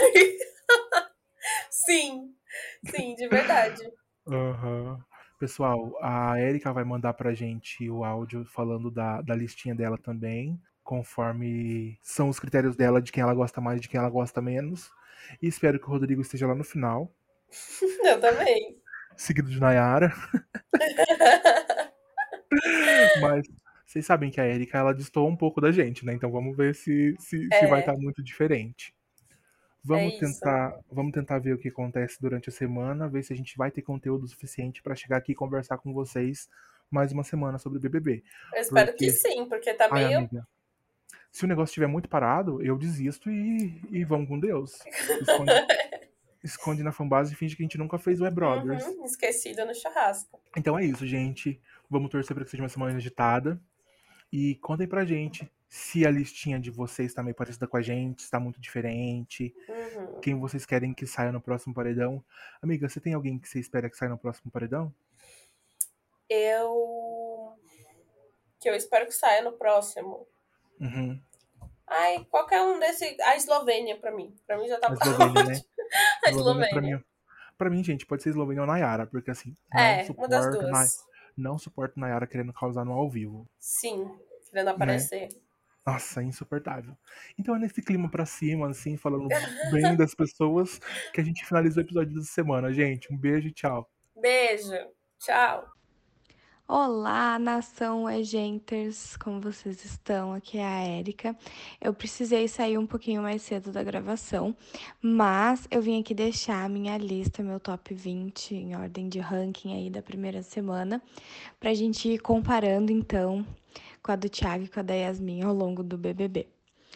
Sim, sim, de verdade. Aham. Pessoal, a Erika vai mandar pra gente o áudio falando da listinha dela também, conforme são os critérios dela de quem ela gosta mais e de quem ela gosta menos. E espero que o Rodrigo esteja lá no final, Eu também. seguido de Nayara. Mas vocês sabem que a Erika ela destoou um pouco da gente, né? Então vamos ver se vai estar É, muito diferente. é Vamos isso. tentar, vamos tentar ver o que acontece durante a semana, ver se a gente vai ter conteúdo suficiente para chegar aqui e conversar com vocês mais uma semana sobre o BBB. Eu espero que Porque, sim, porque tá ai meio. amiga, se o negócio estiver muito parado, eu desisto e vamos com Deus. Esconde na fanbase e finge que a gente nunca fez o Brothers. Uhum, esquecida no churrasco. Então é isso, gente. Vamos torcer para que seja uma semana agitada. E contem pra gente se a listinha de vocês tá meio parecida com a gente, se tá muito diferente, Uhum. quem vocês querem que saia no próximo paredão. Amiga, você tem alguém que você espera que saia no próximo paredão? Eu. Que eu espero que saia no próximo. Uhum. Ai, qualquer um desse. A Eslovênia, pra mim. Pra mim já tá A Eslovênia, né? ótimo. A Eslovênia Eslovênia. pra mim, gente, pode ser Eslovênia ou Nayara, porque assim, Uma das duas. não suporto Nayara querendo causar no ao vivo, Sim, querendo né? aparecer. Nossa, é insuportável. Então é nesse clima pra cima, assim, falando bem das pessoas, que a gente finaliza o episódio dessa semana, gente. Um beijo e tchau. Beijo. Tchau. Olá, nação Egenters, como vocês estão? Aqui é a Érica. Eu precisei sair um pouquinho mais cedo da gravação, mas eu vim aqui deixar a minha lista, meu top 20 em ordem de ranking aí da primeira semana, pra gente ir comparando então com a do Thiago e com a da Yasmin ao longo do BBB.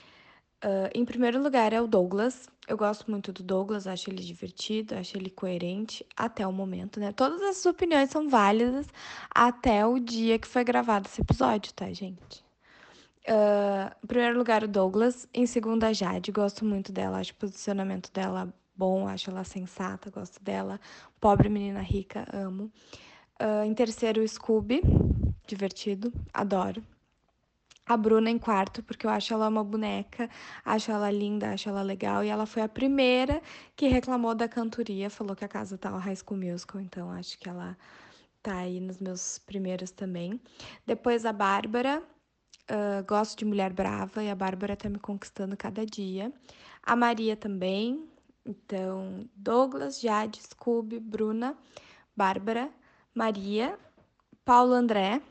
Em primeiro lugar é o Douglas. Eu gosto muito do Douglas, acho ele divertido, acho ele coerente até o momento, né? Todas essas opiniões são válidas até o dia que foi gravado esse episódio, tá, gente? Em primeiro lugar, o Douglas. Em segundo, a Jade. Gosto muito dela, acho o posicionamento dela bom, acho ela sensata, gosto dela. Pobre menina rica, amo. Em terceiro, o Scooby. Divertido, adoro. A Bruna em quarto, porque eu acho ela uma boneca, acho ela linda, acho ela legal. E ela foi a primeira que reclamou da cantoria, falou que a casa tá High School Musical, então acho que ela tá aí nos meus primeiros também. Depois a Bárbara, gosto de mulher brava e a Bárbara tá me conquistando cada dia. A Maria também, então Douglas, Jade, Scooby, Bruna, Bárbara, Maria, Paulo André,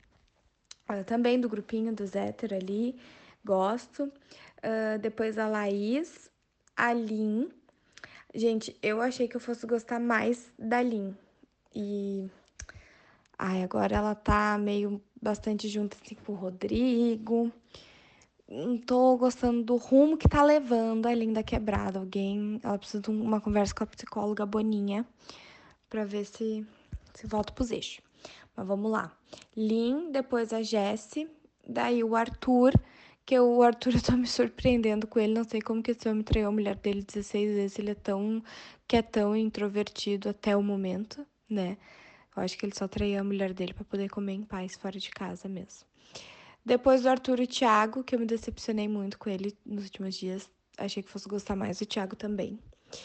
também do grupinho dos hétero ali, gosto. Depois a Laís, a Lin. Gente, eu achei que eu fosse gostar mais da Lin. E. Ai, agora ela tá meio bastante junto assim com o Rodrigo. Não tô gostando do rumo que tá levando a Lin da quebrada. Ela precisa de uma conversa com a psicóloga Boninha pra ver se volta pros eixos. Mas vamos lá. Lin, depois a Jessie, daí o Arthur, que o Arthur eu tô me surpreendendo com ele, não sei como que esse homem traiu a mulher dele 16 vezes, ele é tão quietão e introvertido até o momento, né? Eu acho que ele só traiu a mulher dele pra poder comer em paz fora de casa mesmo. Depois do Arthur e o Thiago, que eu me decepcionei muito com ele nos últimos dias. Achei que fosse gostar mais do Thiago também.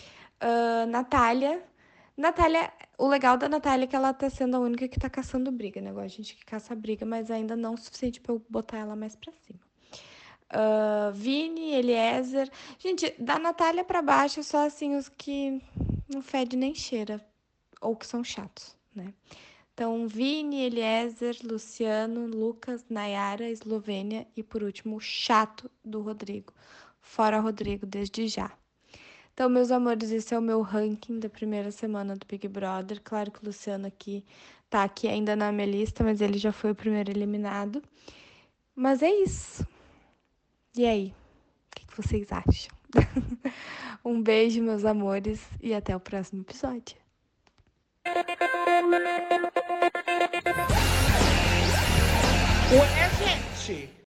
Natália. Natália, o legal da Natália é que ela tá sendo a única que tá caçando briga, né? Igual a gente que caça briga, mas ainda não o suficiente pra eu botar ela mais pra cima. Vini, Eliezer. Gente, da Natália pra baixo, só assim os que não fede nem cheira. Ou que são chatos, né? Então, Vini, Eliezer, Luciano, Lucas, Nayara, Eslovênia e, por último, o chato do Rodrigo. Fora Rodrigo, desde já. Então, meus amores, esse é o meu ranking da primeira semana do Big Brother. Claro que o Luciano tá aqui ainda na minha lista, mas ele já foi o primeiro eliminado. Mas é isso. E aí? O que vocês acham? Um beijo, meus amores, e até o próximo episódio. Ué, gente!